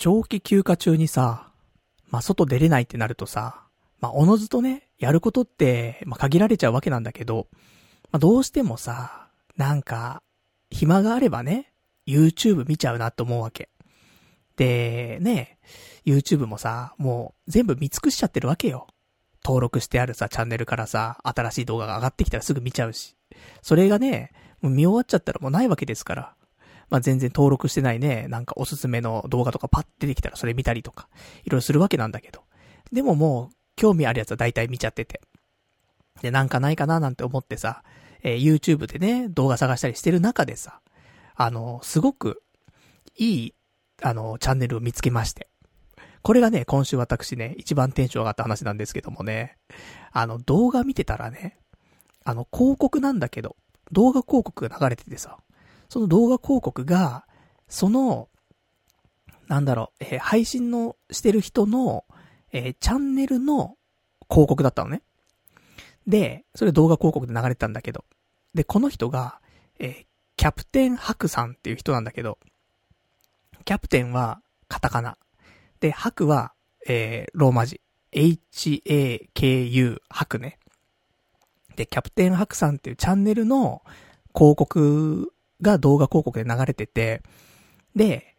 長期休暇中にさ、外出れないってなるとさ、おのずとね、やることって、限られちゃうわけなんだけど、どうしてもさ、暇があればね、YouTube 見ちゃうなと思うわけ。で、ね、YouTube もさ、もう全部見尽くしちゃってるわけよ。登録してあるさ、チャンネルからさ、新しい動画が上がってきたらすぐ見ちゃうし。それがね、もう見終わっちゃったらもうないわけですから。全然登録してないね、おすすめの動画とかパッて出てきたらそれ見たりとか、いろいろするわけなんだけど。でももう、興味あるやつは大体見ちゃってて。で、ないかななんて思ってさ、YouTube でね、動画探したりしてる中でさ、すごく、いい、チャンネルを見つけまして。これがね、今週私ね、一番テンション上がった話なんですけどもね、動画見てたらね、広告なんだけど、動画広告が流れててさ、その動画広告が、その、配信のしてる人の、チャンネルの広告だったのね。で、それ動画広告で流れてたんだけど、で、この人が、キャプテンハクさんっていう人なんだけど、キャプテンはカタカナ。で、ハクは、ローマ字。HAKU、ハクね。で、キャプテンハクさんっていうチャンネルの広告が動画広告で流れてて、で、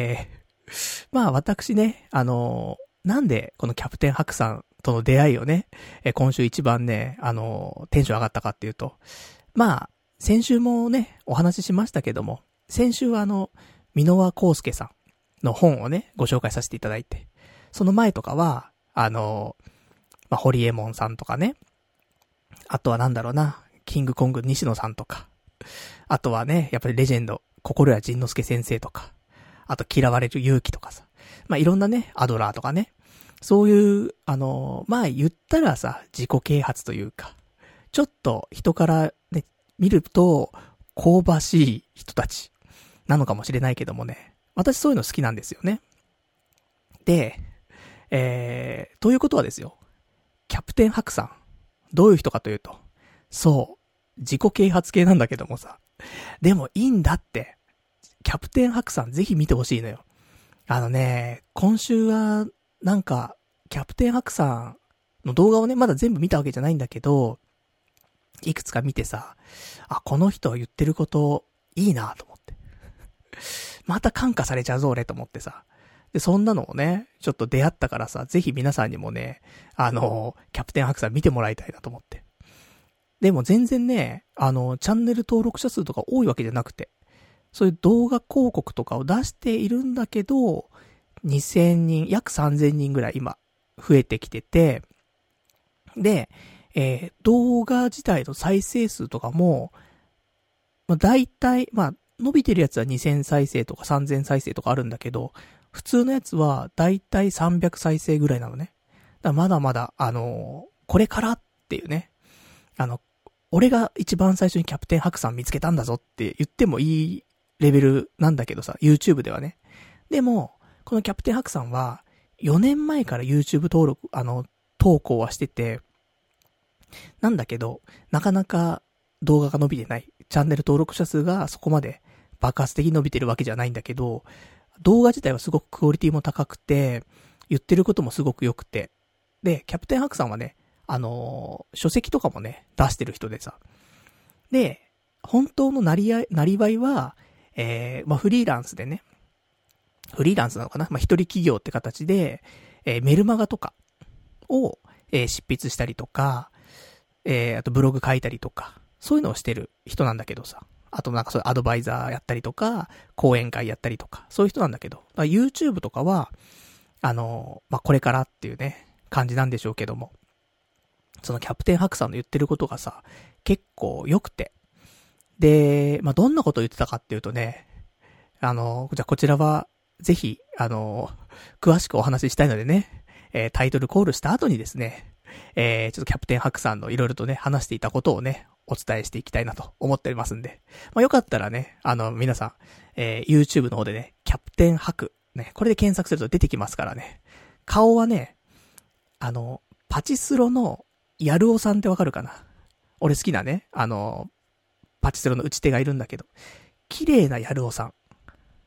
私ね、なんでこのキャプテンハクさんとの出会いをね、今週一番ね、テンション上がったかっていうと、先週もね、お話ししましたけども、先週は箕輪康介さんの本をね、ご紹介させていただいて、その前とかは、ホリエモンさんとかね、あとはキングコング西野さんとか、あとはね、やっぱりレジェンド、心谷仁之助先生とか、あと嫌われる勇気とかさ、いろんなね、アドラーとかね、そういう、言ったらさ、自己啓発というか、ちょっと人からね、見ると、香ばしい人たちなのかもしれないけどもね、私そういうの好きなんですよね。で、ということはですよ、キャプテンハクさん、どういう人かというと、そう、自己啓発系なんだけどもさ、でもいいんだって、キャプテンハクさんぜひ見てほしいのよ。今週は、キャプテンハクさんの動画をね、まだ全部見たわけじゃないんだけど、いくつか見てさ、この人言ってることいいなと思って。また感化されちゃうぞ俺と思ってさ。で、そんなのをね、ちょっと出会ったからさ、ぜひ皆さんにもね、キャプテンハクさん見てもらいたいなと思って。でも全然ね、チャンネル登録者数とか多いわけじゃなくて、そういう動画広告とかを出しているんだけど、2000人、約3000人ぐらい今、増えてきてて、で、動画自体の再生数とかも、大体、伸びてるやつは2000再生とか3000再生とかあるんだけど、普通のやつは大体300再生ぐらいなのね。だからまだまだ、これからっていうね、俺が一番最初にキャプテンハクさん見つけたんだぞって言ってもいいレベルなんだけどさ、YouTube ではね。でも、このキャプテンハクさんは、4年前から YouTube 登録、投稿はしてて、なんだけど、なかなか動画が伸びてない。チャンネル登録者数がそこまで爆発的に伸びてるわけじゃないんだけど、動画自体はすごくクオリティも高くて、言ってることもすごく良くて。で、キャプテンハクさんはね、書籍とかもね、出してる人でさ。で、本当のなりわいは、フリーランスでね、フリーランスなのかな一人企業って形で、メルマガとかを、執筆したりとか、あとブログ書いたりとか、そういうのをしてる人なんだけどさ。あとそういうアドバイザーやったりとか、講演会やったりとか、そういう人なんだけど、YouTube とかは、これからっていうね、感じなんでしょうけども、そのキャプテンハクさんの言ってることがさ、結構良くて。で、どんなことを言ってたかっていうとね、じゃあこちらは、ぜひ、詳しくお話ししたいのでね、タイトルコールした後にですね、ちょっとキャプテンハクさんのいろいろとね、話していたことをね、お伝えしていきたいなと思っておりますんで。よかったらね、皆さん、YouTube の方でね、キャプテンハク、ね、これで検索すると出てきますからね。顔はね、パチスロのヤルオさんってわかるかな？俺好きなね、パチスロの打ち手がいるんだけど、綺麗なヤルオさん。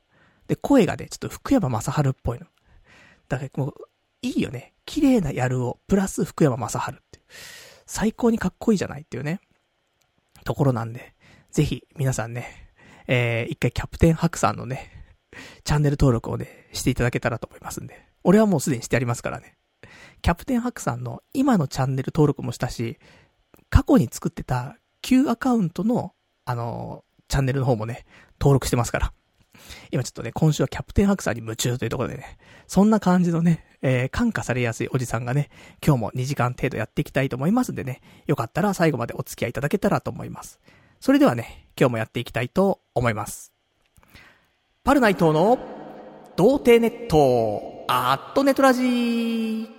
で、声がね、ちょっと福山雅治っぽいの。だからもう、いいよね。綺麗なやるを、プラス福山雅治って。最高にかっこいいじゃないっていうね、ところなんで、ぜひ、皆さんね、一回キャプテンハクさんのね、チャンネル登録をね、していただけたらと思いますんで。俺はもうすでにしてありますからね。キャプテンハクさんの今のチャンネル登録もしたし、過去に作ってた旧アカウントの、チャンネルの方もね、登録してますから。今ちょっとね、今週はキャプテンハクさんに夢中というところでね、そんな感じのね、感化されやすいおじさんがね、今日も2時間程度やっていきたいと思いますんでね、よかったら最後までお付き合いいただけたらと思います。それではね、今日もやっていきたいと思います。パルナイトの童貞ネット、ネトラジー。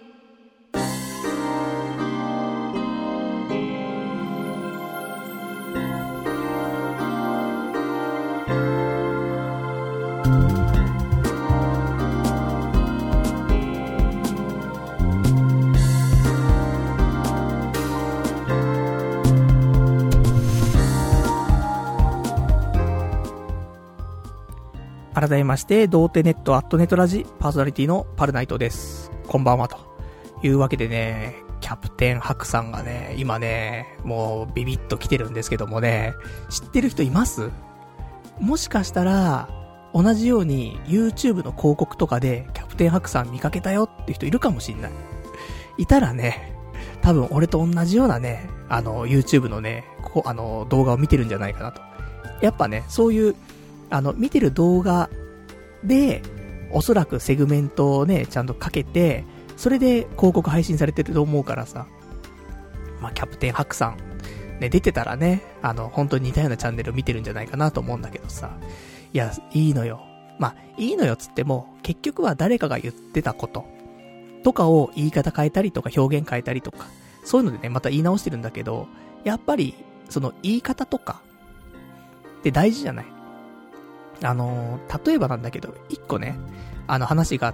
改めまして、童貞ネットネトラジパーソナリティのパルナイトです。こんばんはというわけでね、キャプテンハクさんがね、今ね、もうビビッと来てるんですけどもね、知ってる人います？もしかしたら、同じように YouTube の広告とかでキャプテンハクさん見かけたよって人いるかもしんない。いたらね、多分俺と同じようなね、YouTube のね、動画を見てるんじゃないかなと。やっぱね、そういう、見てる動画で、おそらくセグメントをね、ちゃんとかけて、それで広告配信されてると思うからさ、まあ、キャプテンハクさん、ね、出てたらね、本当に似たようなチャンネルを見てるんじゃないかなと思うんだけどさ、いや、いいのよ。まあ、いいのよつっても、結局は誰かが言ってたこと、とかを言い方変えたりとか表現変えたりとか、そういうのでね、また言い直してるんだけど、やっぱり、その言い方とか、って大事じゃない？例えばなんだけど、一個ね、話があって、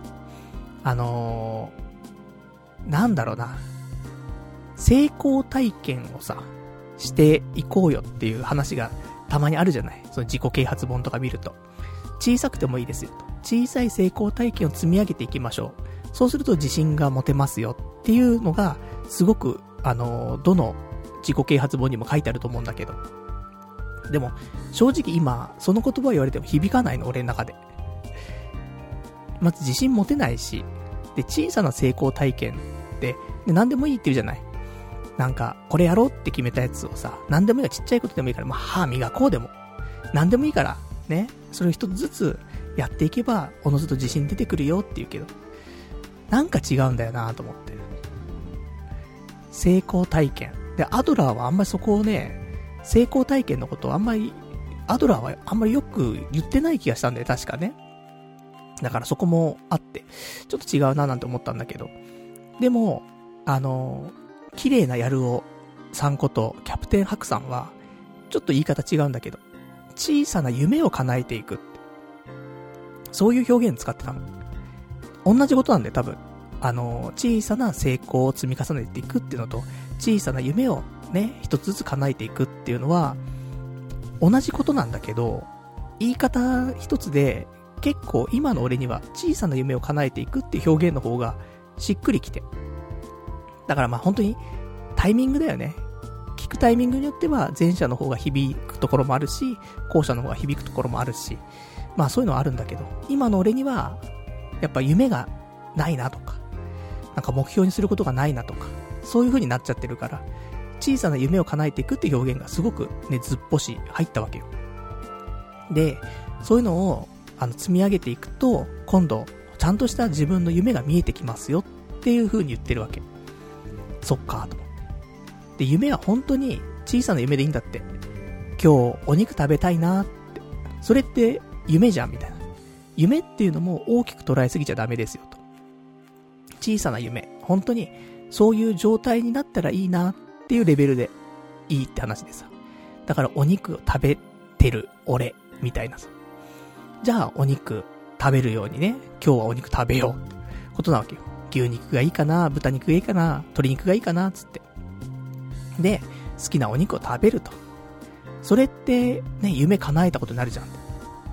なんだろうな、成功体験をさ、していこうよっていう話がたまにあるじゃない？その自己啓発本とか見ると。小さくてもいいですよと。小さい成功体験を積み上げていきましょう。そうすると自信が持てますよっていうのが、すごく、どの自己啓発本にも書いてあると思うんだけど。でも、正直今、その言葉を言われても響かないの、俺の中で。まず自信持てないし、で、小さな成功体験って、で、何でもいいって言うじゃない。なんか、これやろうって決めたやつをさ、何でもいいから、ちっちゃいことでもいいから、まあ、歯磨こうでも。何でもいいから、ね。それを一つずつやっていけば、おのずと自信出てくるよって言うけど、なんか違うんだよなと思って。成功体験。で、アドラーはあんまりそこをね、成功体験のことをアドラーはあんまりよく言ってない気がしたんだよ、確かね。だからそこもあって、ちょっと違うななんて思ったんだけど。でも、綺麗なやるをさんことキャプテンハクさんは、ちょっと言い方違うんだけど、小さな夢を叶えていくって。そういう表現使ってたの。同じことなんだよ、多分。小さな成功を積み重ねていくっていうのと、小さな夢をね、一つずつ叶えていくっていうのは、同じことなんだけど、言い方一つで、結構今の俺には小さな夢を叶えていくっていう表現の方がしっくりきて。だからまあ本当にタイミングだよね。聞くタイミングによっては前者の方が響くところもあるし、後者の方が響くところもあるし、まあそういうのはあるんだけど、今の俺にはやっぱ夢がないなとか、なんか目標にすることがないなとか、そういう風になっちゃってるから、小さな夢を叶えていくっていう表現がすごくね、ずっぽし入ったわけよ。で、そういうのを積み上げていくと、今度ちゃんとした自分の夢が見えてきますよっていう風に言ってるわけ。そっかと思って。で、夢は本当に小さな夢でいいんだって。今日お肉食べたいなって。それって夢じゃんみたいな。夢っていうのも大きく捉えすぎちゃダメですよと。小さな夢。本当にそういう状態になったらいいなっていうレベルでいいって話でさ。だからお肉を食べてる俺みたいなさ。じゃあお肉食べるようにね、今日はお肉食べようってことなわけよ。牛肉がいいかな、豚肉がいいかな、鶏肉がいいかなつって。で、好きなお肉を食べると。それってね、夢叶えたことになるじゃん。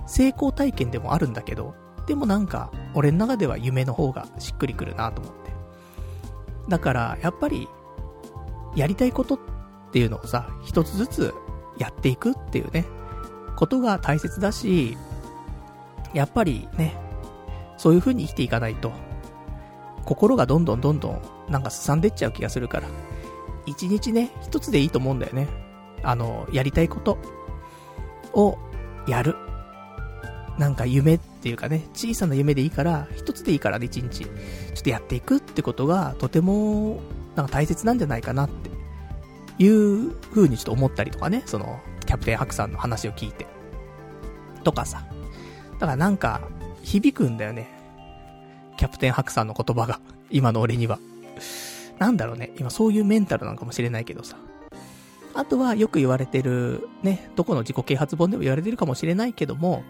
成功体験でもあるんだけど、でもなんか、俺の中では夢の方がしっくりくるなと思って。だから、やっぱり、やりたいことっていうのをさ、一つずつやっていくっていうね、ことが大切だし、やっぱりね、そういう風に生きていかないと、心がどんどんなんかすさんでっちゃう気がするから、一日ね、一つでいいと思うんだよね。やりたいことをやる。なんか夢っていうかね、小さな夢でいいから、一つでいいからね、一日、ちょっとやっていくってことが、とても、なんか大切なんじゃないかなって、いう風にちょっと思ったりとかね、その、キャプテンハクさんの話を聞いて。とかさ。だからなんか、響くんだよね。キャプテンハクさんの言葉が、今の俺には。なんだろうね、今そういうメンタルなのかもしれないけどさ。あとはよく言われてる、ね、どこの自己啓発本でも言われてるかもしれないけども、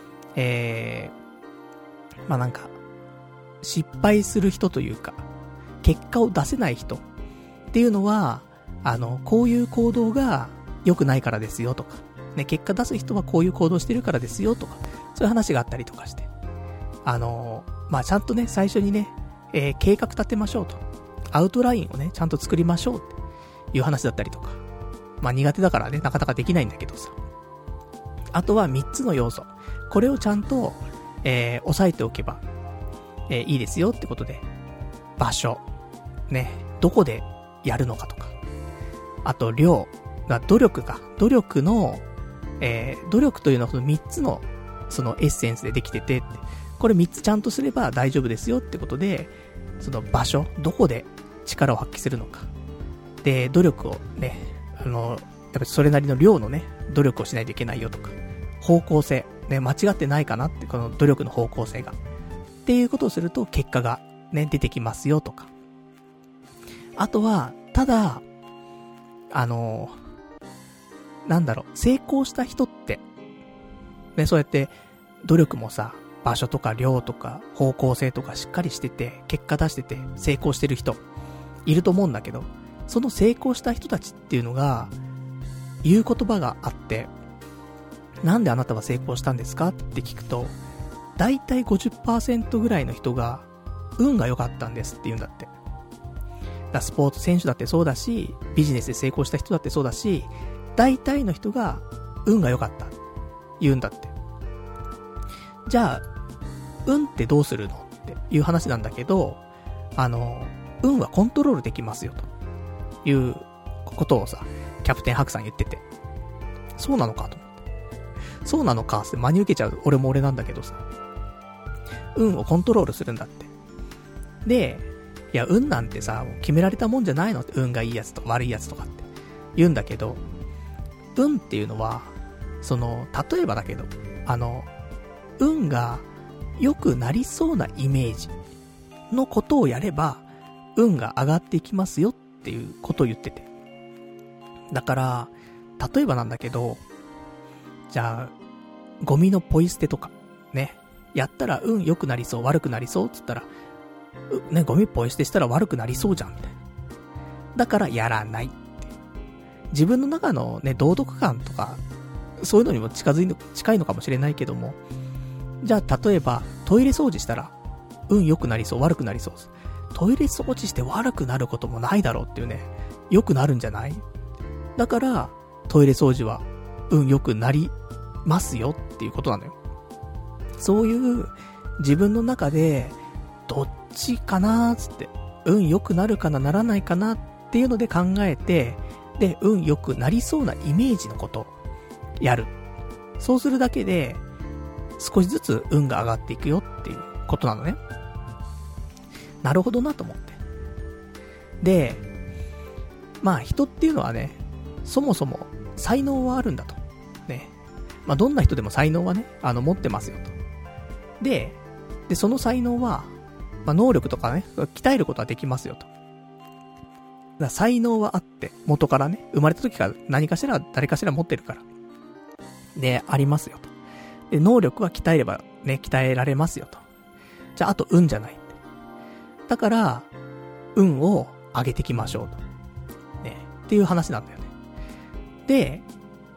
まあなんか、失敗する人というか、結果を出せない人っていうのは、こういう行動が良くないからですよとか、ね、結果出す人はこういう行動してるからですよとか、そういう話があったりとかして。まあちゃんとね、最初にね、計画立てましょうと。アウトラインをね、ちゃんと作りましょうっていう話だったりとか。まあ苦手だからね、なかなかできないんだけどさ。あとは3つの要素。これをちゃんと、押さえておけば、いいですよってことで。場所。ね、どこでやるのかとか。あと、量。努力か。努力の、努力というのはこの3つの、そのエッセンスでできてて、これ3つちゃんとすれば大丈夫ですよってことで、その場所、どこで力を発揮するのか。で、努力をね、やっぱりそれなりの量のね、努力をしないといけないよとか。方向性。ね、間違ってないかなって、この努力の方向性が。っていうことをすると結果がね、出てきますよとか。あとは、ただ、なんだろう、成功した人って、ね、そうやって努力もさ、場所とか量とか方向性とかしっかりしてて、結果出してて成功してる人、いると思うんだけど、その成功した人たちっていうのが、言う言葉があって、なんであなたは成功したんですかって聞くと、だいたい 50% ぐらいの人が、運が良かったんですって言うんだって。スポーツ選手だってそうだし、ビジネスで成功した人だってそうだし、大体の人が運が良かった言うんだって。じゃあ運ってどうするのっていう話なんだけど、運はコントロールできますよということをさ、キャプテンハクさん言ってて、そうなのかと思って、そうなのかって真に受けちゃう俺も俺なんだけどさ、運をコントロールするんだって。で、いや、運なんてさ、決められたもんじゃないのって、運がいいやつと悪いやつとかって言うんだけど、運っていうのは、例えばだけど、運が良くなりそうなイメージのことをやれば、運が上がっていきますよっていうことを言ってて。だから、例えばなんだけど、じゃあ、ゴミのポイ捨てとか、ね、やったら運良くなりそう、悪くなりそうって言ったら、ね、ゴミポイ捨てしたら悪くなりそうじゃんみたいな。だからやらないって。自分の中のね、道徳感とかそういうのにも近いのかもしれないけども、じゃあ例えばトイレ掃除したら運良くなりそう、悪くなりそう。トイレ掃除して悪くなることもないだろうっていうね、良くなるんじゃない？だからトイレ掃除は運良くなりますよっていうことなのよ。そういう自分の中でどっちかなーつって、運良くなるかなならないかなっていうので考えて、で運良くなりそうなイメージのことをやる。そうするだけで少しずつ運が上がっていくよっていうことなのね。なるほどなと思って。で、まあ人っていうのはね、そもそも才能はあるんだと。ね。まあどんな人でも才能はね、持ってますよと。で、その才能は、まあ能力とかね、鍛えることはできますよと。だから才能はあって、元からね、生まれた時から何かしら誰かしら持ってるから。で、ありますよと。で、能力は鍛えればね、鍛えられますよと。じゃあ、あと運じゃない。だから、運を上げていきましょうと。ね。っていう話なんだよね。で、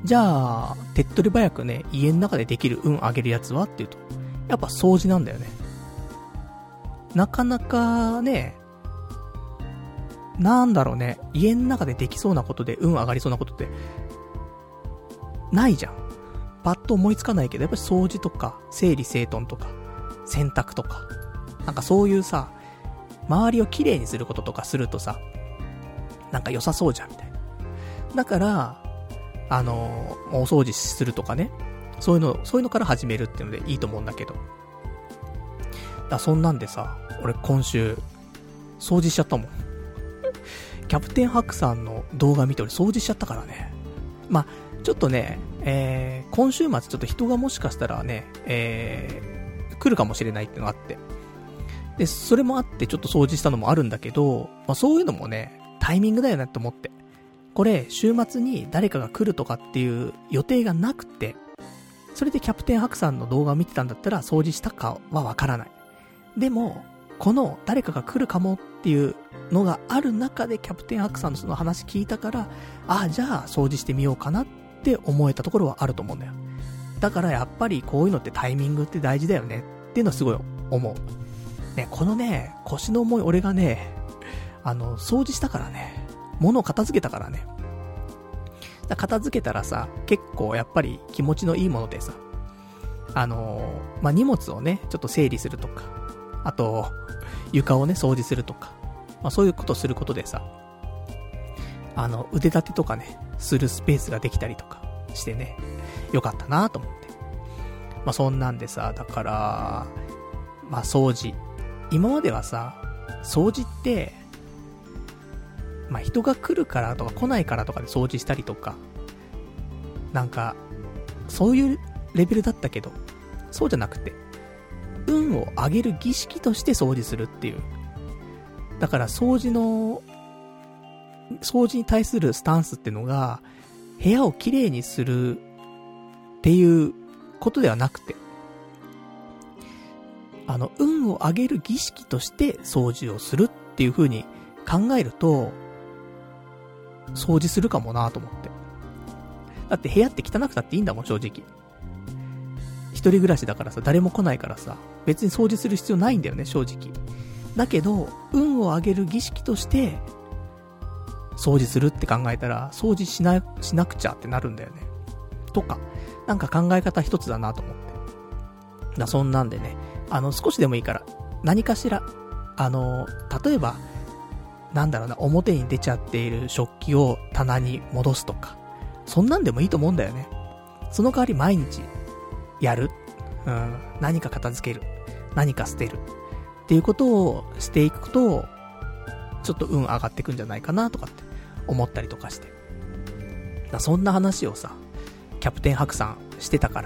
じゃあ、手っ取り早くね、家の中でできる運上げるやつはっていうと、やっぱ掃除なんだよね。なかなかね、なんだろうね、家の中でできそうなことで運上がりそうなことって、ないじゃん。パッと思いつかないけど、やっぱり掃除とか、整理整頓とか、洗濯とか、なんかそういうさ、周りをきれいにすることとかするとさ、なんか良さそうじゃんみたいな。だから、お掃除するとかね、そういうのから始めるっていうのでいいと思うんだけど。そんなんでさ、俺今週、掃除しちゃったもん。キャプテンハクさんの動画見て俺掃除しちゃったからね。まあ、ちょっとね、今週末ちょっと人がもしかしたらね、来るかもしれないっていうのがあって。で、それもあってちょっと掃除したのもあるんだけど、まあそういうのもね、タイミングだよなって思って。これ、週末に誰かが来るとかっていう予定がなくて、それでキャプテンハクさんの動画を見てたんだったら掃除したかはわからない。でも、この誰かが来るかもっていうのがある中でキャプテンハクさんのその話聞いたから、じゃあ掃除してみようかなって思えたところはあると思うんだよ。だからやっぱりこういうのってタイミングって大事だよねっていうのはすごい思う。ね、このね、腰の重い俺がね、掃除したからね、物を片付けたからね。片付けたらさ、結構やっぱり気持ちのいいものでさ、まあ、荷物をね、ちょっと整理するとか、あと、床をね、掃除するとか、まあ、そういうことすることでさ、腕立てとかね、するスペースができたりとかしてね、よかったなと思って。まあ、そんなんでさ、だから、まあ、掃除。今まではさ、掃除って、まあ、人が来るからとか来ないからとかで掃除したりとか、なんか、そういうレベルだったけど、そうじゃなくて、運を上げる儀式として掃除するっていう。だから掃除に対するスタンスっていうのが、部屋をきれいにするっていうことではなくて、運を上げる儀式として掃除をするっていう風に考えると、掃除するかもなと思って。だって部屋って汚くたっていいんだもん、正直。一人暮らしだからさ、誰も来ないからさ、別に掃除する必要ないんだよね、正直。だけど、運を上げる儀式として、掃除するって考えたら、掃除しなくちゃってなるんだよね。とか、なんか考え方一つだなと思って。そんなんでね、少しでもいいから、何かしら、例えば、なんだろうな、表に出ちゃっている食器を棚に戻すとか、そんなんでもいいと思うんだよね。その代わり毎日、やる。何か片付ける。何か捨てる。っていうことをしていくと、ちょっと運上がってくんじゃないかなとかって思ったりとかして。そんな話をさ、キャプテンハクさんしてたから、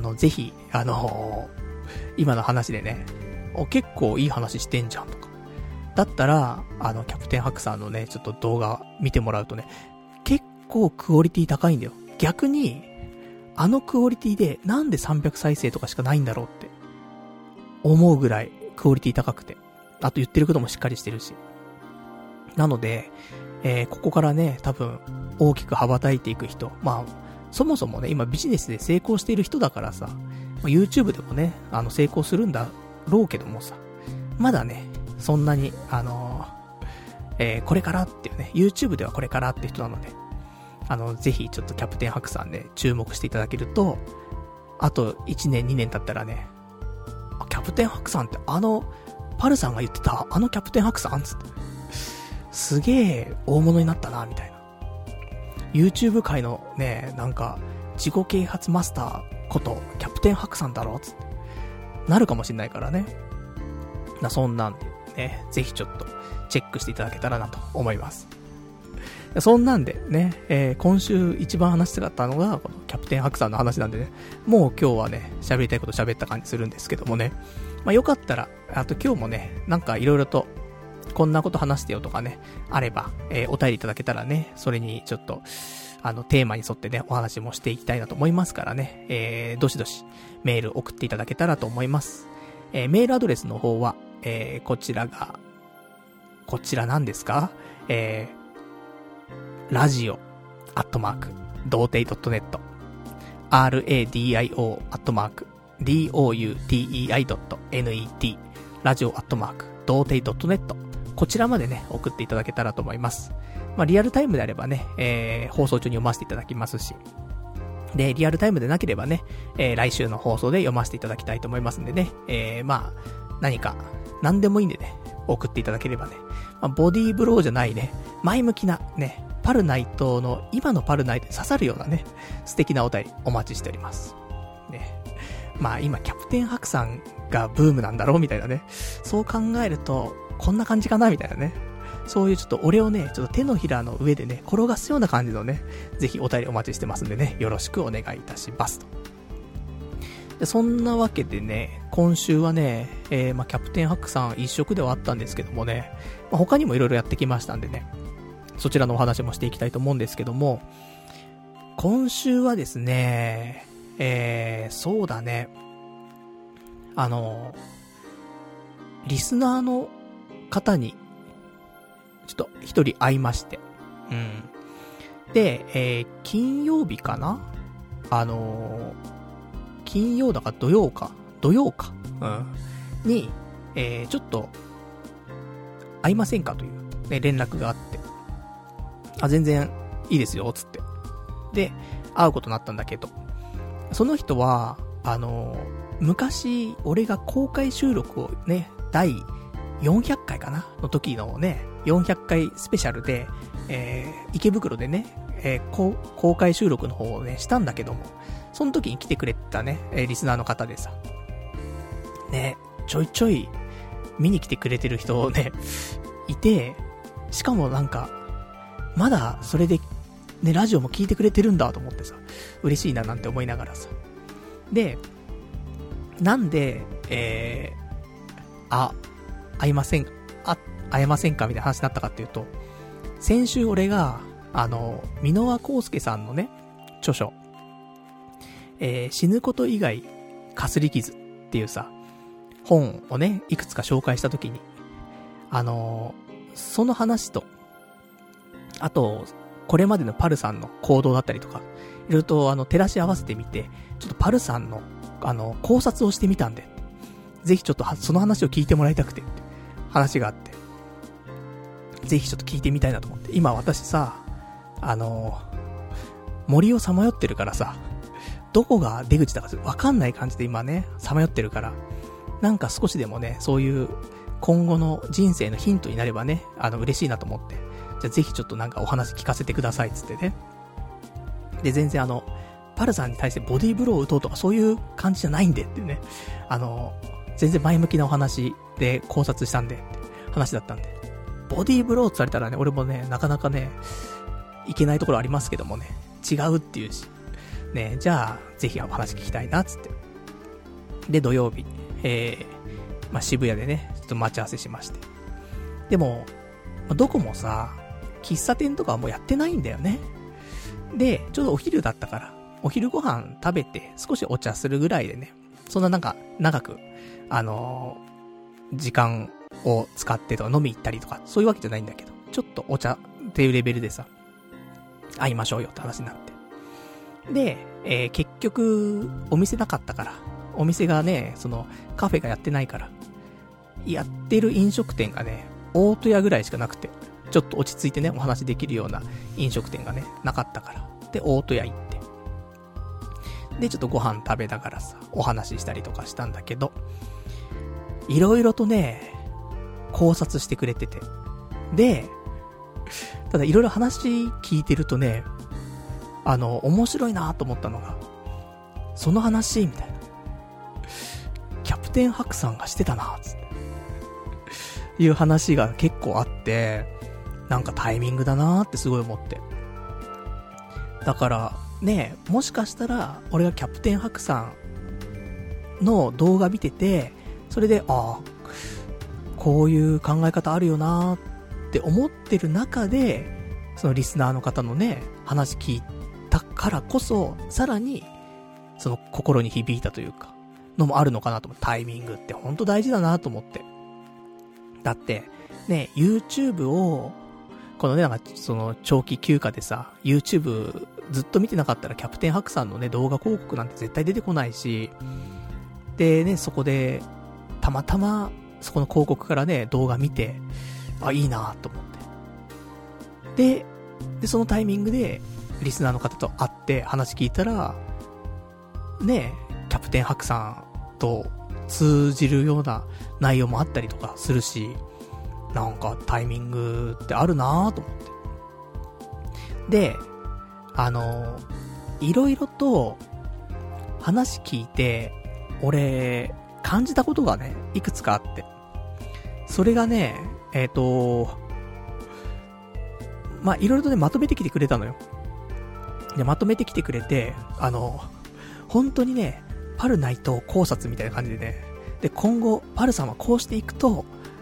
ぜひ、今の話でね、結構いい話してんじゃんとか。だったら、キャプテンハクさんのね、ちょっと動画見てもらうとね、結構クオリティ高いんだよ。逆に、クオリティでなんで300再生とかしかないんだろうって思うぐらいクオリティ高くて。あと言ってることもしっかりしてるし。なので、ここからね、多分大きく羽ばたいていく人。まあ、そもそもね、今ビジネスで成功している人だからさ、YouTube でもね、成功するんだろうけどもさ、まだね、そんなに、これからっていうね、YouTube ではこれからって人なので、ぜひちょっとキャプテンハクさんね、注目していただけると、あと1年2年経ったらね、キャプテンハクさんってパルさんが言ってた、キャプテンハクさんつって、すげえ大物になったな、みたいな。YouTube 界のね、なんか、自己啓発マスターこと、キャプテンハクさんだろつって、なるかもしんないからね。そんなんでね、ぜひちょっと、チェックしていただけたらなと思います。そんなんでね、今週一番話したかったのが、このキャプテンハクさんの話なんでね、もう今日はね、喋りたいこと喋った感じするんですけどもね、まあよかったら、あと今日もね、なんかいろいろと、こんなこと話してよとかね、あれば、お便りいただけたらね、それにちょっと、テーマに沿ってね、お話もしていきたいなと思いますからね、どしどしメール送っていただけたらと思います。メールアドレスの方は、こちら何ですか？ラジオ童貞 .net radio@doutei.net ラジオ童貞 .net こちらまでね、送っていただけたらと思います。まあ、リアルタイムであればね、放送中に読ませていただきますし、で、リアルタイムでなければね、来週の放送で読ませていただきたいと思いますんでね、まあ、何でもいいんでね、送っていただければね、まあ、ボディーブローじゃないね、前向きなね、パルナイトの、今のパルナイトに刺さるようなね、素敵なお便りお待ちしております。ね。まあ今、キャプテンハクさんがブームなんだろうみたいなね、そう考えると、こんな感じかなみたいなね、そういうちょっと俺をね、ちょっと手のひらの上でね、転がすような感じのね、ぜひお便りお待ちしてますんでね、よろしくお願いいたしますと。でそんなわけでね、今週はね、まあキャプテンハクさん一色ではあったんですけどもね、まあ、他にもいろいろやってきましたんでね、そちらのお話もしていきたいと思うんですけども、今週はですね、そうだね、リスナーの方に、ちょっと一人会いまして。うん。で、金曜日かな？金曜だか土曜か。うん。に、ちょっと、会いませんかという、ね、連絡があって。あ、全然いいですよ、つって。で、会うことになったんだけど。その人は、昔、俺が公開収録をね、第400回かなの時のね、400回スペシャルで、池袋でね、公開収録の方をね、したんだけども、その時に来てくれたね、リスナーの方でさ、ね、ちょいちょい見に来てくれてる人ね、いて、しかもなんか、まだそれで、ね、ラジオも聞いてくれてるんだと思ってさ、嬉しいななんて思いながらさ。で、なんで、会えませんかみたいな話になったかっていうと、先週俺が、箕輪康介さんのね、著書、死ぬこと以外、かすり傷っていうさ、本をね、いくつか紹介したときに、その話と、あと、これまでのパルさんの行動だったりとか、いろいろと照らし合わせてみて、ちょっとパルさんの、考察をしてみたんで、ぜひちょっとその話を聞いてもらいたくて、話があって、ぜひちょっと聞いてみたいなと思って、今私さ、森をさまよってるからさ、どこが出口だかわかんない感じで今ね、さまよってるから、なんか少しでもね、そういう今後の人生のヒントになればね、嬉しいなと思って、じゃあぜひちょっとなんかお話聞かせてくださいっつってね。で、全然パルさんに対してボディーブローを打とうとかそういう感じじゃないんでっていうね、全然前向きなお話で考察したんで、話だったんで、ボディーブローってされたらね、俺もね、なかなかね、いけないところありますけどもね、違うっていうし、ね、じゃあ、ぜひお話聞きたいな、つって。で、土曜日、まあ、渋谷でね、ちょっと待ち合わせしまして。でも、どこもさ、喫茶店とかはもうやってないんだよね。で、ちょうどお昼だったから、お昼ご飯食べて少しお茶するぐらいでね、そんななんか、長く、時間を使ってとか飲み行ったりとか、そういうわけじゃないんだけど、ちょっとお茶っていうレベルでさ、会いましょうよって話になって。で、結局、お店なかったから、お店がね、カフェがやってないから、やってる飲食店がね、大戸屋ぐらいしかなくて、ちょっと落ち着いてね、お話できるような飲食店がね、なかったから。で、大戸屋行って。で、ちょっとご飯食べながらさ、お話ししたりとかしたんだけど、いろいろとね、考察してくれてて。で、ただいろいろ話聞いてるとね、面白いなと思ったのが、その話、みたいな。キャプテンハクさんがしてたなつって。いう話が結構あって、なんかタイミングだなってすごい思って。だから、ね、もしかしたら、俺がキャプテンハクさんの動画見てて、それで、ああ、こういう考え方あるよなって思ってる中で、そのリスナーの方のね、話聞いたからこそ、さらに、その心に響いたというか、のもあるのかなと思って、タイミングってほんと大事だなと思って。だって、ね、YouTube を、このね、なんか、長期休暇でさ、YouTube ずっと見てなかったらキャプテンハクさんのね、動画広告なんて絶対出てこないし、でね、そこで、たまたま、そこの広告からね、動画見て、あ、いいなと思って。で、そのタイミングで、リスナーの方と会って話聞いたら、ね、キャプテンハクさんと通じるような内容もあったりとかするし、なんかタイミングってあるなと思って。で、いろいろと話聞いて、俺、感じたことがね、いくつかあって。それがね、まあ、いろいろとね、まとめてきてくれたのよ。で、まとめてきてくれて、本当にね、パルナイト考察みたいな感じでね、で、今後、パルさんはこうしていくと、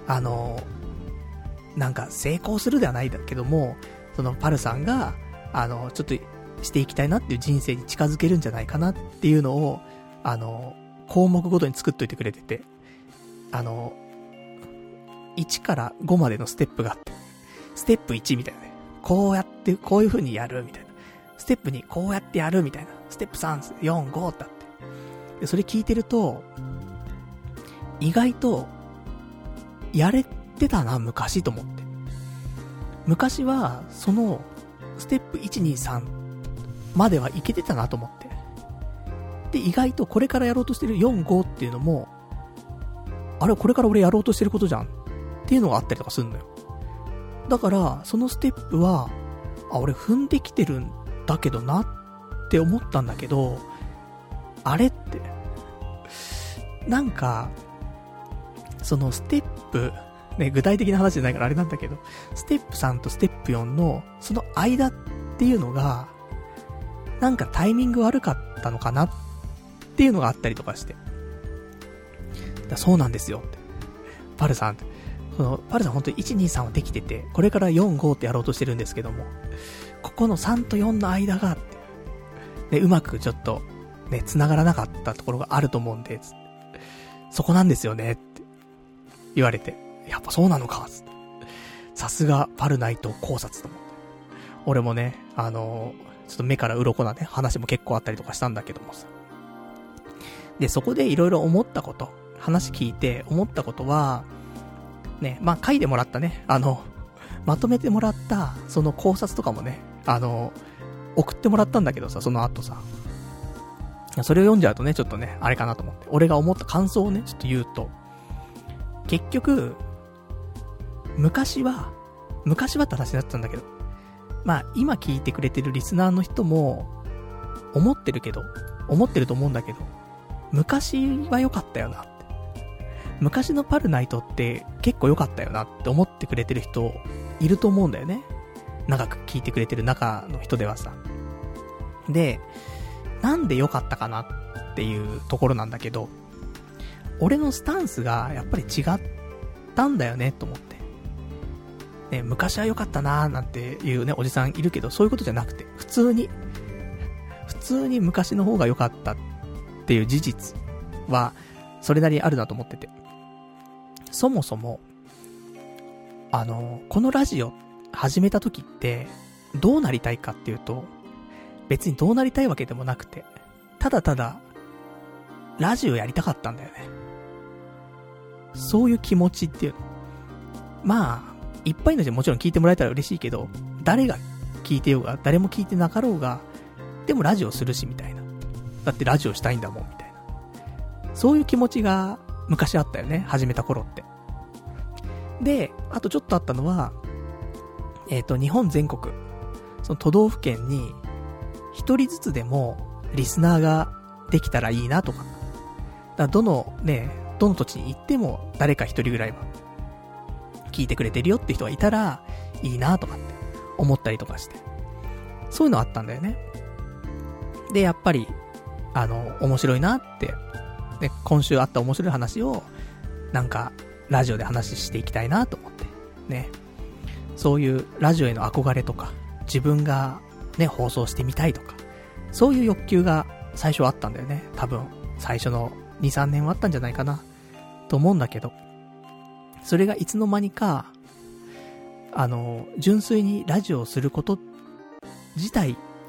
なんか成功するではないんだけども、そのパルさんが、ちょっとしていきたいなっていう人生に近づけるんじゃないかなっていうのを、項目ごとに作っといてくれてて、1から5までのステップがあって、ステップ1みたいなね、こうやって、こういう風にやるみたいな。ステップ2、こうやってやるみたいな。ステップ3、4、5ってあって。で、それ聞いてると、意外と、やれてたな、昔と思って。昔は、その、ステップ1、2、3まではいけてたなと思って。で、意外とこれからやろうとしてる4、5っていうのも、あれ、これから俺やろうとしてることじゃんっていうのがあったりとかするのよ。だから、そのステップは、あ、俺踏んできてるんだけどなって思ったんだけど、あれって、なんか、そのステップ、ね、具体的な話じゃないからあれなんだけど、ステップ3とステップ4の、その間っていうのが、なんかタイミング悪かったのかなっていうのがあったりとかして。そうなんですよって。パルさん、パルさん本当に1、2、3はできてて、これから4、5ってやろうとしてるんですけども、ここの3と4の間が、ね、うまくちょっと、ね、繋がらなかったところがあると思うんで、そこなんですよねって言われて、やっぱそうなのかつって。さすがパルナイト考察と思って。俺もね、ちょっと目から鱗なね、話も結構あったりとかしたんだけどもさ。で、そこでいろいろ思ったこと、話聞いて思ったことは、ね、まあ、書いてもらったね、まとめてもらった、その考察とかもね、送ってもらったんだけどさ、その後さ。それを読んじゃうとね、ちょっとね、あれかなと思って。俺が思った感想をね、ちょっと言うと。結局、昔はって話になってたんだけど、まあ、今聞いてくれてるリスナーの人も、思ってると思うんだけど、昔は良かったよなって。昔のパルナイトって結構良かったよなって思ってくれてる人いると思うんだよね。長く聞いてくれてる中の人ではさ。で、なんで良かったかなっていうところなんだけど、俺のスタンスがやっぱり違ったんだよねと思って。ね、昔は良かったなーなんていうね、おじさんいるけど、そういうことじゃなくて、普通に昔の方が良かったっていう事実は、それなりにあるなと思ってて。そもそも、このラジオ始めた時って、どうなりたいかっていうと、別にどうなりたいわけでもなくて、ただただ、ラジオやりたかったんだよね。そういう気持ちっていうの。まあ、いっぱいの人もちろん聞いてもらえたら嬉しいけど、誰が聞いてようが、誰も聞いてなかろうが、でもラジオするしみたいな。だってラジオしたいんだもんみたいな。そういう気持ちが昔あったよね、始めた頃って。で、あとちょっとあったのは、日本全国、その都道府県に、一人ずつでもリスナーができたらいいなとか。だからどの土地に行っても誰か一人ぐらいは聞いてくれてるよって人がいたらいいなとかって思ったりとかして。そういうのあったんだよね。で、やっぱり、面白いなって、ね、今週あった面白い話を、なんか、ラジオで話していきたいなと思って。ね。そういうラジオへの憧れとか、自分がね、放送してみたいとか、そういう欲求が最初あったんだよね。多分、最初の2、3年はあったんじゃないかな、と思うんだけど、それがいつの間にか、純粋にラジオをすること自体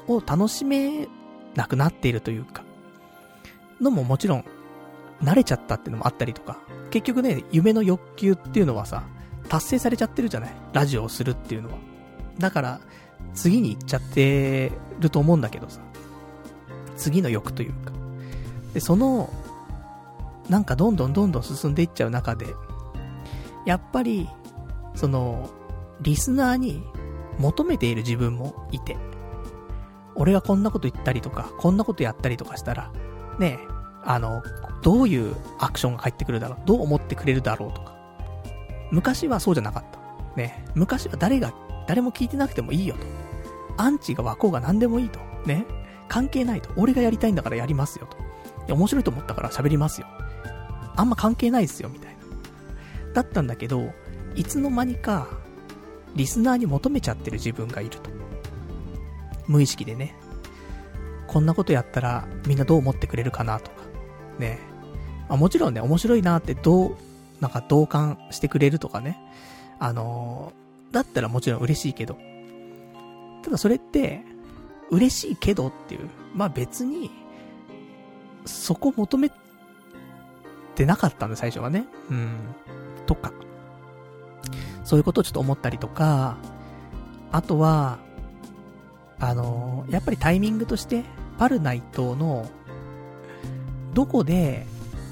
を楽しめなくなっているというか、のももちろん、慣れちゃったっていうのもあったりとか、結局ね、夢の欲求っていうのはさ、達成されちゃってるじゃない？ラジオをするっていうのは。だから、次に行っちゃってると思うんだけどさ。次の欲というか。で、なんかどんどん進んでいっちゃう中で、やっぱり、リスナーに求めている自分もいて、俺がこんなこと言ったりとか、こんなことやったりとかしたら、ねえ、どういうアクションが返ってくるだろう、どう思ってくれるだろうとか。昔はそうじゃなかった。ね。昔は誰も聞いてなくてもいいよと。アンチが湧こうが何でもいいと。ね。関係ないと。俺がやりたいんだからやりますよと。いや、面白いと思ったから喋りますよ。あんま関係ないですよ、みたいな。だったんだけど、いつの間にか、リスナーに求めちゃってる自分がいると。無意識でね。こんなことやったらみんなどう思ってくれるかなとか。ね。もちろんね、面白いなってなんか同感してくれるとかね。だったらもちろん嬉しいけど。ただそれって、嬉しいけどっていう。まあ別に、そこ求めてなかったんだ、最初はね。とか。そういうことをちょっと思ったりとか、あとは、やっぱりタイミングとして、パルナイトの、どこで、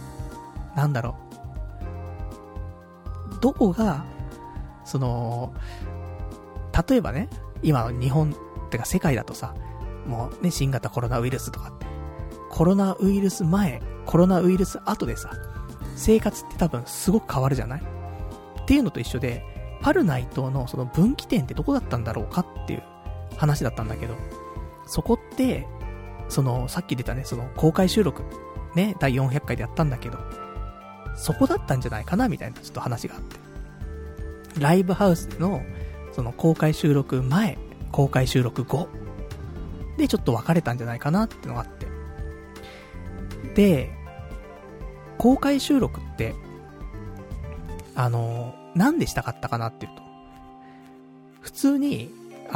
どこが、例えばね、今日本ってか世界だとさ、もうね、新型コロナウイルスとかって、コロナウイルス前、コロナウイルス後でさ、生活って多分すごく変わるじゃない？っていうのと一緒で、パルナイトのその分岐点ってどこだったんだろうかっていう話だったんだけど、そこって、さっき出たね、公開収録、ね、第400回でやったんだけど、そこだったんじゃないかなみたいなちょっと話があって。ライブハウスの、公開収録前、公開収録後、でちょっと分かれたんじゃないかなってのがあって。で、公開収録って、なんでしたかったかなっていうと、普通に、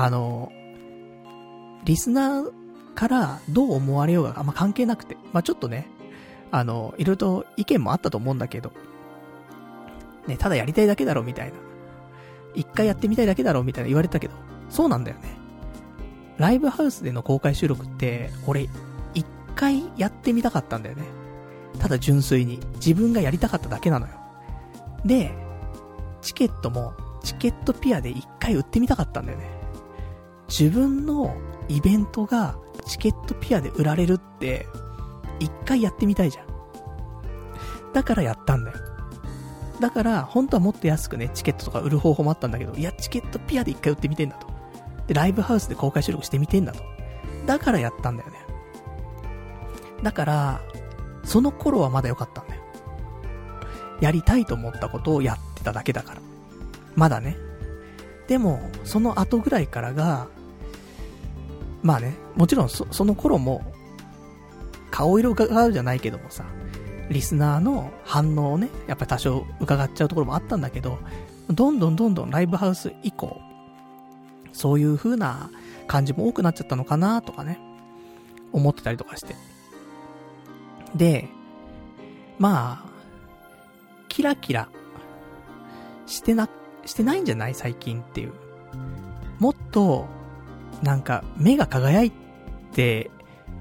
リスナーからどう思われようがあんま関係なくて、まあ、ちょっとね、いろいろと意見もあったと思うんだけど、ね、ただやりたいだけだろみたいな。一回やってみたいだけだろみたいな言われたけど、そうなんだよね。ライブハウスでの公開収録って、俺、一回やってみたかったんだよね。ただ純粋に。自分がやりたかっただけなのよ。で、チケットも、チケットピアで一回売ってみたかったんだよね。自分のイベントがチケットピアで売られるって、一回やってみたいじゃん。だからやったんだよ。だから、本当はもっと安くね、チケットとか売る方法もあったんだけど、いや、チケットピアで一回売ってみてんだと。で、ライブハウスで公開収録してみてんだと。だからやったんだよね。だから、その頃はまだ良かったんだよ。やりたいと思ったことをやってただけだから。まだね。でも、その後ぐらいからが、まあね、もちろんその頃も、顔色があるじゃないけどもさ、リスナーの反応をね、やっぱり多少伺っちゃうところもあったんだけど、どんどんライブハウス以降、そういう風な感じも多くなっちゃったのかなとかね、思ってたりとかして。で、まあ、キラキラしてないんじゃない最近っていう。もっと、なんか、目が輝いて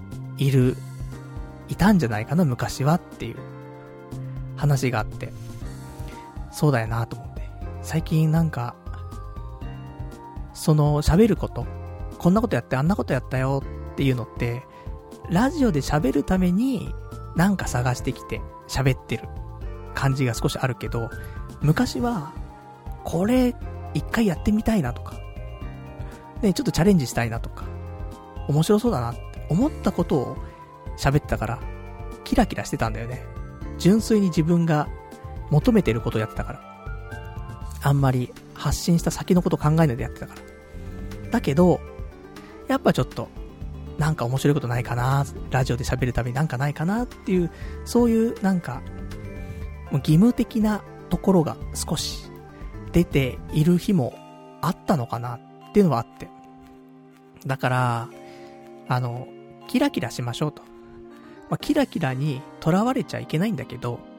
いたんじゃないかな昔はっていう話があって。そうだよなと思って。最近なんか、喋ること、こんなことやってあんなことやったよっていうのって、ラジオで喋るためになんか探してきて喋ってる感じが少しあるけど、昔はこれ一回やってみたいなとかね、ちょっとチャレンジしたいなとか面白そうだなって思ったことを喋ってたからキラキラしてたんだよね。純粋に自分が求めてることをやってたから、あんまり発信した先のこと考えないでやってたから。だけどやっぱちょっとなんか面白いことないかな、ラジオで喋るためになんかないかなっていう、そういうなんかもう義務的なところが少し出ている日もあったのかなっていうのはあって、だからキラキラしましょうと。まあ、キラキラに囚われちゃいけないんだけど、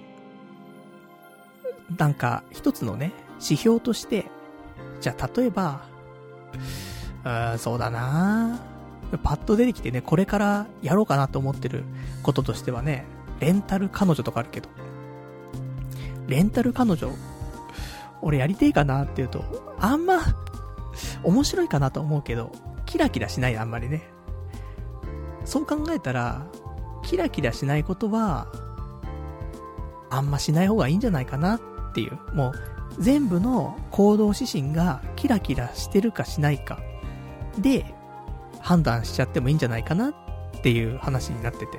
なんか一つのね、指標として、じゃあ例えば、そうだなパッと出てきてね、これからやろうかなと思ってることとしてはね、レンタル彼女とかあるけど、レンタル彼女、俺やりてえかなっていうと、あんま、面白いかなと思うけど、キラキラしないあんまりね。そう考えたら、キラキラしないことは、あんましない方がいいんじゃないかなっていう、もう、全部の行動指針がキラキラしてるかしないか、で、判断しちゃってもいいんじゃないかなっていう話になってて。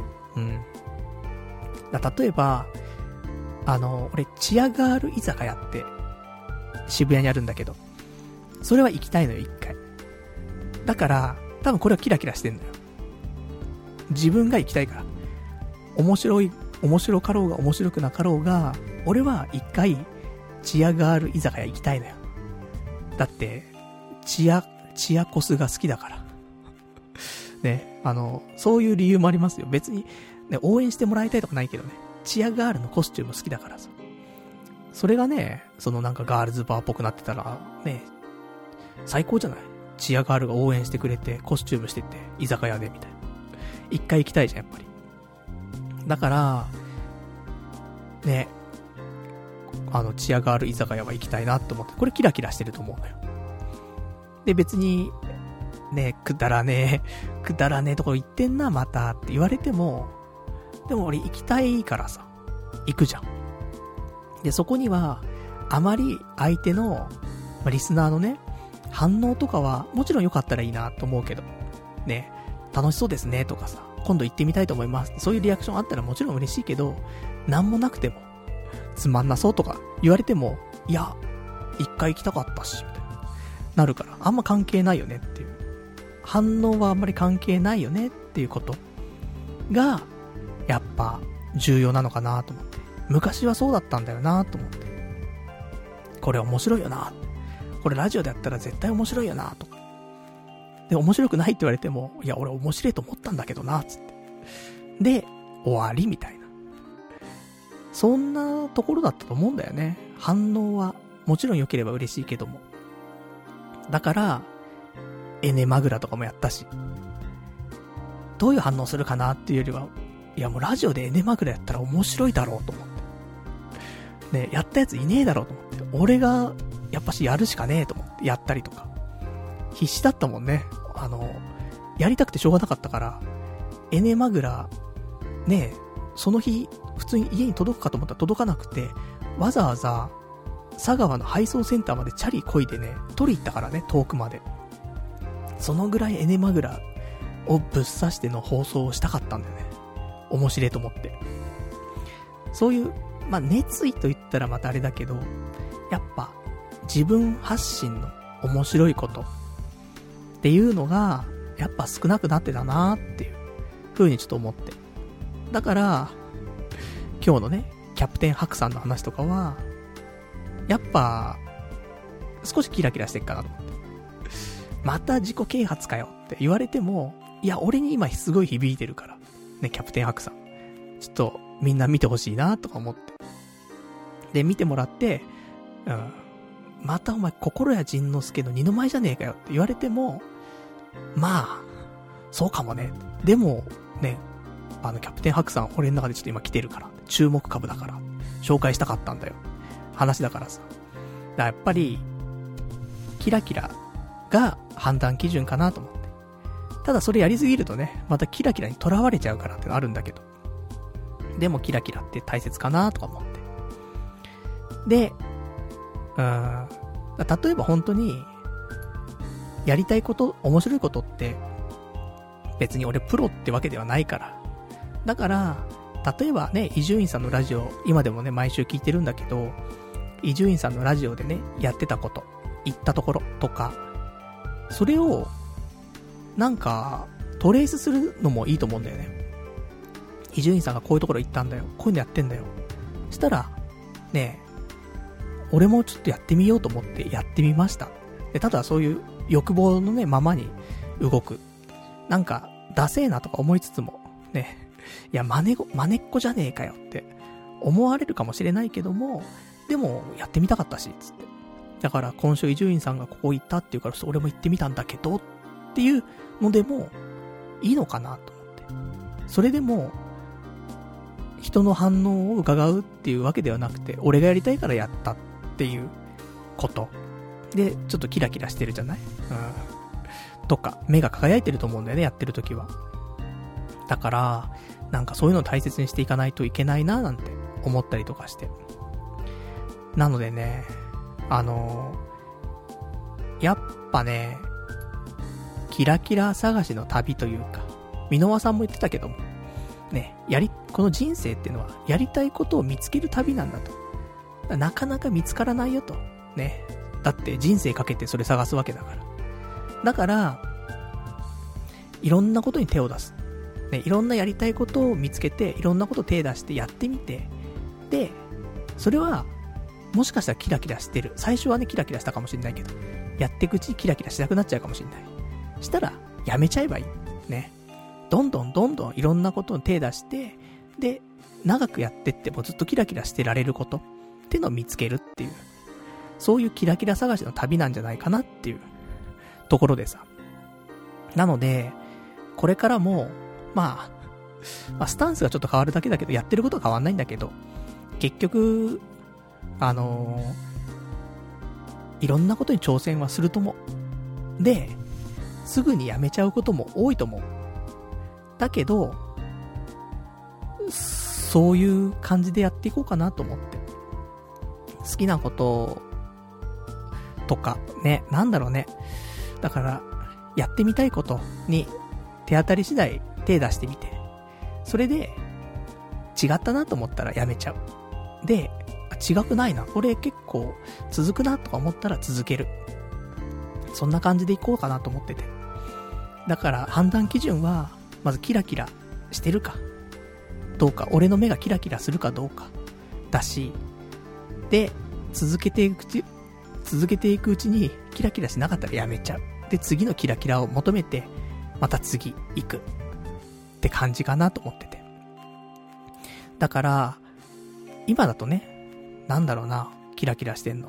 例えば、俺、チアガール居酒屋って、渋谷にあるんだけど、それは行きたいのよ、一回。だから、多分これはキラキラしてんのよ。自分が行きたいから。面白かろうが面白くなかろうが、俺は一回、チアガール居酒屋行きたいのよ。だって、チアコスが好きだから。ね、そういう理由もありますよ。別に、ね、応援してもらいたいとかないけどね。チアガールのコスチューム好きだからさ。それがね、なんかガールズバーっぽくなってたら、ね、最高じゃない？チアガールが応援してくれて、コスチュームしてて、居酒屋で、みたいな。一回行きたいじゃん、やっぱり。だから、ね、チアガール居酒屋は行きたいなって思って、これキラキラしてると思うのよ。で、別に、ね、くだらねえところ行ってんな、またって言われても、でも俺行きたいからさ、行くじゃん。で、そこには、あまり相手の、リスナーのね、反応とかは、もちろん良かったらいいなと思うけど、ね、楽しそうですねとかさ、今度行ってみたいと思います。そういうリアクションあったらもちろん嬉しいけど、なんもなくても、つまんなそうとか言われても、いや、一回行きたかったし、みたいな。なるから、あんま関係ないよねっていう。反応はあんまり関係ないよねっていうことが、やっぱ重要なのかなと思って。昔はそうだったんだよなと思って。これ面白いよな。これラジオでやったら絶対面白いよなとか。で、面白くないって言われても、いや、俺面白いと思ったんだけどな、つって。で、終わりみたいな。そんなところだったと思うんだよね。反応はもちろん良ければ嬉しいけども。だから、エネマグラとかもやったし、どういう反応するかなっていうよりは、いやもうラジオでエネマグラやったら面白いだろうと思って。ね、やったやついねえだろうと思って。俺が、やっぱしやるしかねえと思って、やったりとか。必死だったもんね。やりたくてしょうがなかったから、エネマグラ、ね、その日、普通に家に届くかと思ったら届かなくて、わざわざ、佐川の配送センターまでチャリ漕いでね、取り行ったからね、遠くまで。そのぐらいエネマグラをぶっ刺しての放送をしたかったんだよね。面白いと思って。そういう、熱意と言ったらまたあれだけど、やっぱ、自分発信の面白いことっていうのが、やっぱ少なくなってたなーっていう風にちょっと思って。だから、今日のね、キャプテンハクさんの話とかは、やっぱ、少しキラキラしてっかなと思って。また自己啓発かよって言われても、いや、俺に今すごい響いてるから。ね、キャプテンハクさん。ちょっと、みんな見てほしいなとか思って。で、見てもらって、またお前、心谷仁之助の二の舞じゃねえかよって言われても、そうかもね。でも、ね、キャプテンハクさん、俺の中でちょっと今来てるから。注目株だから。紹介したかったんだよ。話だからさ。だからやっぱり、キラキラが判断基準かなと思って。ただそれやりすぎるとね、またキラキラに囚われちゃうからってのあるんだけど。でもキラキラって大切かなとか思って。で、例えば本当に、やりたいこと、面白いことって、別に俺プロってわけではないから。だから、例えばね、伊集院さんのラジオ、今でもね、毎週聞いてるんだけど、伊集院さんのラジオでね、やってたこと、言ったところとか、それを、なんか、トレースするのもいいと思うんだよね。伊集院さんがこういうところ行ったんだよ。こういうのやってんだよ。したら、ねえ、俺もちょっとやってみようと思ってやってみました。で、ただそういう欲望のね、ままに動く。 なんか、ダセーなとか思いつつも、ね、いや、真似っこじゃねえかよって思われるかもしれないけども、でも、やってみたかったし、つって。だから、今週伊集院さんがここ行ったっていうから、俺も行ってみたんだけど、っていうのでも、いいのかなと思って。それでも、人の反応を伺うっていうわけではなくて、俺がやりたいからやったっていうこと。で、ちょっとキラキラしてるじゃない？とか、目が輝いてると思うんだよね、やってる時は。だから、なんかそういうのを大切にしていかないといけないな、なんて思ったりとかして。なのでね、やっぱね、キラキラ探しの旅というか、箕輪さんも言ってたけども、ね、この人生っていうのは、やりたいことを見つける旅なんだと。なかなか見つからないよと。ね。だって人生かけてそれ探すわけだから。だから、いろんなことに手を出す。ね、いろんなやりたいことを見つけて、いろんなことを手出してやってみて、で、それは、もしかしたらキラキラしてる。最初はね、キラキラしたかもしれないけど、やっていくうちにキラキラしなくなっちゃうかもしれない。したら、やめちゃえばいい。ね。どんどんいろんなことに手出して、で、長くやってってもずっとキラキラしてられることっていうのを見つけるっていう、そういうキラキラ探しの旅なんじゃないかなっていうところでさ。なので、これからも、まあ、スタンスがちょっと変わるだけだけど、やってることは変わんないんだけど、結局、いろんなことに挑戦はすると思う。で、すぐにやめちゃうことも多いと思う。だけど、そういう感じでやっていこうかなと思って。好きなこととか、ね、なんだろうね。だから、やってみたいことに手当たり次第手出してみて。それで、違ったなと思ったらやめちゃう。で、違くないな。これ結構続くなとか思ったら続ける。そんな感じでいこうかなと思ってて。だから判断基準は、まずキラキラしてるかどうか、俺の目がキラキラするかどうかだし、で、続けていくうちにキラキラしなかったらやめちゃう。で、次のキラキラを求めて、また次行くって感じかなと思ってて。だから、今だとね、なんだろうな、キラキラしてんの。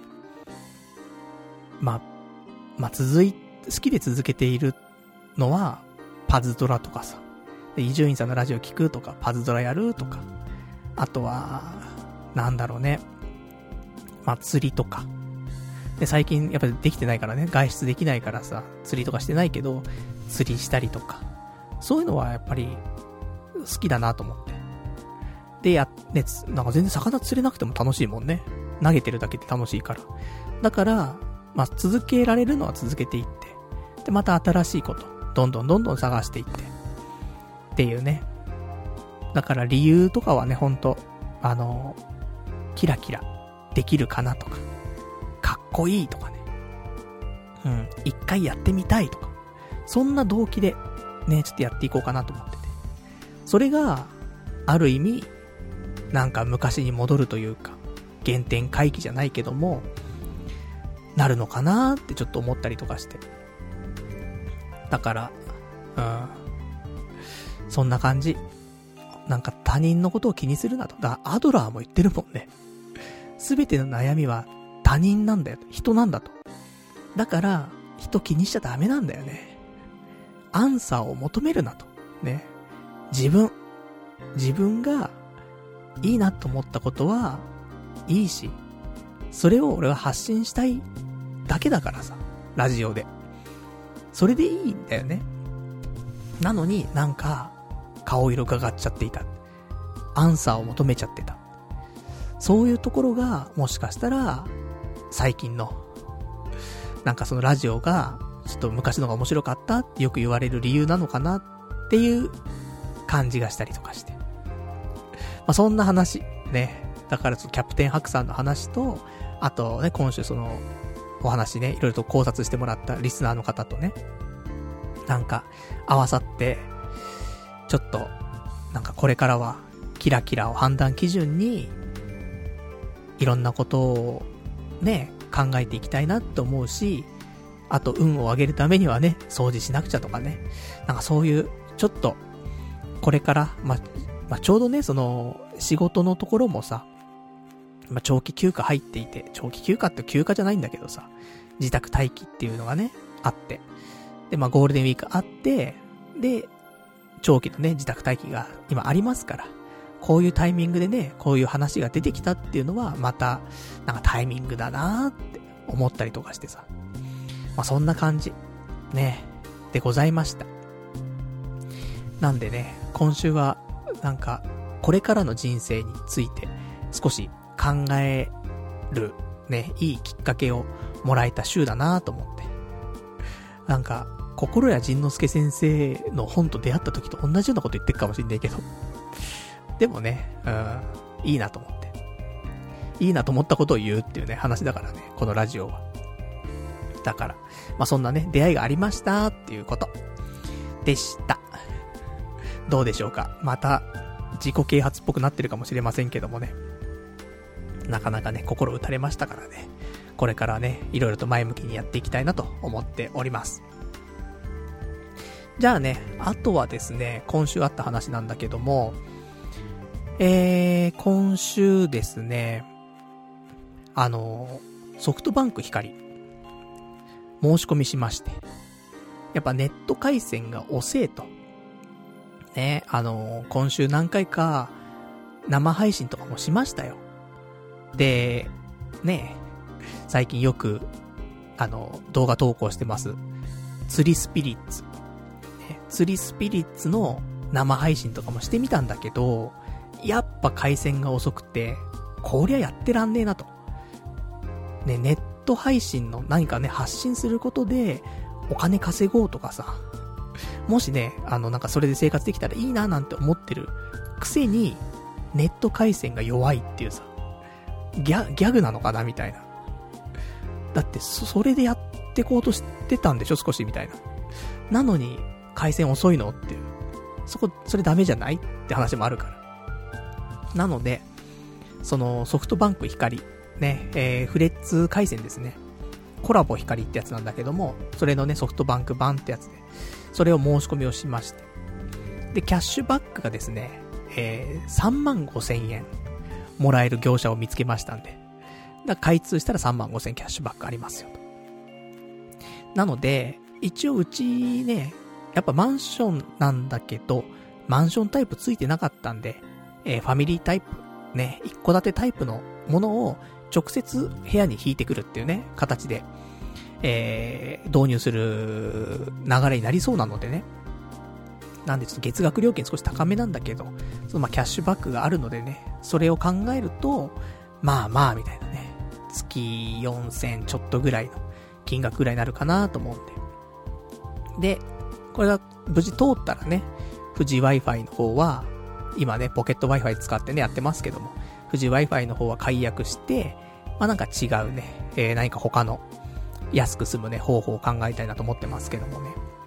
まあ、好きで続けているのは、パズドラとかさ。で、伊集院さんのラジオ聞くとか、パズドラやるとか。あとは、なんだろうね。まあ、釣りとか。で、最近やっぱりできてないからね、外出できないからさ、釣りとかしてないけど、釣りしたりとか。そういうのはやっぱり、好きだなと思って。で、ね、なんか全然魚釣れなくても楽しいもんね。投げてるだけで楽しいから。だから、まあ、続けられるのは続けていって。で、また新しいこと、どんどん探していって。っていうね。だから理由とかはね、ほんと、キラキラできるかなとか、かっこいいとかね。一回やってみたいとか。そんな動機で、ね、ちょっとやっていこうかなと思ってて。それが、ある意味、なんか昔に戻るというか、原点回帰じゃないけども、なるのかなーってちょっと思ったりとかして。だから、そんな感じ。なんか他人のことを気にするなと。だからアドラーも言ってるもんね。すべての悩みは他人なんだよ。人なんだと。だから、人気にしちゃダメなんだよね。アンサーを求めるなと。ね。自分がいいなと思ったことはいいし、それを俺は発信したいだけだからさ。ラジオで。それでいいんだよね。なのになんか顔色が上がっちゃっていた。アンサーを求めちゃってた。そういうところがもしかしたら最近のなんかそのラジオがちょっと昔のが面白かったってよく言われる理由なのかなっていう感じがしたりとかして。まあそんな話ね。だからキャプテンハクさんの話と、あとね今週そのお話ねいろいろと考察してもらったリスナーの方とね。なんか合わさってちょっとなんかこれからはキラキラを判断基準にいろんなことをね考えていきたいなって思うし、 あと運を上げるためにはね、掃除しなくちゃとかね。なんかそういう、ちょっと、これから、ちょうどね、その、仕事のところもさ、長期休暇入っていて、長期休暇って休暇じゃないんだけどさ、自宅待機っていうのがね、あって。で、ゴールデンウィークあって、で、長期のね、自宅待機が今ありますから、こういうタイミングでね、こういう話が出てきたっていうのは、また、なんかタイミングだなーって思ったりとかしてさ。そんな感じ、ね、でございました。なんでね、今週は、なんか、これからの人生について、少し考える、ね、いいきっかけをもらえた週だなと思って。なんか、心谷仁之助先生の本と出会った時と同じようなこと言ってるかもしんないけど。でもね、いいなと思って。いいなと思ったことを言うっていうね、話だからね、このラジオは。だから、そんなね、出会いがありましたっていうこと。でした。どうでしょうか。また、自己啓発っぽくなってるかもしれませんけどもね。なかなかね、心打たれましたからね。これからね、いろいろと前向きにやっていきたいなと思っております。じゃあね、あとはですね、今週あった話なんだけども、今週ですね、ソフトバンク光、申し込みしまして、やっぱネット回線が遅えと。ね、今週何回か生配信とかもしましたよ。で、ね、最近よく、動画投稿してます。釣りスピリッツ。釣りスピリッツの生配信とかもしてみたんだけど、やっぱ回線が遅くて、こりゃやってらんねえなと。ね、ネット配信の何かね、発信することで、お金稼ごうとかさ、もしね、なんかそれで生活できたらいいななんて思ってるくせに、ネット回線が弱いっていうさ、ギャグなのかなみたいな。だって、それでやってこうとしてたんでしょ少しみたいな。なのに、回線遅いのっていう。それダメじゃないって話もあるから。なので、そのソフトバンク光、ね、フレッツ回線ですね。コラボ光ってやつなんだけども、それのね、ソフトバンク版ってやつで、それを申し込みをしまして。で、キャッシュバックがですね、35,000円もらえる業者を見つけましたんで。だから開通したら35,000キャッシュバックありますよと。なので、一応うちね、やっぱマンションなんだけど、マンションタイプついてなかったんで、ファミリータイプ、ね、一戸建てタイプのものを直接部屋に引いてくるっていうね、形で、導入する流れになりそうなのでね。なんでちょっと月額料金少し高めなんだけど、そのキャッシュバックがあるのでね、それを考えると、まあみたいなね、月4,000ちょっとぐらいの金額ぐらいになるかなと思うんで。で、これが無事通ったらね、富士 Wi-Fi の方は、今ね、ポケット Wi-Fi 使ってね、やってますけども、富士 Wi-Fi の方は解約して、なんか違うね、何か他の安く済むね、方法を考えたいなと思ってますけどもね。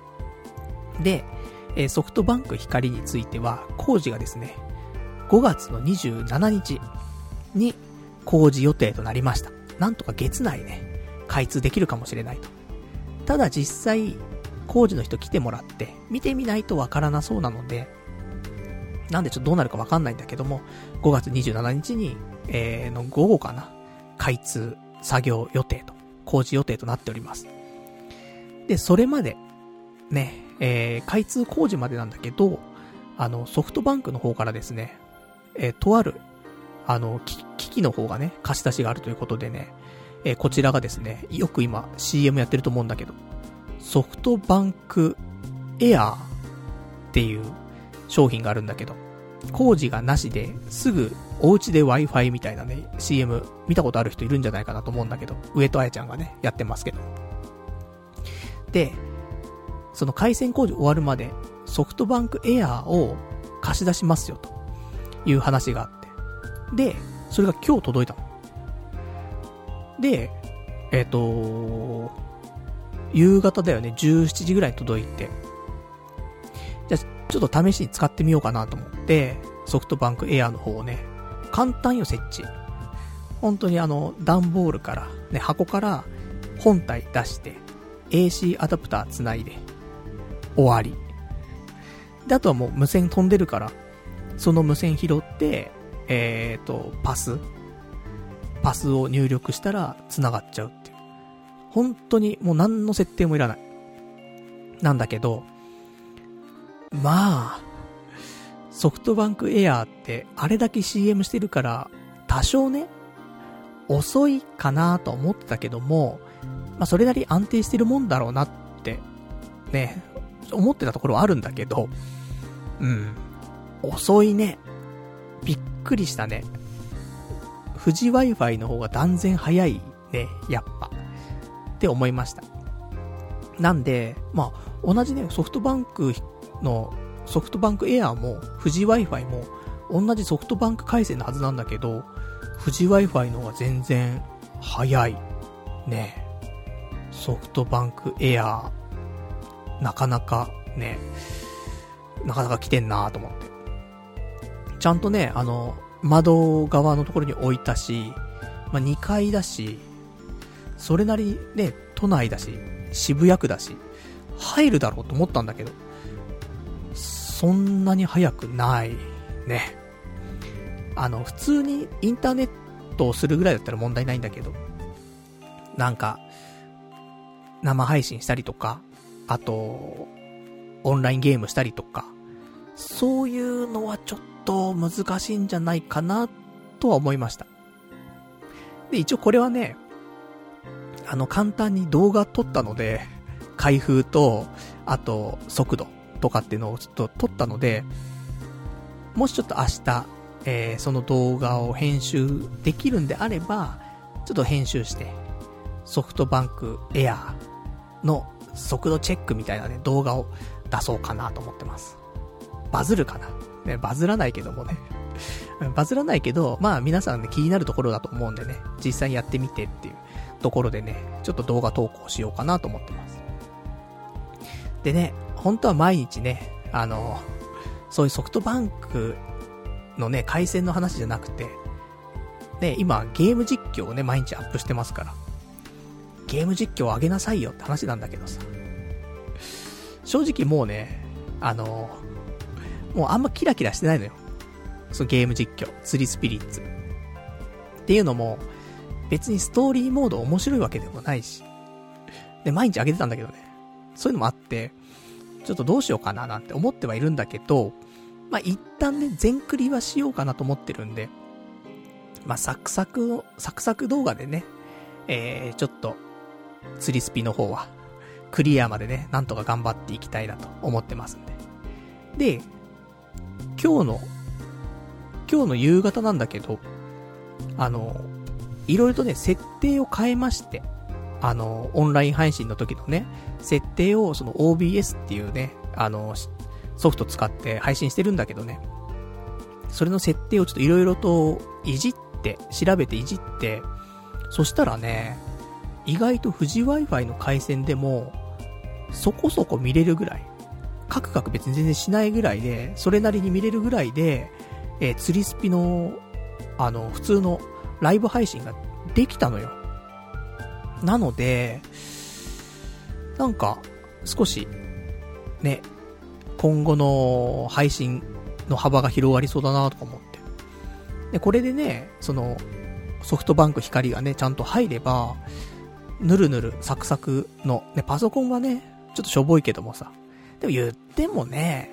で、ソフトバンク光については、工事がですね、5月の27日に工事予定となりました。なんとか月内ね、開通できるかもしれないと。ただ実際、工事の人来てもらって、見てみないとわからなそうなので、なんでちょっとどうなるかわかんないんだけども、5月27日に、の午後かな、開通作業予定と、工事予定となっております。で、それまで、ね、開通工事までなんだけど、ソフトバンクの方からですね、とある、機器の方がね、貸し出しがあるということでね、こちらがですね、よく今 CM やってると思うんだけど、ソフトバンクエアーっていう商品があるんだけど、工事がなしですぐお家で Wi-Fi みたいなね、CM 見たことある人いるんじゃないかなと思うんだけど、上戸彩ちゃんがね、やってますけど。で、その回線工事終わるまでソフトバンクエアーを貸し出しますよという話があって。で、それが今日届いたの。で、夕方だよね、17時ぐらいに届いて、じゃあちょっと試しに使ってみようかなと思って、ソフトバンクエアーの方をね、簡単よ設置。本当に段ボールから、ね、箱から本体出して、 AC アダプターつないで終わりで、あとはもう無線飛んでるからその無線拾ってパスを入力したら繋がっちゃうっていう、本当にもう何の設定もいらないなんだけど、まあソフトバンクエアーってあれだけ CM してるから多少ね遅いかなと思ってたけども、まあそれなり安定してるもんだろうなってね思ってたところはあるんだけど、遅いね、びっくりしたね。富士 Wi-Fi の方が断然早いね、やっぱって思いました。なんでまあ同じねソフトバンクエアーも富士 Wi-Fi も同じソフトバンク回線のはずなんだけど、富士 Wi-Fi の方が全然早いね。ソフトバンクエアーなかなか来てんなと思って、ちゃんとね窓側のところに置いたし、まあ、2階だしそれなりね都内だし渋谷区だし入るだろうと思ったんだけど、そんなに早くないね。普通にインターネットをするぐらいだったら問題ないんだけど、なんか生配信したりとか、あとオンラインゲームしたりとか、そういうのはちょっと難しいんじゃないかなとは思いました。で一応これはね簡単に動画撮ったので、開封とあと速度とかっていうのをちょっと撮ったので、もしちょっと明日その動画を編集できるんであれば、ちょっと編集してソフトバンクエアーの速度チェックみたいなね動画を出そうかなと思ってます。バズるかなね、バズらないけどもねバズらないけど、まあ皆さんね気になるところだと思うんでね、実際にやってみてっていうところでね、ちょっと動画投稿しようかなと思ってます。でね、本当は毎日ねそういうソフトバンクのね回線の話じゃなくてね、今ゲーム実況をね毎日アップしてますから、ゲーム実況を上げなさいよって話なんだけどさ、正直もうねもうあんまキラキラしてないのよ、そのゲーム実況。釣りスピリッツっていうのも別にストーリーモード面白いわけでもないし、で毎日上げてたんだけどね、そういうのもあってちょっとどうしようかななんて思ってはいるんだけど、まあ一旦ね全クリはしようかなと思ってるんで、まあサクサク動画でねちょっと釣りスピの方はクリアまでねなんとか頑張っていきたいなと思ってますんで。で今日の夕方なんだけど、いろいろとね設定を変えまして、オンライン配信の時のね設定をその OBS っていうねソフト使って配信してるんだけどね、それの設定をちょっといろいろと調べていじって、そしたらね意外と富士 Wi-Fi の回線でもそこそこ見れるぐらい、カクカク別に全然しないぐらいで、それなりに見れるぐらいで、釣りスピの普通のライブ配信ができたのよ。なのでなんか少しね今後の配信の幅が広がりそうだなとか思って、でこれでねそのソフトバンク光がねちゃんと入れば、ぬるぬるサクサクのねパソコンはねちょっとしょぼいけどもさ、でも言ってもね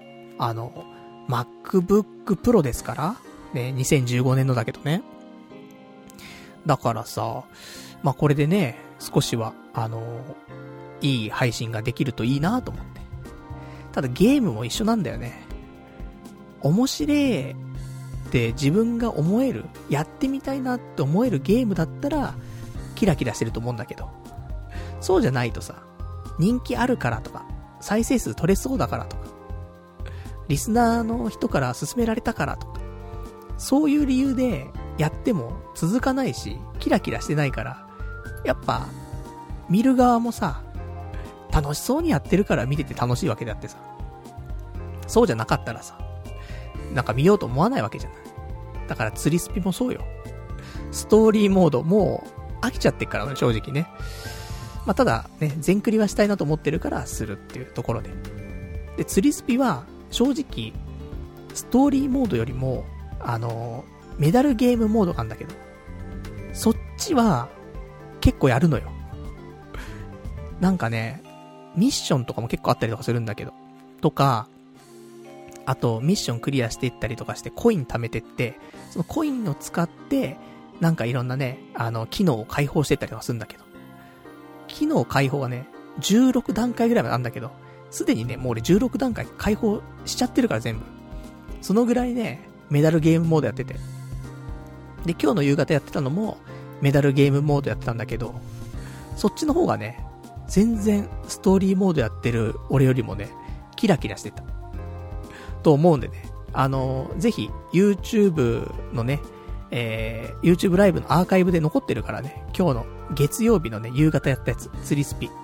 MacBook Pro ですからね、2015年のだけどね、だからさ、まあこれでね少しはいい配信ができるといいなと思って。ただゲームも一緒なんだよね。面白いって自分が思える、やってみたいなって思えるゲームだったらキラキラしてると思うんだけど、そうじゃないとさ、人気あるからとか再生数取れそうだからとかリスナーの人から勧められたからとか、そういう理由でやっても続かないし、キラキラしてないから、やっぱ見る側もさ楽しそうにやってるから見てて楽しいわけであってさ、そうじゃなかったらさなんか見ようと思わないわけじゃない。だから釣りスピもそうよ。ストーリーモードもう飽きちゃってっからね、正直ね。 まあ、ただね、全クリはしたいなと思ってるからするっていうところで。で、釣りスピは、正直、ストーリーモードよりも、メダルゲームモードがあるんだけど、そっちは、結構やるのよ。なんかね、ミッションとかも結構あったりとかするんだけど、とか、あと、ミッションクリアしていったりとかして、コイン貯めてって、そのコインを使って、なんかいろんなね、機能を解放していったりとかするんだけど、機能解放はね、16段階ぐらいまであるんだけど、すでにね、もう俺16段階解放しちゃってるから全部。そのぐらいね、メダルゲームモードやってて。で、今日の夕方やってたのも、メダルゲームモードやってたんだけど、そっちの方がね、全然ストーリーモードやってる俺よりもね、キラキラしてた。と思うんでね、ぜひ、YouTube のね、YouTube ライブのアーカイブで残ってるからね、今日の月曜日のね、夕方やったやつ、釣りスピ。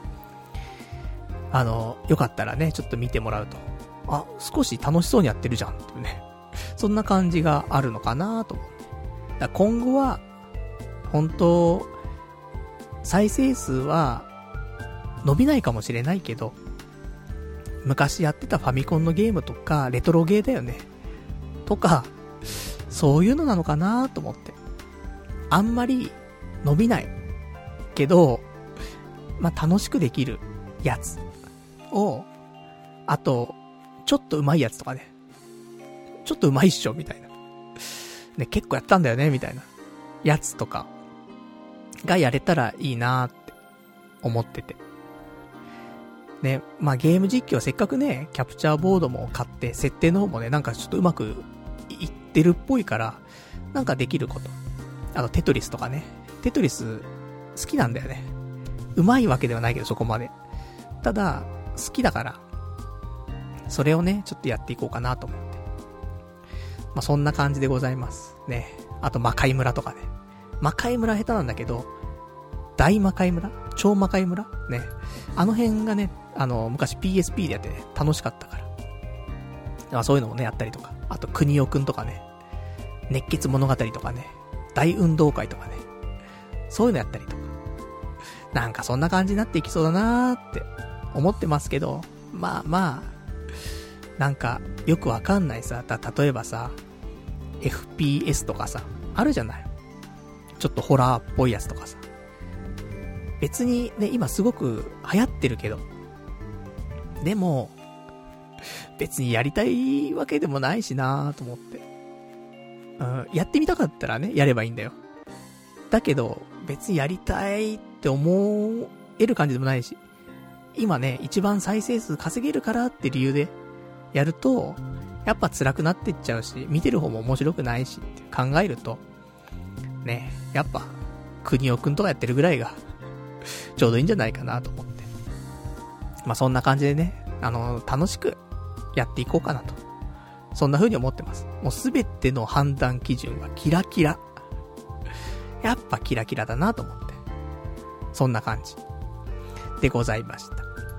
よかったらね、ちょっと見てもらうと。あ、少し楽しそうにやってるじゃんってね。そんな感じがあるのかなと思って。だ今後は、本当再生数は伸びないかもしれないけど、昔やってたファミコンのゲームとか、レトロゲーだよね。とか、そういうのなのかなと思って。あんまり伸びない。けど、まあ、楽しくできるやつを、あと、ちょっと上手いやつとかね。ちょっと上手いっしょみたいな。ね、結構やったんだよねみたいな。やつとか、がやれたらいいなーって思ってて。ね、まあゲーム実況はせっかくね、キャプチャーボードも買って、設定の方もね、なんかちょっとうまくいってるっぽいから、なんかできること。あとテトリスとかね。テトリス好きなんだよね。うまいわけではないけどそこまで。ただ、好きだから、それをね、ちょっとやっていこうかなと思って。まあそんな感じでございます。ね。あと魔界村とかね。魔界村下手なんだけど、大魔界村超魔界村ね。あの辺がね、昔 PSP でやってね、楽しかったから。まあそういうのもね、やったりとか。あと、国尾くんとかね。熱血物語とかね。大運動会とかね。そういうのやったりとか。なんかそんな感じになっていきそうだなーって思ってますけど、まあまあ、なんかよくわかんないさ、例えばさ、FPS とかさ、あるじゃない。ちょっとホラーっぽいやつとかさ。別にね、今すごく流行ってるけど、でも、別にやりたいわけでもないしなーと思って。やってみたかったらね、やればいいんだよ。だけど、別にやりたいって思える感じでもないし、今ね、一番再生数稼げるからって理由でやると、やっぱ辛くなってっちゃうし、見てる方も面白くないしって考えると、ね、やっぱ、国尾くんとかやってるぐらいが、ちょうどいいんじゃないかなと思って。まあそんな感じでね、楽しくやっていこうかなと。そんな風に思ってます。もうすべての判断基準はキラキラ。やっぱキラキラだなと思って。そんな感じでございました。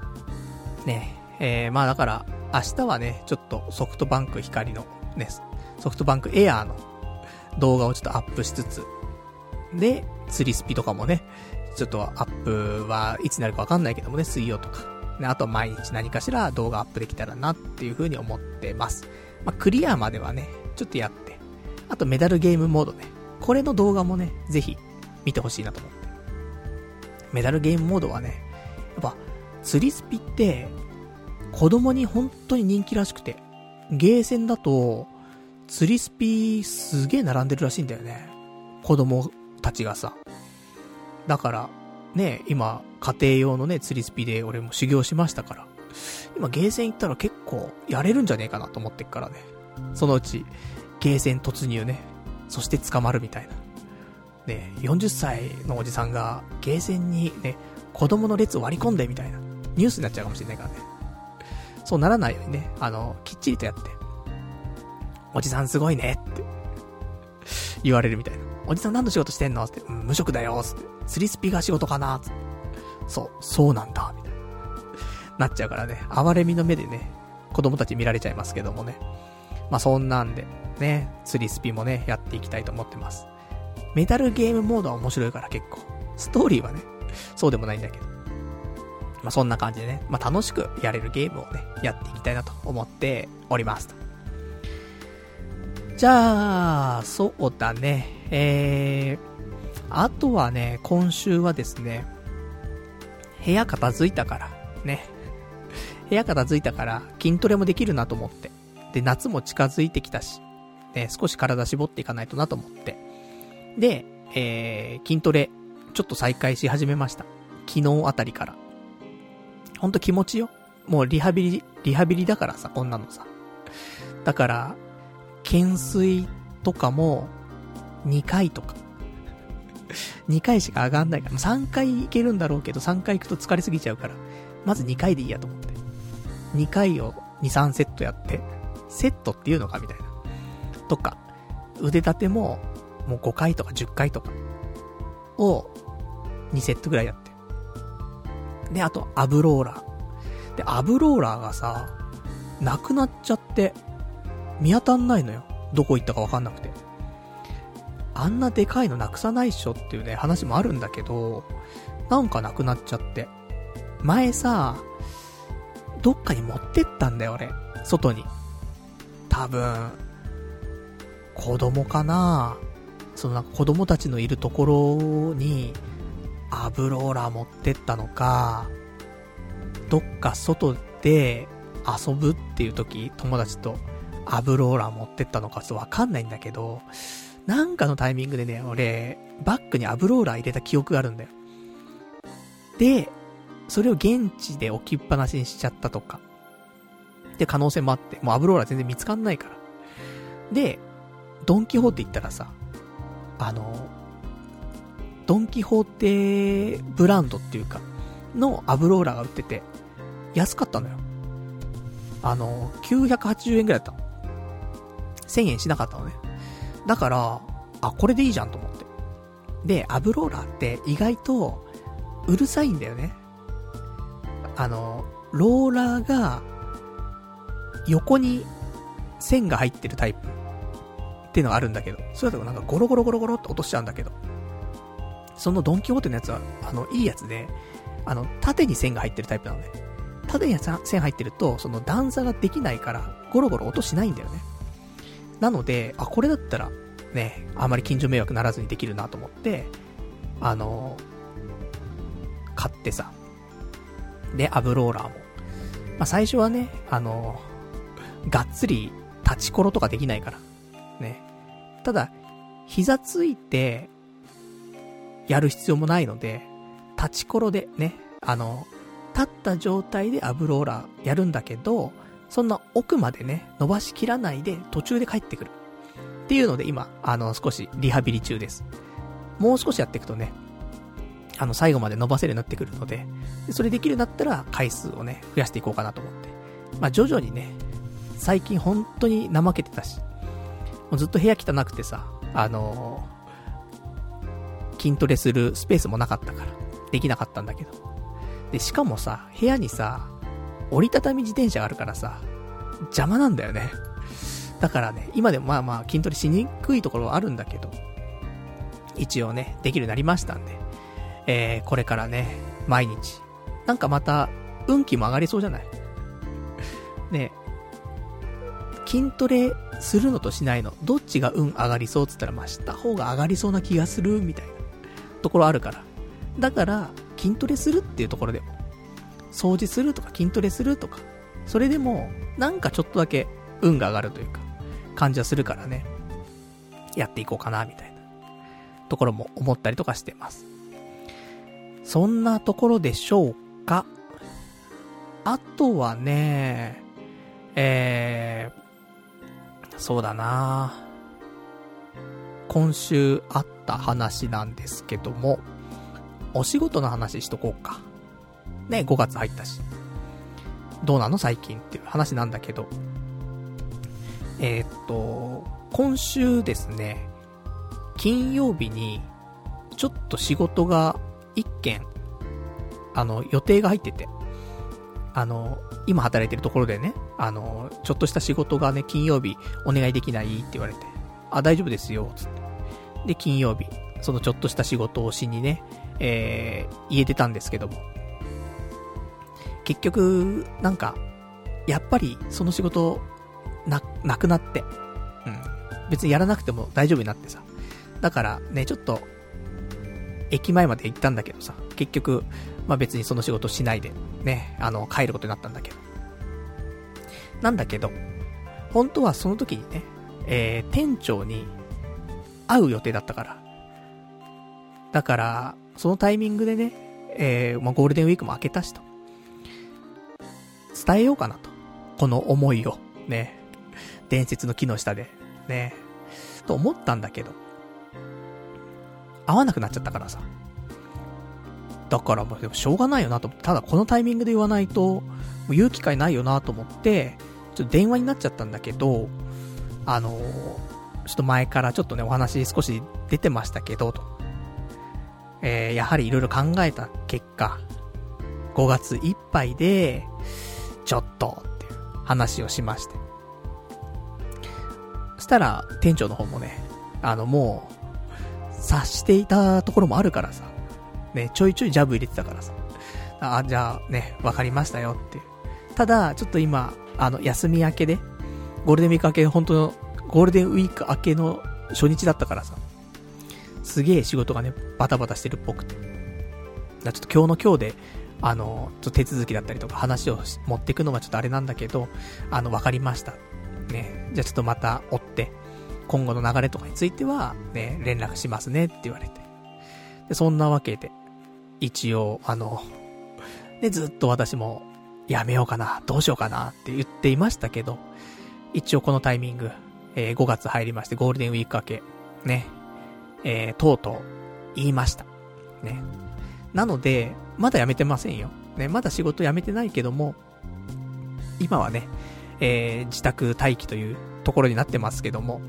ね、まあだから明日はね、ちょっとソフトバンク光のね、ソフトバンクエアーの動画をちょっとアップしつつ、で、釣りスピとかもね、ちょっとアップはいつになるかわかんないけどもね、水曜とか。ね、あと毎日何かしら動画アップできたらなっていう風に思ってます。まあ、クリアまではね、ちょっとやって。あとメダルゲームモードね。これの動画もね、ぜひ見てほしいなと思って。メダルゲームモードはね、やっぱ釣りスピって子供に本当に人気らしくて、ゲーセンだと釣りスピすげえ並んでるらしいんだよね。子供たちがさ。だからね、今家庭用のね釣りスピで俺も修行しましたから、今ゲーセン行ったら結構やれるんじゃねえかなと思ってっからね。そのうちゲーセン突入ね、そして捕まるみたいなね、40歳のおじさんがゲーセンにね子供の列を割り込んでみたいなニュースになっちゃうかもしれないからね。そうならないようにね、きっちりとやって、おじさんすごいねって言われるみたいな。おじさん何の仕事してんのって、無職だよって、釣りスピが仕事かなって、そうなんだみたいななっちゃうからね、哀れみの目でね子供たち見られちゃいますけどもね。まあそんなんでね、釣りスピもねやっていきたいと思ってます。メダルゲームモードは面白いから結構、ストーリーはねそうでもないんだけど、 まあ、そんな感じでね、まあ、楽しくやれるゲームをね、やっていきたいなと思っております。じゃあ、そうだね。あとはね、今週はですね、部屋片付いたから、ね。部屋片付いたから筋トレもできるなと思って。で、夏も近づいてきたし、ね、少し体絞っていかないとなと思って。で、筋トレ、ちょっと再開し始めました。昨日あたりから。ほんと気持ちよ。もうリハビリだからさ、こんなのさ。だから、懸垂とかも、2回とか。2回しか上がんないから。3回いけるんだろうけど、3回行くと疲れすぎちゃうから。まず2回でいいやと思って。2回を2、3セットやって、セットっていうのかみたいな。とか、腕立ても、もう5回とか10回とか、を、2セットぐらいやって。で、あと、アブローラー。で、アブローラーがさ、なくなっちゃって、見当たんないのよ。どこ行ったかわかんなくて。あんなでかいのなくさないっしょっていうね、話もあるんだけど、なんかなくなっちゃって。前さ、どっかに持ってったんだよ、俺。外に。多分、子供かな？そのなんか子供たちのいるところに、アブローラー持ってったのか、どっか外で遊ぶっていう時、友達とアブローラー持ってったのかちょっとわかんないんだけど、なんかのタイミングでね、俺、バッグにアブローラー入れた記憶があるんだよ。で、それを現地で置きっぱなしにしちゃったとか。って可能性もあって、もうアブローラー全然見つかんないから。で、ドンキホーテ行ったらさ、ドンキホーテブランドっていうか、のアブローラーが売ってて、安かったのよ。980円ぐらいだったの。1000円しなかったのね。だから、これでいいじゃんと思って。で、アブローラーって意外と、うるさいんだよね。ローラーが、横に線が入ってるタイプっていうのがあるんだけど、それだとなんかゴロゴロゴロゴロって落としちゃうんだけど、そのドンキホーテのやつは、いいやつで、縦に線が入ってるタイプなのね。縦に線入ってると、その段差ができないから、ゴロゴロ音しないんだよね。なので、これだったら、ね、あまり近所迷惑ならずにできるなと思って、買ってさ。で、アブローラーも。まあ、最初はね、がっつり、立ちコロとかできないから。ね。ただ、膝ついて、やる必要もないので、立ちコロでね、立った状態でアブローラーやるんだけど、そんな奥までね、伸ばしきらないで途中で帰ってくる。っていうので今、少しリハビリ中です。もう少しやっていくとね、最後まで伸ばせるようになってくるので、それできるようになったら回数をね、増やしていこうかなと思って。まあ、徐々にね、最近本当に怠けてたし、もうずっと部屋汚くてさ、筋トレするスペースもなかったから、できなかったんだけど。で、しかもさ、部屋にさ、折りたたみ自転車があるからさ、邪魔なんだよね。だからね、今でもまあまあ筋トレしにくいところはあるんだけど、一応ね、できるようになりましたんで、これからね、毎日、なんかまた、運気も上がりそうじゃない？ね、筋トレするのとしないの、どっちが運上がりそうって言ったら、まあ、した方が上がりそうな気がする、みたいなところあるから。だから、筋トレするっていうところでも、掃除するとか筋トレするとか、それでも、なんかちょっとだけ運が上がるというか、感じはするからね、やっていこうかな、みたいなところも思ったりとかしてます。そんなところでしょうか。あとはね、そうだな、今週あった話なんですけども、お仕事の話しとこうか。ね、5月入ったし。どうなの最近っていう話なんだけど。今週ですね、金曜日に、ちょっと仕事が1件、予定が入ってて、今働いてるところでね、ちょっとした仕事がね、金曜日お願いできないって言われて、大丈夫ですよ、つって。で、金曜日、そのちょっとした仕事をしにね、家出たんですけども。 結局、なんか、やっぱりその仕事、なくなって、別にやらなくても大丈夫になってさ。だからね、ちょっと、駅前まで行ったんだけどさ、結局、まあ別にその仕事しないで、ね、帰ることになったんだけど。なんだけど、本当はその時にね、店長に会う予定だったから。だから、そのタイミングでね、まあゴールデンウィークも明けたしと。伝えようかなと。この思いを、ね、伝説の木の下で、ね、と思ったんだけど、会わなくなっちゃったからさ。だからもうでもしょうがないよなと思って、ただこのタイミングで言わないと、もう言う機会ないよなと思って、ちょっと電話になっちゃったんだけど、ちょっと前からちょっとね、お話少し出てましたけど、と。やはりいろいろ考えた結果、5月いっぱいで、ちょっと、っていう話をしまして。そしたら、店長の方もね、もう、察していたところもあるからさ、ね、ちょいちょいジャブ入れてたからさ、じゃあね、わかりましたよっていう。ただ、ちょっと今、休み明けで、ゴールデンウィーク明け、本当の、ゴールデンウィーク明けの初日だったからさ、すげえ仕事がね、バタバタしてるっぽくて。ちょっと今日の今日で、ちょっと手続きだったりとか話を持っていくのはちょっとあれなんだけど、わかりました。ね、じゃあちょっとまた追って、今後の流れとかについては、ね、連絡しますねって言われて。で、そんなわけで、一応、ね、ずっと私も、やめようかな、どうしようかなって言っていましたけど、一応このタイミング、5月入りまして、ゴールデンウィーク明け、ね、とうとう、言いました。ね。なので、まだ辞めてませんよ。ね、まだ仕事辞めてないけども、今はね、自宅待機というところになってますけども、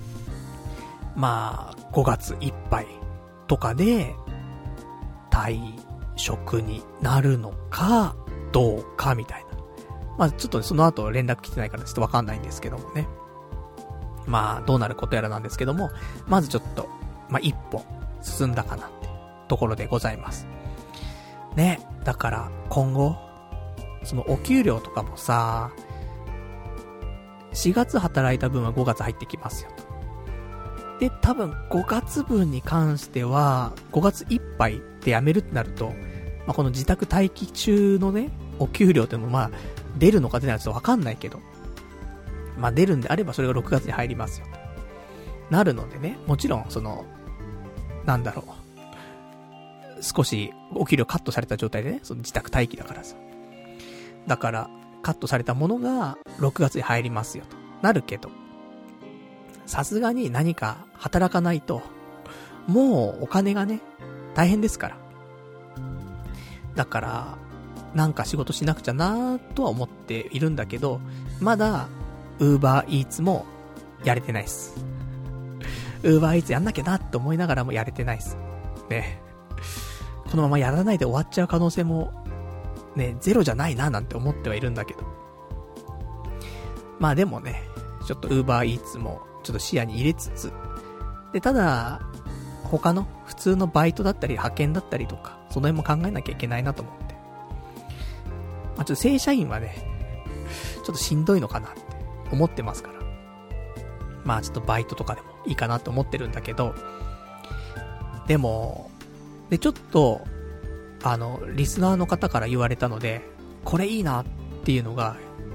まあ、5月いっぱいとかで、退職になるのか、どうかみたいな。まあ、ちょっとその後連絡来てないからちょっとわかんないんですけどもね。まあ、どうなることやらなんですけども、まずちょっと、まあ、一歩進んだかなってところでございます。ね、だから今後、そのお給料とかもさ、4月働いた分は5月入ってきますよと。で、多分5月分に関しては、5月いっぱいで辞めるってなると、まあ、この自宅待機中のね、お給料っていうのもまあ、出るのか出ないのかちょっとわかんないけど、まあ出るんであればそれが6月に入りますよと。なるのでね、もちろんその、なんだろう。少しお給料カットされた状態でね、その自宅待機だからさ。だから、カットされたものが6月に入りますよと。なるけど、さすがに何か働かないと、もうお金がね、大変ですから。だから、なんか仕事しなくちゃなーとは思っているんだけど、まだ、Uber Eats もやれてないっす。Uber Eats やんなきゃなって思いながらもやれてないっす。ね。このままやらないで終わっちゃう可能性も、ね、ゼロじゃないななんて思ってはいるんだけど。まあでもね、ちょっと Uber Eats もちょっと視野に入れつつ、で、ただ、他の普通のバイトだったり派遣だったりとか、その辺も考えなきゃいけないなと思って。まあちょっと正社員はね、ちょっとしんどいのかなって思ってますから。まあちょっとバイトとかでもいいかなと思ってるんだけど、でも、で、ちょっと、リスナーの方から言われたので、これいいなっていうのが、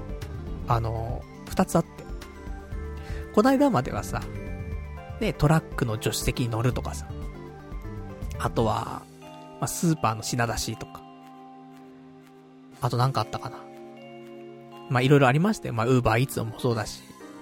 二つあって。こないだまではさ、ね、トラックの助手席に乗るとかさ、あとは、まあ、スーパーの品出しとか、あとなんかあったかな。まあ、いろいろありましたよ。まあ、Uber Eatsもそうだし、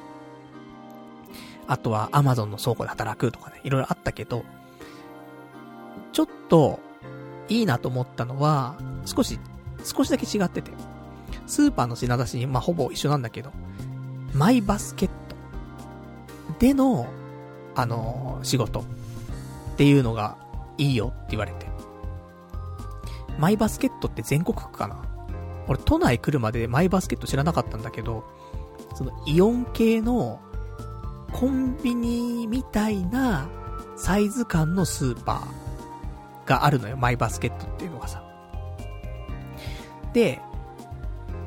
あとは Amazon の倉庫で働くとかね、いろいろあったけど、ちょっと、いいなと思ったのは、少しだけ違ってて、スーパーの品出しに、まあ、ほぼ一緒なんだけど、マイバスケットでの、仕事っていうのがいいよって言われて。マイバスケットって全国区かな？俺都内来るまでマイバスケット知らなかったんだけど、そのイオン系のコンビニみたいなサイズ感のスーパーがあるのよ、マイバスケットっていうのがさ。で、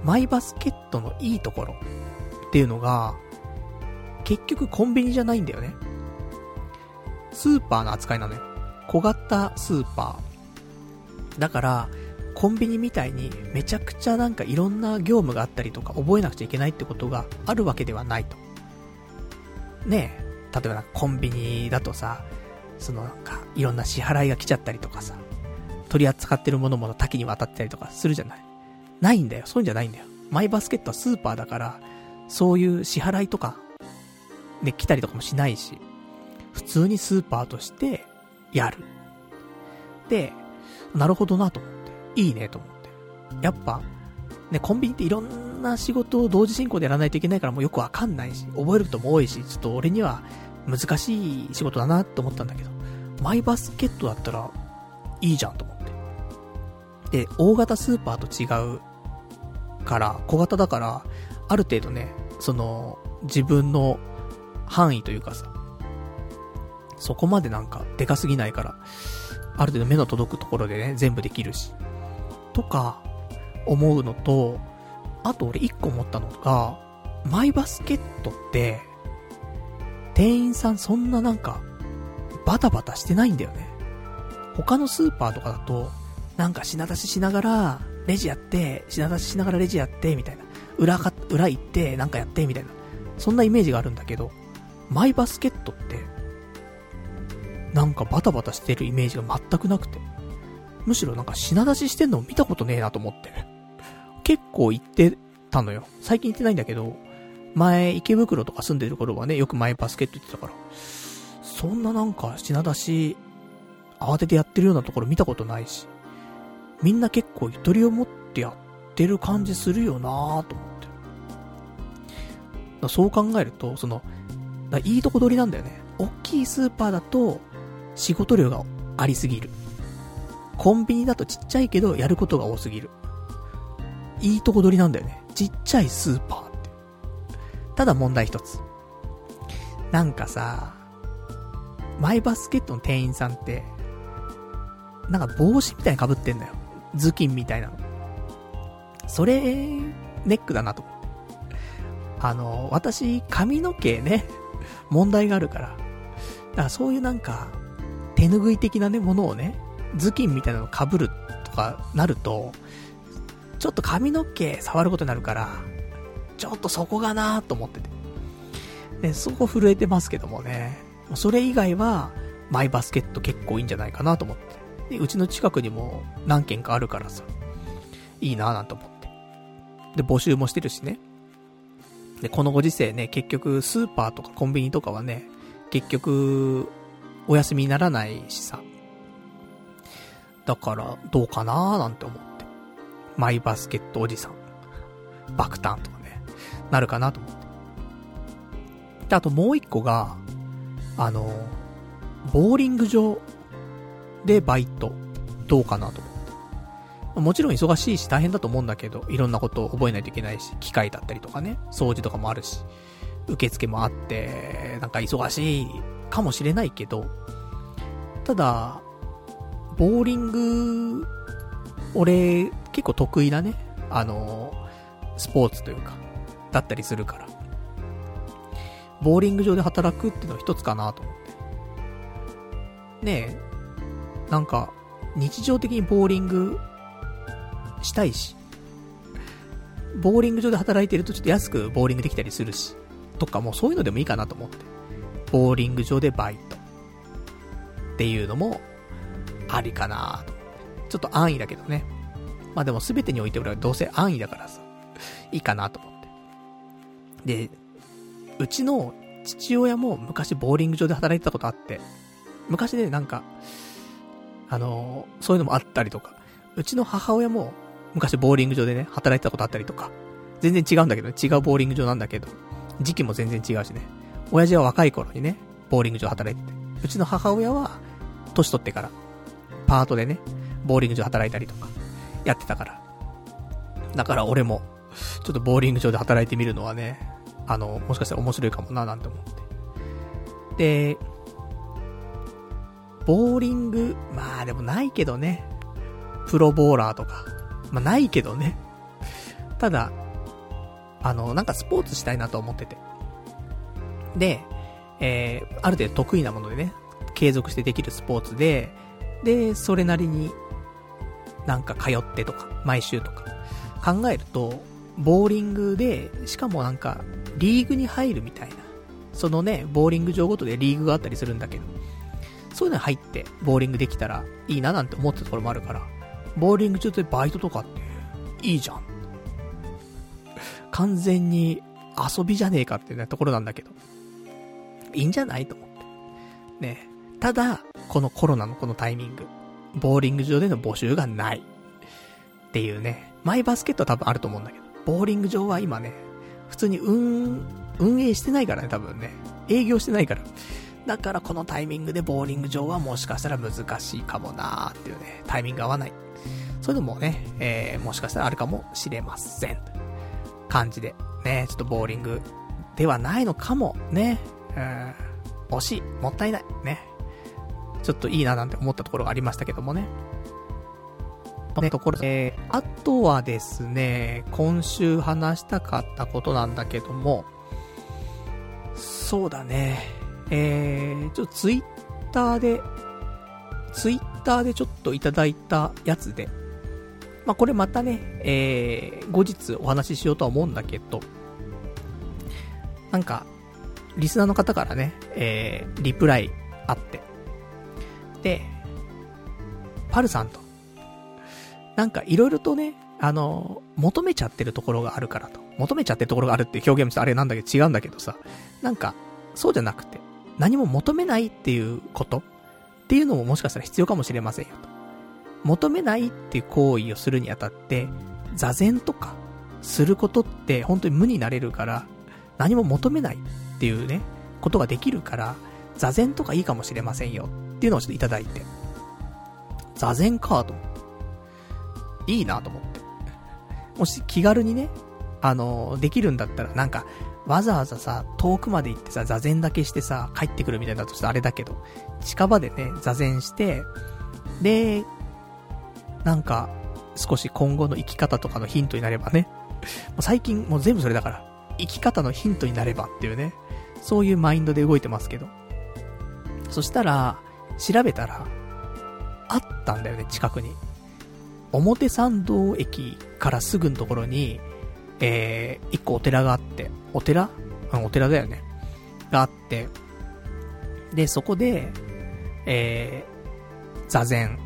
マイバスケットのいいところっていうのが、結局コンビニじゃないんだよね。スーパーの扱いなのよ。小型スーパー。だから、コンビニみたいにめちゃくちゃなんかいろんな業務があったりとか覚えなくちゃいけないってことがあるわけではないと。ねえ、例えばなんかコンビニだとさ、そのなんかいろんな支払いが来ちゃったりとかさ、取り扱ってるものも多岐にわたってたりとかするじゃない。ないんだよ。そういうんじゃないんだよ。マイバスケットはスーパーだから、そういう支払いとかで来たりとかもしないし、普通にスーパーとしてやる。で、なるほどなと思って、いいねと思って。やっぱね、コンビニっていろんな仕事を同時進行でやらないといけないからもうよくわかんないし、覚えることも多いし、ちょっと俺には難しい仕事だなって思ったんだけど、マイバスケットだったらいいじゃんと思って。で、大型スーパーと違うから、小型だから、ある程度ね、その自分の範囲というかさ、そこまでなんかでかすぎないから、ある程度目の届くところでね、全部できるし、とか思うのと、あと俺一個思ったのが、マイバスケットって店員さんそんななんかバタバタしてないんだよね。他のスーパーとかだとなんか品出ししながらレジやって、品出ししながらレジやってみたいな、裏行ってなんかやってみたいな、そんなイメージがあるんだけど、マイバスケットってなんかバタバタしてるイメージが全くなくて、むしろなんか品出ししてんのを見たことねえなと思って結構行ってたのよ。最近行ってないんだけど、前池袋とか住んでる頃はね、よくマイバスケット行ってたから、そんななんか品出し慌ててやってるようなところ見たことないし、みんな結構ゆとりを持ってやってる感じするよなぁと思って。そう考えると、そのいいとこ取りなんだよね。大きいスーパーだと仕事量がありすぎる。コンビニだとちっちゃいけどやることが多すぎる。いいとこ取りなんだよね。ちっちゃいスーパーって。ただ問題一つ。なんかさ、マイバスケットの店員さんって、なんか帽子みたいに被ってんだよ。頭巾みたいなの。それ、ネックだなと思って。私、髪の毛ね、問題があるから。だからそういうなんか、手拭い的なね、ものをね、頭巾みたいなの被るとかなると、ちょっと髪の毛触ることになるから、ちょっとそこがなーと思ってて。で、そこ震えてますけどもね。それ以外は、マイバスケット結構いいんじゃないかなと思って。で、うちの近くにも何軒かあるからさ、いいなーなんて思って。で、募集もしてるしね。で、このご時世ね、結局スーパーとかコンビニとかはね、結局、お休みにならないしさ。だから、どうかなーなんて思って。マイバスケットおじさん。爆誕とかね、なるかなと思って。で、あともう一個が、ボーリング場でバイト、どうかなと思って。もちろん忙しいし大変だと思うんだけど、いろんなことを覚えないといけないし、機械だったりとかね、掃除とかもあるし、受付もあって、なんか忙しいかもしれないけど、ただ、ボーリング、俺、結構得意なね、スポーツというか、だったりするから、ボーリング場で働くっていうのは一つかなと思って。ねえ、なんか、日常的にボーリングしたいし、ボーリング場で働いてるとちょっと安くボーリングできたりするし、とかもうそういうのでもいいかなと思って。ボーリング場でバイト。っていうのも、ありかなと。ちょっと安易だけどね。まあでも全てにおいて俺はどうせ安易だからさ、いいかなと思って。で、うちの父親も昔ボーリング場で働いてたことあって、昔ね、なんか、そういうのもあったりとか、うちの母親も昔ボーリング場でね、働いてたことあったりとか、全然違うんだけど、違うボーリング場なんだけど、時期も全然違うしね。親父は若い頃にね、ボーリング場働いてて、うちの母親は、年取ってから、パートでね、ボーリング場働いたりとか、やってたから。だから俺も、ちょっとボーリング場で働いてみるのはね、もしかしたら面白いかもな、なんて思って。で、ボーリング、まあでもないけどね。プロボーラーとか。まあないけどね。 ただ、なんかスポーツしたいなと思ってて。で、ある程度得意なものでね、継続してできるスポーツで、で、それなりになんか通ってとか、毎週とか、考えると、ボーリングで、しかもなんか、リーグに入るみたいな。そのね、ボーリング場ごとでリーグがあったりするんだけど、そういうのに入って、ボーリングできたらいいななんて思ってたところもあるから、ボーリング中でバイトとかって、いいじゃん。完全に遊びじゃねえかっていうね、ところなんだけど。いいんじゃないと思って。ね。ただ、このコロナのこのタイミング、ボーリング場での募集がない。っていうね。マイバスケットは多分あると思うんだけど、ボーリング場は今ね、普通に運営してないからね、多分ね。営業してないから。だからこのタイミングでボーリング場はもしかしたら難しいかもなーっていうね、タイミング合わない。そういうのもね、もしかしたらあるかもしれません。感じで、ね、ちょっとボーリングではないのかもね、惜しい、もったいない、ね。ちょっといいななんて思ったところがありましたけどもね。ところで、あとはですね、今週話したかったことなんだけども、そうだね、ちょっとツイッターでちょっといただいたやつで、まあ、これまたね、後日お話ししようとは思うんだけど、なんか、リスナーの方からね、リプライあって、で、パルさんと、なんかいろいろとね、求めちゃってるところがあるからと。求めちゃってるところがあるっていう表現もあれなんだけど違うんだけどさ、なんか、そうじゃなくて、何も求めないっていうことっていうのももしかしたら必要かもしれませんよと。求めないっていう行為をするにあたって、座禅とかすることって本当に無になれるから、何も求めないっていうね、ことができるから、座禅とかいいかもしれませんよっていうのをちょっといただいて、座禅かと思って、いいなと思って。もし気軽にね、できるんだったらなんか、わざわざさ、遠くまで行ってさ、座禅だけしてさ、帰ってくるみたいなとしてあれだけど、近場でね、座禅して、で、なんか、少し今後の生き方とかのヒントになればね。もう最近もう全部それだから、生き方のヒントになればっていうね、そういうマインドで動いてますけど。そしたら、調べたら、あったんだよね、近くに。表参道駅からすぐのところに、一個お寺があって、お寺だよね。があって、で、そこで、座禅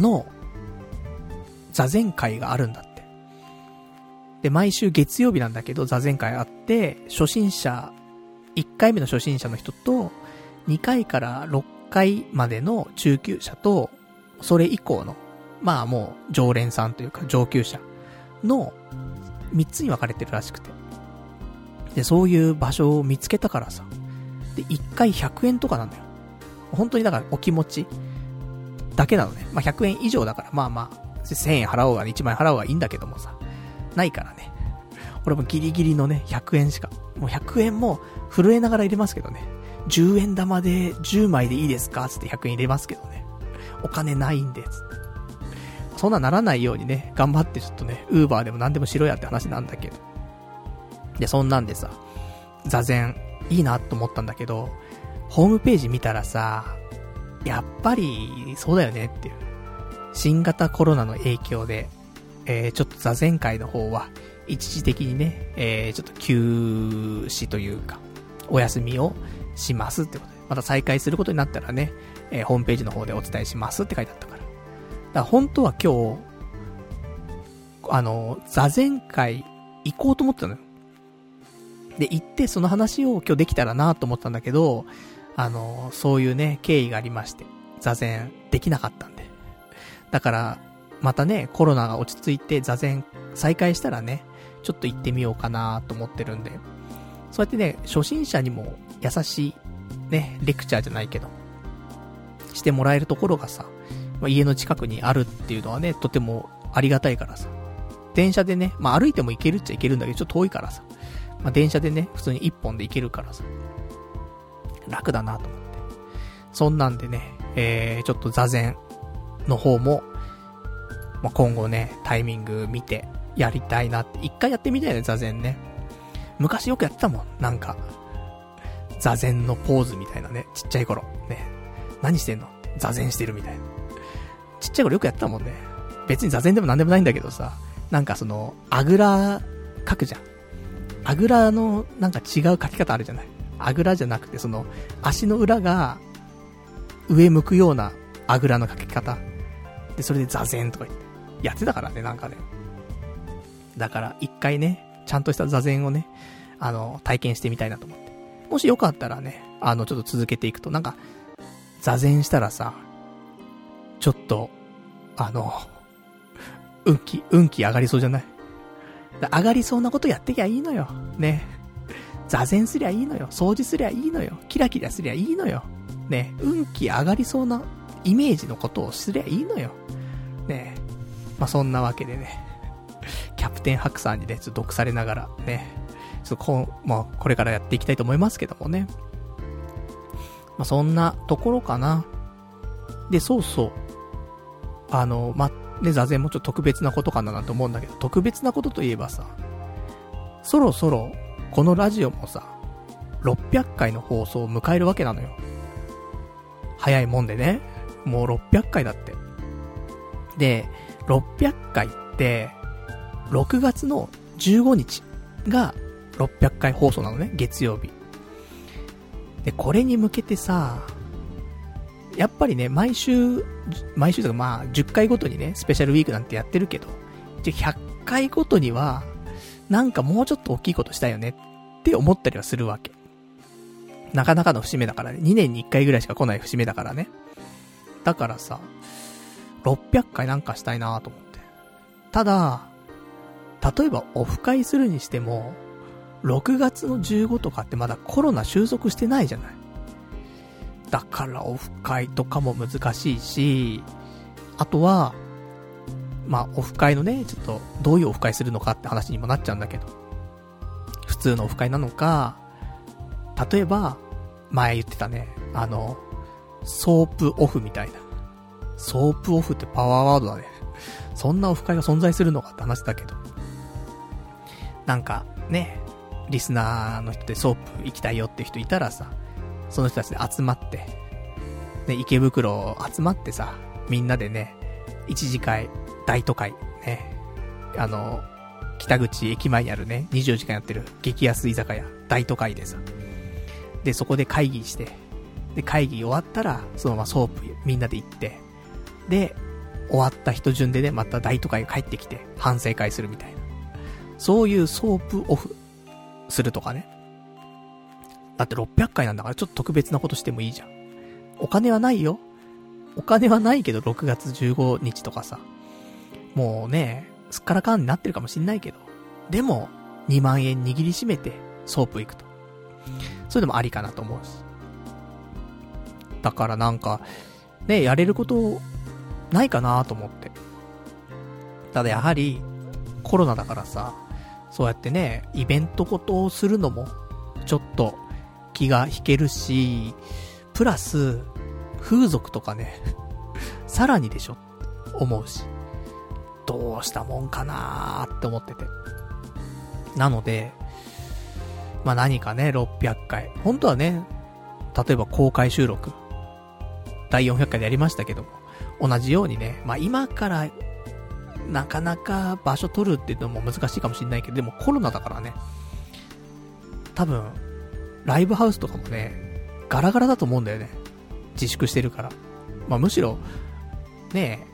会があるんだって。で、毎週月曜日なんだけど、座禅会あって、1回目の初心者の人と、2回から6回までの中級者と、それ以降の、まあもう常連さんというか上級者の3つに分かれてるらしくて。で、そういう場所を見つけたからさ。で、1回100円とかなんだよ。本当にだからお気持ちだけなのね。まあ100円以上だから、まあまあ、1000円払おうが1万円払おうがいいんだけどもさ。ないからね。俺もギリギリのね、100円しか。もう100円も震えながら入れますけどね。10円玉で10枚でいいですかつって100円入れますけどね。お金ないんで、つって。そんなならないようにね、頑張ってちょっとね、ウーバーでも何でもしろやって話なんだけど。で、そんなんでさ、座禅、いいなと思ったんだけど、ホームページ見たらさ、やっぱり、そうだよねっていう。新型コロナの影響で、ちょっと座禅会の方は、一時的にね、ちょっと休止というか、お休みをしますってことで、また再開することになったらね、ホームページの方でお伝えしますって書いてあったから。だから本当は今日、座禅会行こうと思ってたのよ。で、行ってその話を今日できたらなと思ったんだけど、そういうね、経緯がありまして、座禅できなかったんで。だから、またね、コロナが落ち着いて座禅再開したらね、ちょっと行ってみようかなと思ってるんで、そうやってね、初心者にも優しい、ね、レクチャーじゃないけど、してもらえるところがさ、家の近くにあるっていうのはね、とてもありがたいからさ。電車でね、まあ歩いても行けるっちゃ行けるんだけど、ちょっと遠いからさ。まあ電車でね、普通に一本で行けるからさ。楽だなと思って。そんなんでね、ちょっと座禅の方も、まあ今後ね、タイミング見て、 やりたいなって。一回やってみたいね、座禅ね。昔よくやってたもん。なんか、座禅のポーズみたいなね。ちっちゃい頃。ね。何してんの？座禅してるみたいな。ちっちゃい頃よくやってたもんね。別に座禅でもなんでもないんだけどさ。なんかあぐら書くじゃん。あぐらのなんか違う書き方あるじゃない。あぐらじゃなくて足の裏が上向くようなあぐらの書き方。で、それで座禅とか言って。やってたからね、なんかね。だから一回ね、ちゃんとした座禅をね、体験してみたいなと思って。もしよかったらね、ちょっと続けていくと、なんか、座禅したらさ、ちょっと、運気上がりそうじゃない？上がりそうなことやってきゃいいのよ。ね。座禅すりゃいいのよ。掃除すりゃいいのよ。キラキラすりゃいいのよ。ね。運気上がりそうなイメージのことをすりゃいいのよ。ね。まあ、そんなわけでね。キャプテンハクさんにね、ちょっと毒されながらね。ちょっとまあ、これからやっていきたいと思いますけどもね。まあ、そんなところかな。で、そうそう。まあ、ね、座禅もちょっと特別なことかななんて思うんだけど、特別なことといえばさ、そろそろ、このラジオもさ、600回の放送を迎えるわけなのよ。早いもんでね。もう600回だって。で、600回って、6月の15日が600回放送なのね、月曜日。で、これに向けてさ、やっぱりね、毎週というかまあ、10回ごとにね、スペシャルウィークなんてやってるけど、100回ごとには、なんかもうちょっと大きいことしたいよねって思ったりはするわけ。なかなかの節目だからね、2年に1回ぐらいしか来ない節目だからね。だからさ、600回なんかしたいなと思って。ただ、例えばオフ会するにしても、6月の15とかってまだコロナ収束してないじゃない。だからオフ会とかも難しいし、あとは、まあオフ会のね、ちょっとどういうオフ会するのかって話にもなっちゃうんだけど、普通のオフ会なのか、例えば、前言ってたね、ソープオフみたいな。ソープオフってパワーワードだね。そんなオフ会が存在するのかって話だけど。なんか、ね、リスナーの人でソープ行きたいよって人いたらさ、その人たちで集まって、ね、池袋集まってさ、みんなでね、一次会、大都会、ね、北口駅前にあるね、24時間やってる激安居酒屋、大都会でさ、で、そこで会議して、で、会議終わったら、そのままソープみんなで行って、で、終わった人順でね、また大都会帰ってきて、反省会するみたいな。そういうソープオフするとかね。だって600回なんだからちょっと特別なことしてもいいじゃん。お金はないよ。お金はないけど6月15日とかさ。もうね、すっからかんになってるかもしんないけど。でも、2万円握りしめてソープ行くと。それでもありかなと思うし。だからなんか、ね、やれることないかなと思って。ただやはり、コロナだからさ、そうやってね、イベントことをするのも、ちょっと気が引けるし、プラス、風俗とかね、さらにでしょ、思うし、どうしたもんかなーって思ってて。なので、まあ何かね、600回。本当はね、例えば公開収録、第400回でやりましたけども、同じようにね、まあ今から、なかなか場所取るっていうのも難しいかもしれないけど、でもコロナだからね、多分、ライブハウスとかもね、ガラガラだと思うんだよね。自粛してるから。まあむしろ、ね、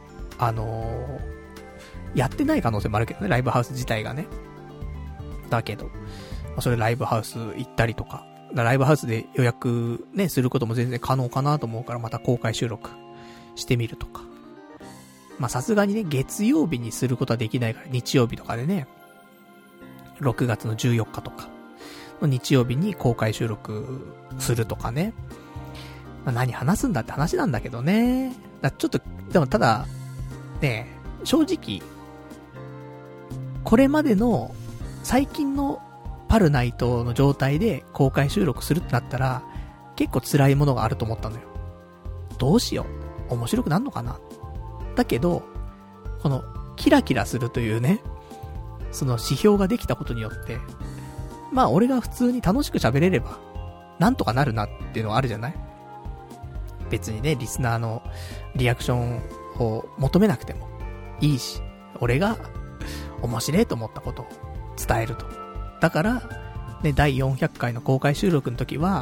やってない可能性もあるけどね、ライブハウス自体がね。だけど、まあ、それライブハウス行ったりとか、ライブハウスで予約ね、することも全然可能かなと思うから、また公開収録してみるとか。まあさすがにね、月曜日にすることはできないから、日曜日とかでね、6月の14日とか、日曜日に公開収録するとかね。まあ、何話すんだって話なんだけどね。ちょっと、でもただ、ね、正直、これまでの、最近のパルナイトの状態で公開収録するってなったら、結構辛いものがあると思ったのよ。どうしよう。面白くなんのかな。だけど、この、キラキラするというね、 その指標ができたことによって、まあ俺が普通に楽しく喋れれば、なんとかなるなっていうのはあるじゃない？別にね、リスナーのリアクションを求めなくてもいいし、俺が面白いと思ったことを伝えると。だから、ね、第400回の公開収録の時は、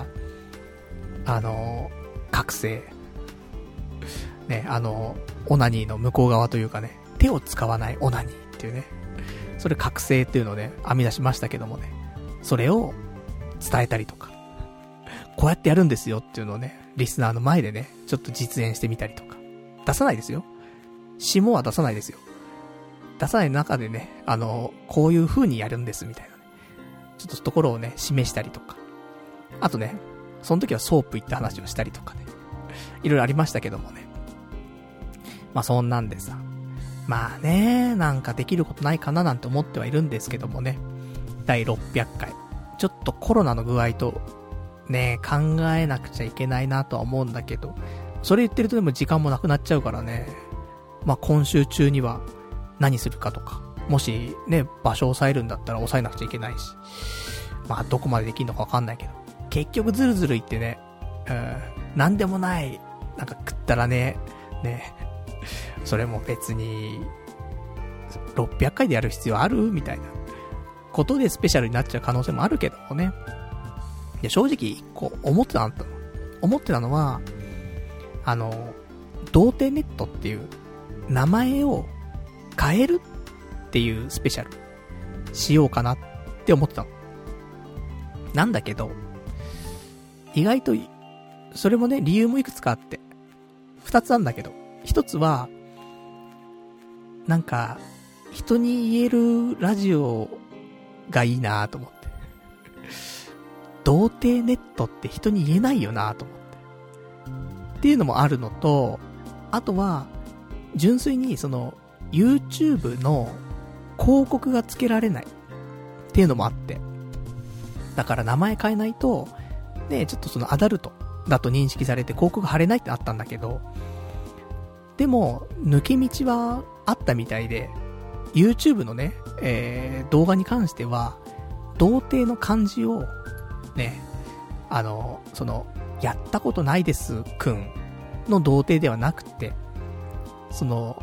覚醒。ね、オナニーの向こう側というかね、手を使わないオナニーっていうね、それ覚醒っていうのをね、編み出しましたけどもね、それを伝えたりとか、こうやってやるんですよっていうのをね、リスナーの前でね、ちょっと実演してみたりとか。出さないですよ。下は出さないですよ。出さない中でね、こういう風にやるんですみたいなね。ちょっとところをね、示したりとか。あとね、その時はソープ行った話をしたりとかね。いろいろありましたけどもね。まあそんなんでさ。まあね、なんかできることないかななんて思ってはいるんですけどもね。第600回。ちょっとコロナの具合と、ね、考えなくちゃいけないなとは思うんだけど、それ言ってるとでも時間もなくなっちゃうからね。まあ今週中には何するかとか、もしね、場所を抑えるんだったら抑えなくちゃいけないし、まあどこまでできるのかわかんないけど、結局ずるずる言ってね、なんでもない、なんか食ったらね、それも別に、600回でやる必要あるみたいなことでスペシャルになっちゃう可能性もあるけどもね。で、正直一個思ってたのは、童貞ネットっていう名前を変えるっていうスペシャルしようかなって思ってたの。なんだけど、意外と、それもね、理由もいくつかあって、二つあんだけど、一つは、なんか、人に言えるラジオがいいなと思って。童貞ネットって人に言えないよなと思って。っていうのもあるのと、あとは、純粋にその、YouTube の広告がつけられないっていうのもあって。だから名前変えないと、ね、ちょっとそのアダルトだと認識されて広告貼れないってあったんだけど、でも、抜け道はあったみたいで、YouTube のね、動画に関しては、童貞の漢字を、ね、その、やったことないですくんの童貞ではなくて、その、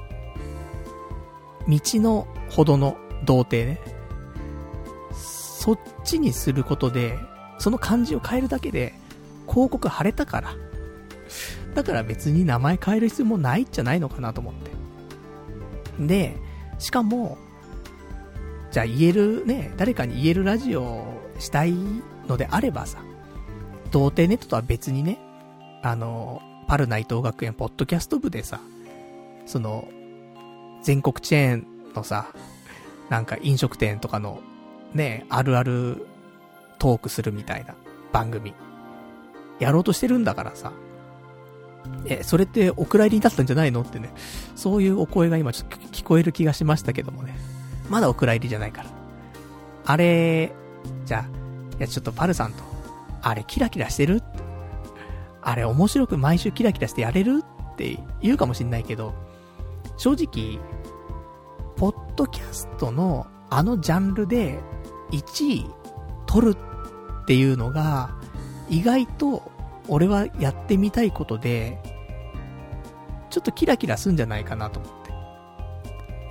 道のほどの童貞ね。そっちにすることで、その漢字を変えるだけで、広告貼れたから。だから別に名前変える必要もないんじゃないのかなと思って。で、しかも、じゃあ言えるね、誰かに言えるラジオをしたいのであればさ、童貞ネットとは別にね、パルナ伊藤学園ポッドキャスト部でさ、その、全国チェーンのさ、なんか飲食店とかのね、あるあるトークするみたいな番組、やろうとしてるんだからさ、それってお蔵入りになったんじゃないのってね、そういうお声が今ちょっと聞こえる気がしましたけどもね、まだお蔵入りじゃないから。あれ、じゃあ、いやちょっとパルさんと、あれキラキラしてる？あれ面白く毎週キラキラしてやれる？って言うかもしんないけど、正直、ポッドキャストのあのジャンルで1位取るっていうのが、意外と俺はやってみたいことで、ちょっとキラキラすんじゃないかなと思って。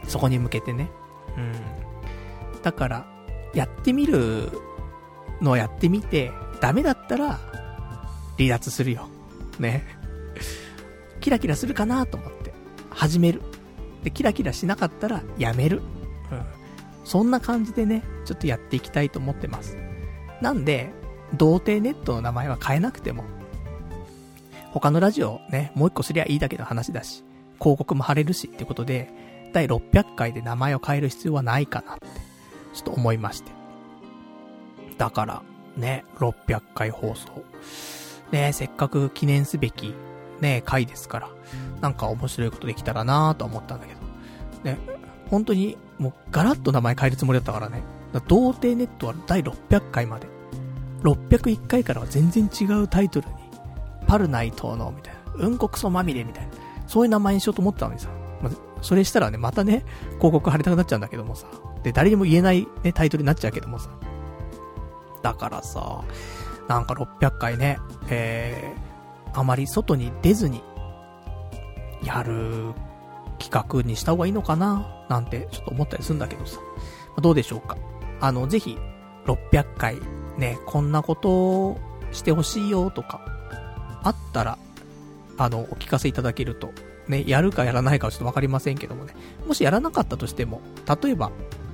そこに向けてね。だから、やってみるのをやってみて、ダメだったら、離脱するよ。ね。キラキラするかなと思って、始める。で、キラキラしなかったら、やめる。そんな感じでね、ちょっとやっていきたいと思ってます。なんで、童貞ネットの名前は変えなくても、他のラジオね、もう一個すりゃいいだけの話だし、広告も貼れるしってことで、第600回で名前を変える必要はないかなって、ちょっと思いまして。だから、ね、600回放送。ね、せっかく記念すべき、ね、回ですから、なんか面白いことできたらなぁと思ったんだけど、ね、本当に、もうガラッと名前変えるつもりだったからね。童貞ネットは第600回まで。601回からは全然違うタイトルに、パルナイトの、みたいな、うんこくそまみれみたいな、そういう名前にしようと思ったのにさ、それしたらね、またね、広告貼りたくなっちゃうんだけどもさ、 で誰にも言えない、ね、タイトルになっちゃうけどもさ。だからさ、なんか600回ね、あまり外に出ずにやる企画にした方がいいのかななんてちょっと思ったりするんだけどさ。どうでしょうか。ぜひ600回ね、こんなことをしてほしいよとかあったらお聞かせいただけるとね、やるかやらないかはちょっとわかりませんけどもね、もしやらなかったとしても、例えば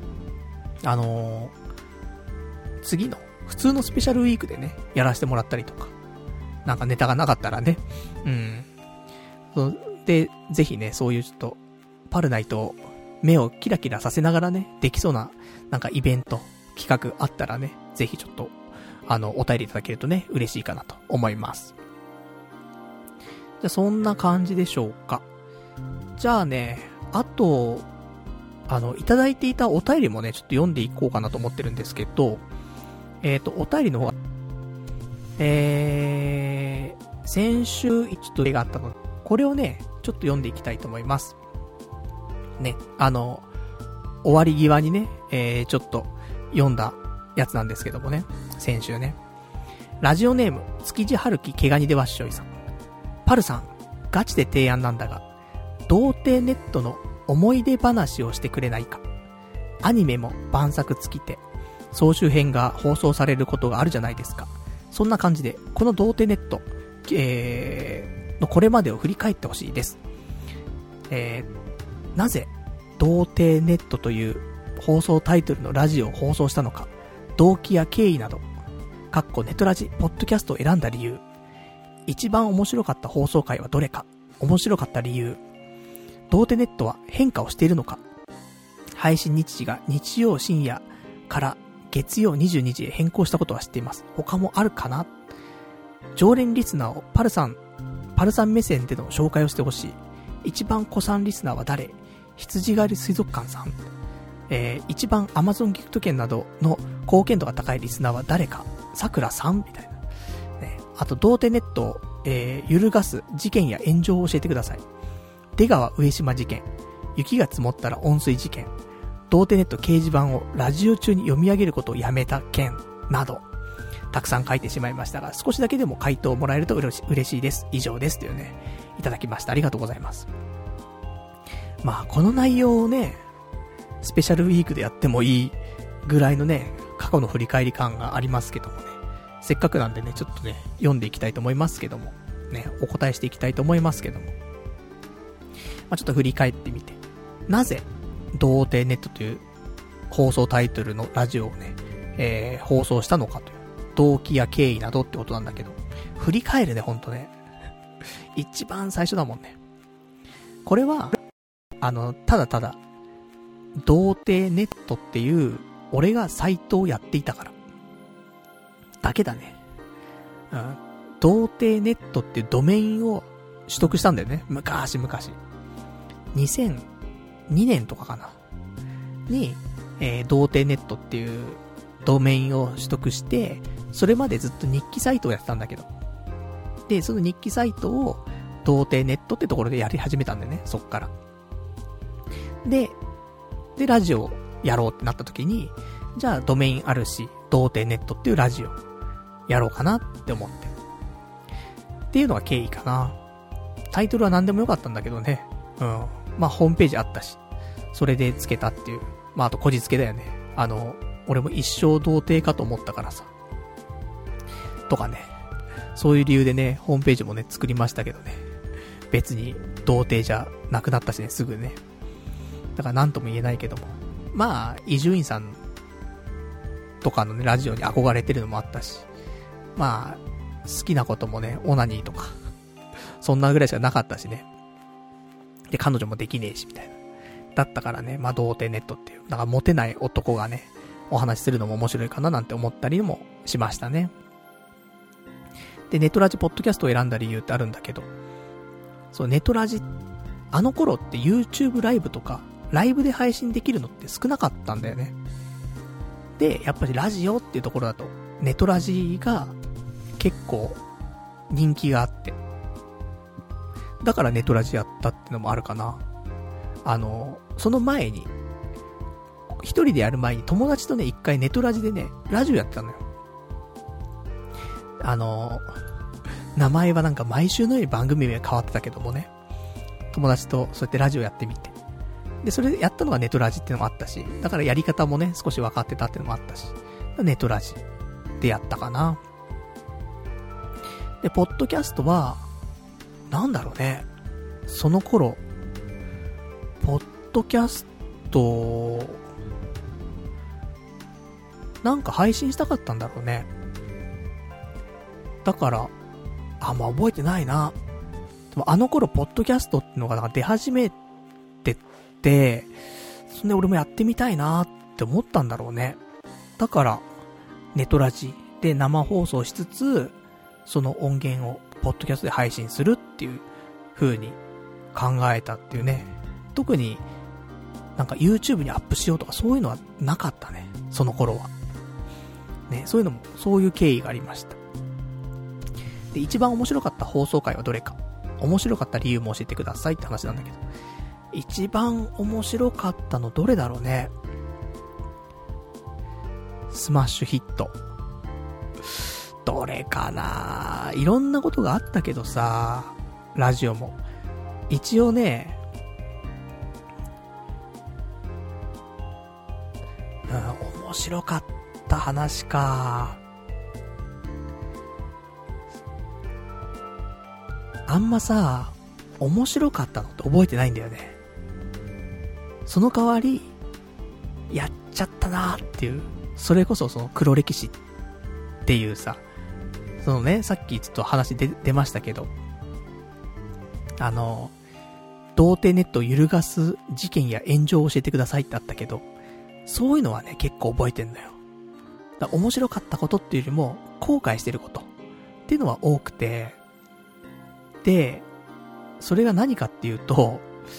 次の普通のスペシャルウィークでね、やらせてもらったりとか、なんかネタがなかったらね、で、ぜひね、そういうちょっとパルナイト目をキラキラさせながらね、できそうななんかイベント企画あったらね、ぜひちょっとお便りいただけるとね、嬉しいかなと思います。じゃあそんな感じでしょうか。じゃあね、あといただいていたお便りもね、ちょっと読んでいこうかなと思ってるんですけど、お便りの方が先週ちょっと例があったので、これをね、ちょっと読んでいきたいと思います。ね、終わり際にね、ちょっと読んだやつなんですけどもね、先週ね。ラジオネーム、築地春樹毛ガニでわっしょいさん。パルさん、ガチで提案なんだが、童貞ネットの思い出話をしてくれないか。アニメも万作尽きて、総集編が放送されることがあるじゃないですか。そんな感じで、この童貞ネット、のこれまでを振り返ってほしいです。なぜ、童貞ネットという放送タイトルのラジオを放送したのか、動機や経緯など、ネトラジ、ポッドキャストを選んだ理由、一番面白かった放送回はどれか、面白かった理由、童貞ネットは変化をしているのか、配信日時が日曜深夜から月曜22時へ変更したことは知っています。他もあるかな。常連リスナーをパルさん目線での紹介をしてほしい。一番古参リスナーは誰？羊狩り水族館さん。一番 Amazon ギフト券などの貢献度が高いリスナーは誰か？桜さんみたいな。ね、あと、童貞ネットを、揺るがす事件や炎上を教えてください。出川上島事件。雪が積もったら温水事件。童貞ネット掲示板をラジオ中に読み上げることをやめた件など、たくさん書いてしまいましたが、少しだけでも回答をもらえると嬉しいです。以上です。というね、いただきました。ありがとうございます。まあ、この内容をね、スペシャルウィークでやってもいいぐらいのね、過去の振り返り感がありますけどもね、せっかくなんでね、ちょっとね、読んでいきたいと思いますけども、ね、お答えしていきたいと思いますけども、まあ、ちょっと振り返ってみて、なぜ、童貞ネットという放送タイトルのラジオをね、放送したのかという動機や経緯などってことなんだけど、振り返るね、ほんとね、一番最初だもんね。これはただただ童貞ネットっていう俺がサイトをやっていたからだけだね。童貞ネットっていうドメインを取得したんだよね。昔2002年とかかなに、童貞ネットっていうドメインを取得して、それまでずっと日記サイトをやってたんだけど、でその日記サイトを童貞ネットってところでやり始めたんだよね。そっからでラジオやろうってなった時に、じゃあドメインあるし童貞ネットっていうラジオやろうかなって思ってっていうのが経緯かな。タイトルは何でもよかったんだけどね。まあホームページあったし、それでつけたっていう。まああとこじつけだよね。俺も一生童貞かと思ったからさ。とかね。そういう理由でね、ホームページもね、作りましたけどね。別に童貞じゃなくなったしね、すぐね。だから何とも言えないけども。まあ、伊集院さんとかのね、ラジオに憧れてるのもあったし。まあ、好きなこともね、オナニーとか。そんなぐらいしかなかったしね。で、彼女もできねえし、みたいな。だったからね、まあ、童貞ネットっていう。だからモテない男がね、お話しするのも面白いかななんて思ったりもしましたね。で、ネトラジポッドキャストを選んだ理由ってあるんだけど、そう、ネトラジ、あの頃って YouTube ライブとか、ライブで配信できるのって少なかったんだよね。で、やっぱりラジオっていうところだと、ネトラジが結構人気があって、だからネトラジやったってのもあるかな。その前に、 一人でやる前に友達とね、一回ネトラジでね、ラジオやってたのよ。名前はなんか毎週のように番組名変わってたけどもね、友達とそうやってラジオやってみて、でそれやったのがネトラジっていうのもあったし、だからやり方もね少し分かってたっていうのもあったし、ネトラジでやったかな。でポッドキャストはなんだろうね、その頃ポッドキャストなんか配信したかったんだろうね。だからあんま覚えてないな。でもあの頃ポッドキャストってのがなんか出始めてって、そんで俺もやってみたいなって思ったんだろうね。だからネトラジで生放送しつつ、その音源をポッドキャストで配信するっていう風に考えたっていうね。特になんか YouTube にアップしようとかそういうのはなかったね、その頃はね。そういうのもそういう経緯がありました。で一番面白かった放送回はどれか、面白かった理由も教えてくださいって話なんだけど、一番面白かったのどれだろうね。スマッシュヒットどれかな。いろんなことがあったけどさ、ラジオも一応ね、面白かった話か。あんまさ、面白かったのって覚えてないんだよね。その代わりやっちゃったなーっていう、それこそその黒歴史っていうさ、そのね、さっきちょっと話出ましたけど、童貞ネットを揺るがす事件や炎上を教えてくださいってあったけど、そういうのはね結構覚えてんだよ。だから面白かったことっていうよりも後悔してることっていうのは多くて、でそれが何かっていうと、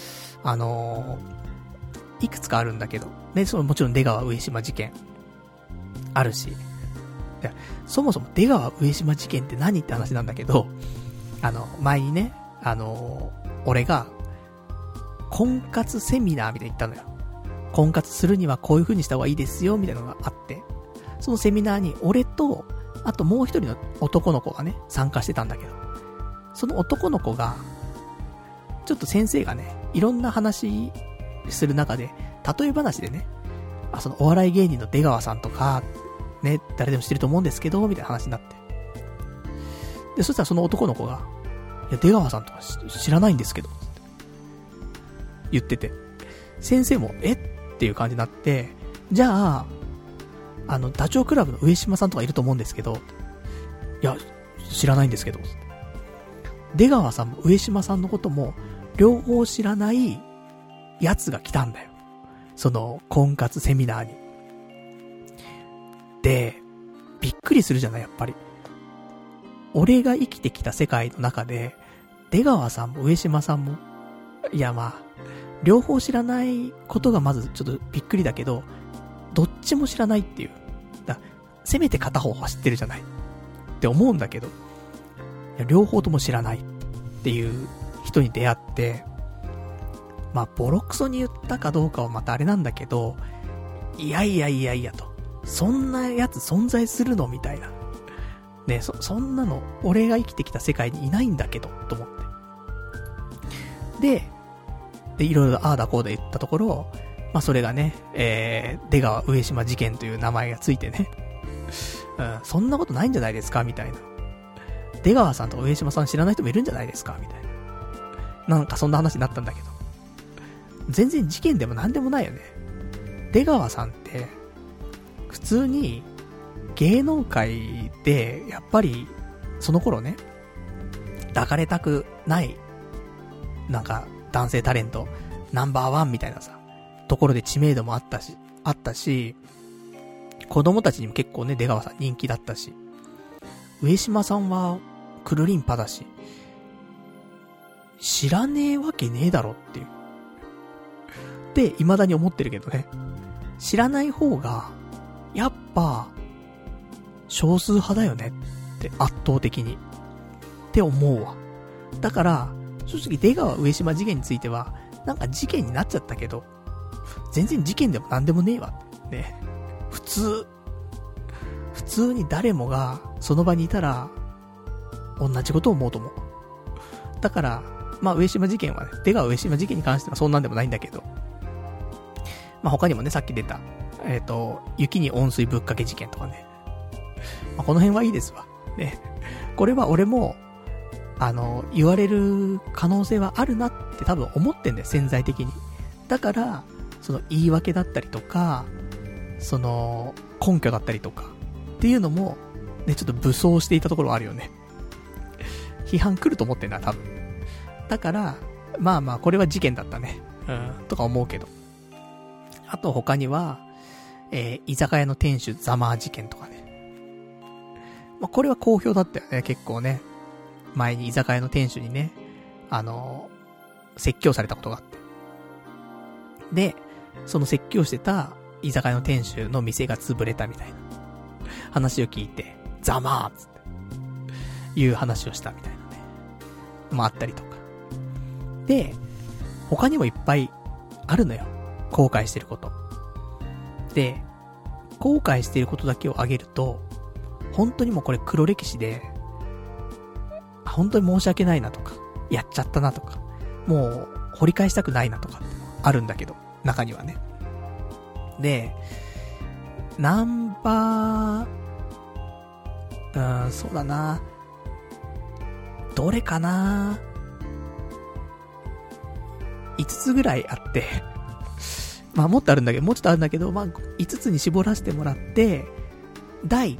いくつかあるんだけどね、そのもちろん出川上島事件あるし、そもそも出川上島事件って何って話なんだけど、前にね、俺が婚活セミナーみたいに行ったのよ。婚活するにはこういう風にした方がいいですよみたいなのがあって、そのセミナーに俺とあともう一人の男の子がね参加してたんだけど、その男の子がちょっと先生がねいろんな話する中で例え話でね、そのお笑い芸人の出川さんとかね、誰でも知ってると思うんですけどみたいな話になって、でそしたらその男の子が、いや出川さんとか知らないんですけどって言ってて、先生もっていう感じになって、じゃあダチョウ倶楽部の上島さんとかいると思うんですけど、いや知らないんですけど、出川さんも上島さんのことも両方知らないやつが来たんだよ、その婚活セミナーに。でびっくりするじゃない、やっぱり俺が生きてきた世界の中で出川さんも上島さんも、いやまあ両方知らないことがまずちょっとびっくりだけど、どっちも知らないっていう、せめて片方は知ってるじゃないって思うんだけど、いや両方とも知らないっていう人に出会って、まあボロクソに言ったかどうかはまたあれなんだけど、いやと、そんなやつ存在するのみたいなね、そんなの俺が生きてきた世界にいないんだけどと思って、でいろいろああだこうだ言ったところ、まあそれがね、出川上島事件という名前がついてね、そんなことないんじゃないですかみたいな、出川さんとか上島さん知らない人もいるんじゃないですかみたいな、なんかそんな話になったんだけど、全然事件でもなんでもないよね。出川さんって普通に芸能界でやっぱりその頃ね、抱かれたくないなんか男性タレントナンバーワンみたいなさところで知名度もあったし、子供たちにも結構ね出川さん人気だったし、上島さんはクルリンパだし、知らねえわけねえだろっていうで未だに思ってるけどね、知らない方がやっぱ少数派だよねって圧倒的にって思うわ。だから正直出川上島事件についてはなんか事件になっちゃったけど、 全然事件でもなんでもねえわ。ね。普通に誰もがその場にいたら、同じことを思うと思う。だから、まあ上島事件はね、出川上島事件に関してはそんなんでもないんだけど、まあ他にもね、さっき出た、雪に温水ぶっかけ事件とかね。まあこの辺はいいですわ。ね。これは俺も、言われる可能性はあるなって多分思ってんだよ、潜在的に。だから、その言い訳だったりとか、その根拠だったりとかっていうのもね、ちょっと武装していたところはあるよね。批判来ると思ってんだ、多分。だから、まあまあこれは事件だったね。とか思うけど。あと他には、居酒屋の店主ざまあ事件とかね。まあこれは好評だったよね、結構ね。前に居酒屋の店主にね、説教されたことがあって。で、その説教してた居酒屋の店主の店が潰れたみたいな話を聞いて、ざまーっつっていう話をしたみたいなね。もあったりとか。で、他にもいっぱいあるのよ。後悔してること。で、後悔してることだけを挙げると、本当にもうこれ黒歴史で、本当に申し訳ないなとか、やっちゃったなとか、もう掘り返したくないなとかってあるんだけど、中にはね。で、ナンバー、そうだな。どれかな。5つぐらいあって、まあもっとあるんだけど、もうちょっとあるんだけど、まあ5つに絞らせてもらって、第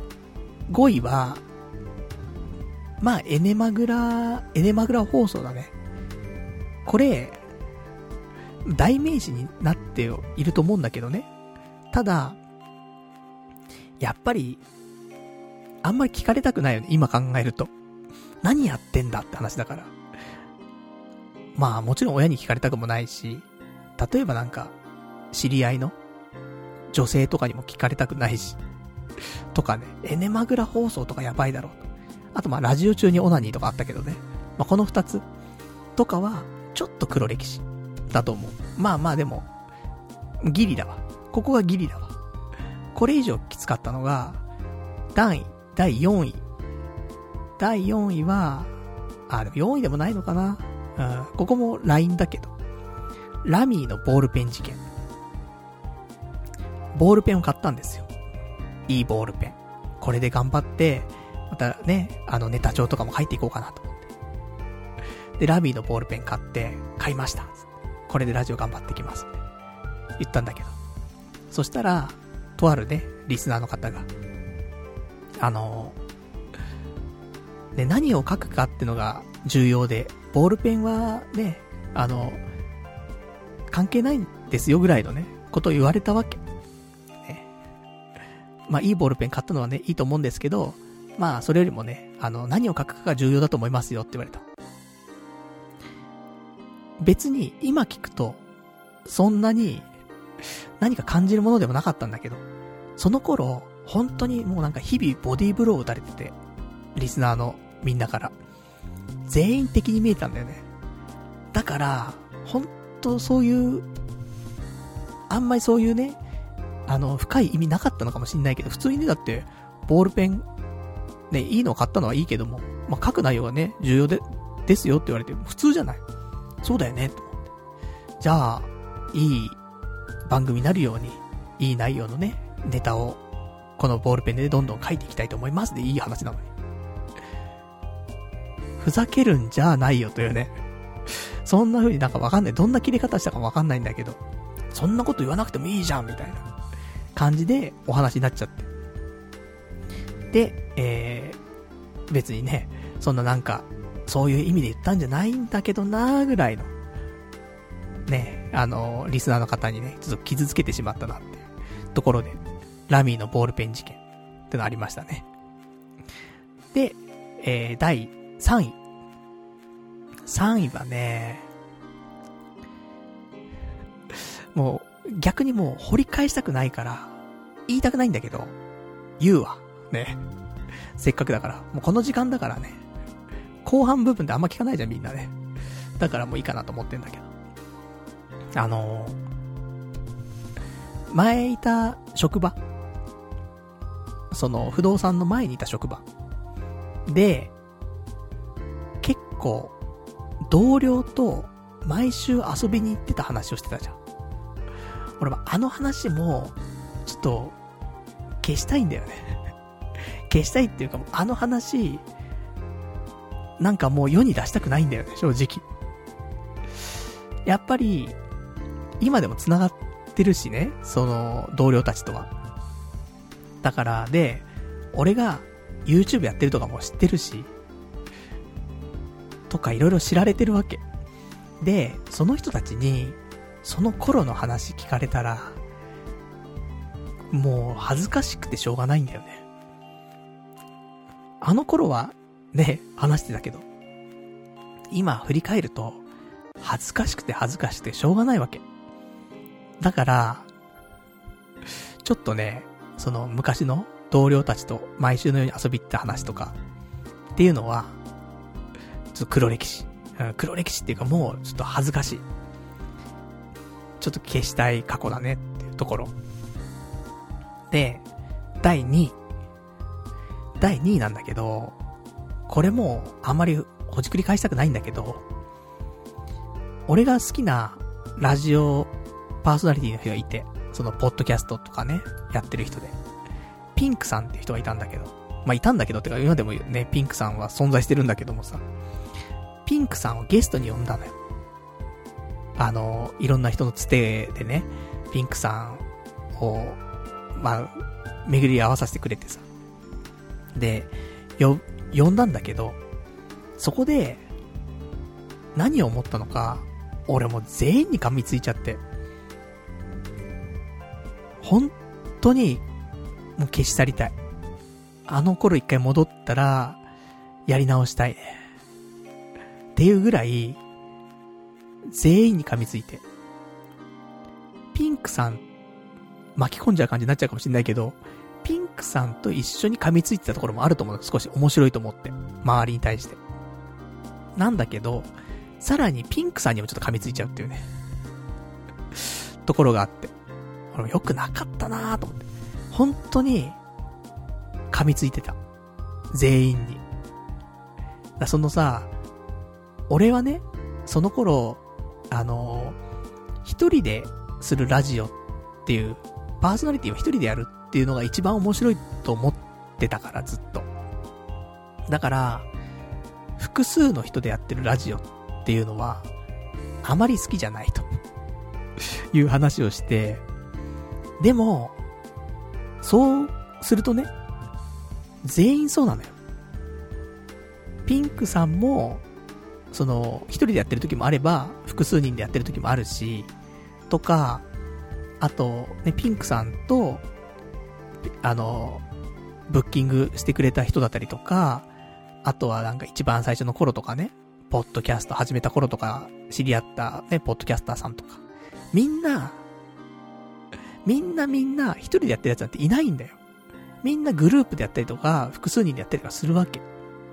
5位は、まあエネマグラ放送だね。これ、代名詞になっていると思うんだけどね。ただ、やっぱり、あんまり聞かれたくないよね、今考えると。何やってんだって話だから。まあもちろん親に聞かれたくもないし、例えばなんか、知り合いの女性とかにも聞かれたくないし、とかね、エネマグラ放送とかやばいだろう。あとまあラジオ中にオナニーとかあったけどね。まあこの2つとかは、ちょっと黒歴史だと思う。まあまあでも、ギリだわ。ここがギリだわ。これ以上きつかったのが、第4位。第4位は、でも4位でもないのかな。ここも LINE だけど。ラミーのボールペン事件。ボールペンを買ったんですよ。いいボールペン。これで頑張って、またね、ネタ帳とかも書いていこうかなと思って。で、ラミーのボールペン買いました。これでラジオ頑張ってきます。言ったんだけど。そしたら、とあるね、リスナーの方が、ね、何を書くかってのが重要で、ボールペンはね、関係ないんですよぐらいのね、ことを言われたわけ。ね、まあ、いいボールペン買ったのはね、いいと思うんですけど、まあ、それよりもね、何を書くかが重要だと思いますよって言われた。別に、今聞くと、そんなに、何か感じるものでもなかったんだけど、その頃、本当にもうなんか日々ボディーブローを打たれてて、リスナーのみんなから。全員的に見えたんだよね。だから、本当そういう、あんまりそういうね、深い意味なかったのかもしんないけど、普通にね、だって、ボールペン、ね、いいのを買ったのはいいけども、まあ、書く内容がね、重要ですよって言われて、普通じゃない。そうだよね、と思って。じゃあ、いい番組になるように、いい内容のね、ネタを、このボールペンでどんどん書いていきたいと思いますでいい話なのに。ふざけるんじゃないよというね。そんな風になんかわかんない。どんな切れ方したかわかんないんだけど、そんなこと言わなくてもいいじゃんみたいな感じでお話になっちゃって。で、別にね、そんななんか、そういう意味で言ったんじゃないんだけどなーぐらいの、ね、リスナーの方にね、ちょっと傷つけてしまったなっていうところで、ラミーのボールペン事件ってのありましたね。で、第3位。3位はね、もう逆にもう掘り返したくないから言いたくないんだけど、言うわ。ね。せっかくだから。もうこの時間だからね。後半部分ってあんま聞かないじゃんみんなね。だからもういいかなと思ってんだけど。 前いた職場、その不動産の前にいた職場で、結構同僚と毎週遊びに行ってた話をしてたじゃん。俺もあの話もちょっと消したいんだよね。消したいっていうか、あの話なんかもう世に出したくないんだよね、正直。やっぱり今でも繋がってるしね、その同僚たちとは。だからで、俺が YouTube やってるとかも知ってるし、とかいろいろ知られてるわけ。で、その人たちにその頃の話聞かれたら、もう恥ずかしくてしょうがないんだよね。あの頃はね、話してたけど、今振り返ると恥ずかしくてしょうがないわけ。だからちょっとね、その昔の同僚たちと毎週のように遊び行った話とかっていうのはちょっと黒歴史っていうか、もうちょっと恥ずかしい、ちょっと消したい過去だねっていうところで、第2位なんだけど、これもあんまりほじくり返したくないんだけど、俺が好きなラジオパーソナリティの人がいて、そのポッドキャストとかねやってる人で、ピンクさんって人がいたんだけど、いたんだけどってか今でもね、ピンクさんは存在してるんだけどもさ、ピンクさんをゲストに呼んだのよ。いろんな人のつてでね、ピンクさんを巡り合わさせてくれてさ、で呼んだんだけど、そこで何を思ったのか、俺もう全員に噛みついちゃって、本当にもう消し去りたい。あの頃一回戻ったらやり直したいねっていうぐらい全員に噛みついて、ピンクさん巻き込んじゃう感じになっちゃうかもしれないけど、ピンクさんと一緒に噛みついてたところもあると思う。少し面白いと思って、周りに対してなんだけど、さらにピンクさんにもちょっと噛みついちゃうっていうねところがあって、俺も良くなかったなぁと思って、本当に噛みついてた、全員に。そのさ、俺はね、その頃一人でするラジオっていうパーソナリティを一人でやるっていうのが一番面白いと思ってたから、ずっと。だから複数の人でやってるラジオっていうのはあまり好きじゃないという話をして、でもそうするとね、全員そうなのよ。ピンクさんもその一人でやってる時もあれば、複数人でやってる時もあるし、とか、あとね、ピンクさんとブッキングしてくれた人だったりとか、あとはなんか一番最初の頃とかね、ポッドキャスト始めた頃とか知り合ったね、ポッドキャスターさんとか、みんな一人でやってるやつなんていないんだよ。みんなグループでやったりとか、複数人でやったりとかするわけ。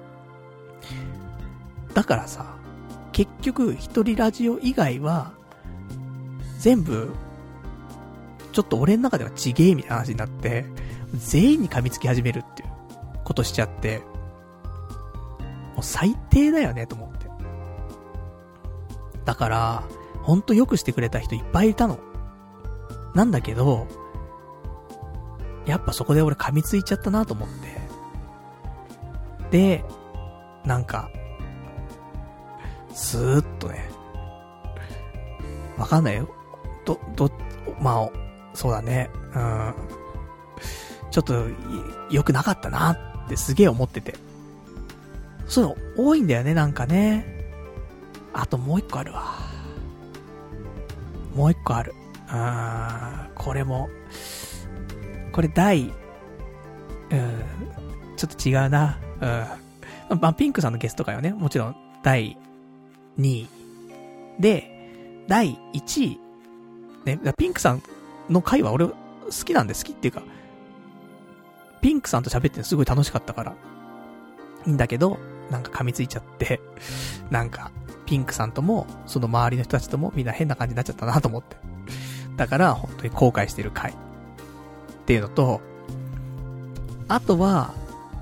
だからさ、結局一人ラジオ以外は全部ちょっと俺の中ではちげえみたいな話になって、全員に噛みつき始めるっていうことしちゃって、もう最低だよねと思って。だからほんとよくしてくれた人いっぱいいたのなんだけど、やっぱそこで俺噛みついちゃったなと思って、でなんかスーッとね、わかんないよ、そうだね、ちょっと良くなかったなってすげえ思ってて、そういうの多いんだよね、なんかね。あともう一個あるわ。もう一個ある。これ第ちょっと違うな。ピンクさんのゲスト会はね、もちろん第2位で、第1位ね、ピンクさんの回は俺好きなんで、好きっていうか、ピンクさんと喋ってるのすごい楽しかったからいいんだけど、なんか噛みついちゃって、なんかピンクさんともその周りの人たちともみんな変な感じになっちゃったなと思って、 だから本当に後悔してる回っていうのと、あとは、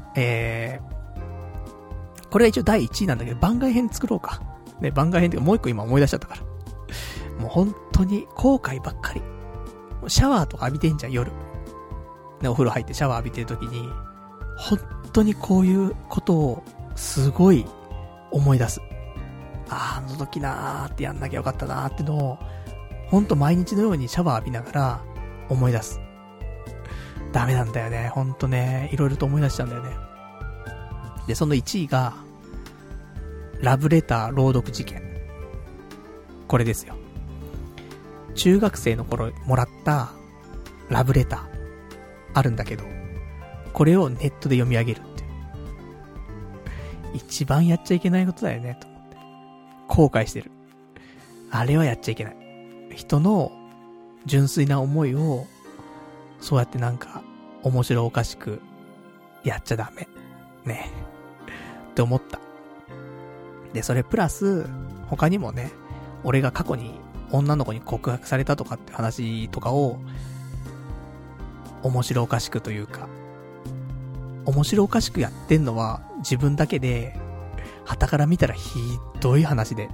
これは一応第1位なんだけど、番外編作ろうか。ね、番外編っていうかもう一個今思い出しちゃったから。もう本当に後悔ばっかり。シャワーとか浴びてんじゃん、夜。ね、お風呂入ってシャワー浴びてる時に、本当にこういうことをすごい思い出す。あの時なーってやんなきゃよかったなーってのを、ほんと毎日のようにシャワー浴びながら思い出す。ダメなんだよね。ほんとね、いろいろと思い出しちゃうんだよね。で、その1位が、ラブレター朗読事件。これですよ。中学生の頃もらったラブレターあるんだけど、これをネットで読み上げるっていう。一番やっちゃいけないことだよね、と思って。後悔してる。あれはやっちゃいけない。人の純粋な思いを、そうやってなんか、面白おかしく、やっちゃダメ。ね。って思った。で、それプラス、他にもね、俺が過去に女の子に告白されたとかって話とかを、面白おかしくというか、面白おかしくやってんのは自分だけで、傍から見たらひどい話で、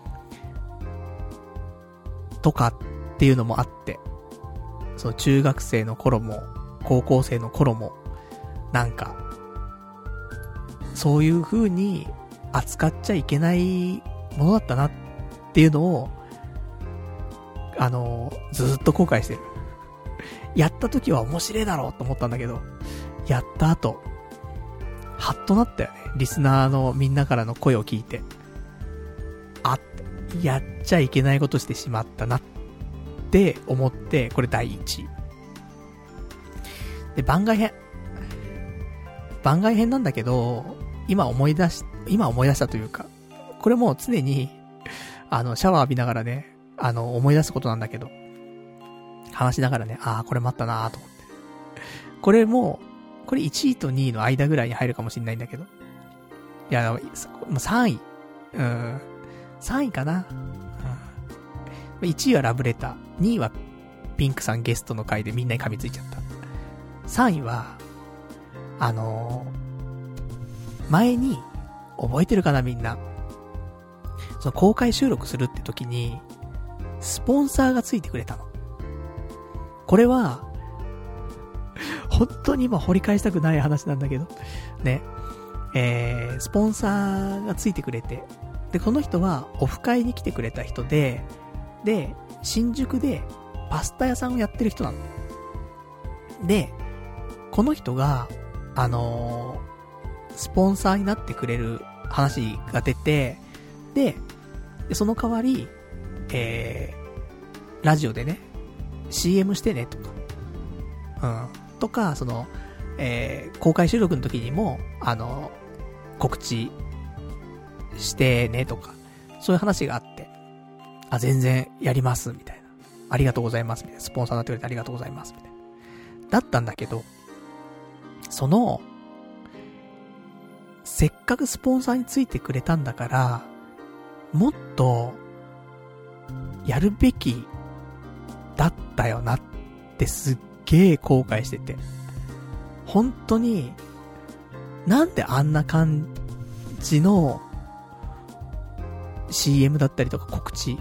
とかっていうのもあって、その中学生の頃も、高校生の頃も、なんか、そういう風に扱っちゃいけないものだったなっていうのを、ずーっと後悔してる。やった時は面白いだろうと思ったんだけど、やった後、ハッとなったよね。リスナーのみんなからの声を聞いて。あ、やっちゃいけないことしてしまったなって思って、これ第1位。で、番外編。番外編なんだけど、今思い出したというか、これもう常に、シャワー浴びながらね、思い出すことなんだけど、話しながらね、これ待ったなーと思って。これ1位と2位の間ぐらいに入るかもしれないんだけど。いや、3位。3位かな。1位はラブレター。2位はピンクさんゲストの回でみんなに噛みついちゃった。3位は、前に、覚えてるかなみんな。その公開収録するって時に、スポンサーがついてくれたの。これは、本当に今掘り返したくない話なんだけど、ね。スポンサーがついてくれて、で、この人はオフ会に来てくれた人で、新宿でパスタ屋さんをやってる人なの。で、この人が、スポンサーになってくれる話が出て、で、その代わり、ラジオでね、CM してねとか、とか、公開収録の時にも、告知してねとか、そういう話があって、全然やります、みたいな。ありがとうございます、みたいな。スポンサーになってくれてありがとうございます、みたいな。だったんだけど、せっかくスポンサーについてくれたんだから、もっと、やるべきだったよなってすっげー後悔してて。本当に、なんであんな感じの CM だったりとか告知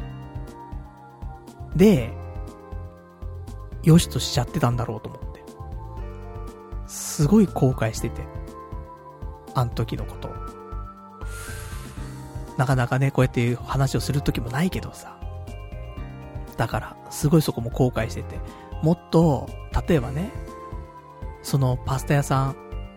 で、よしとしちゃってたんだろうと思って。すごい後悔してて。あの時のこと。なかなかね、こうやって話をする時もないけどさ。だから、すごいそこも後悔してて。もっと、例えばね、そのパスタ屋さん、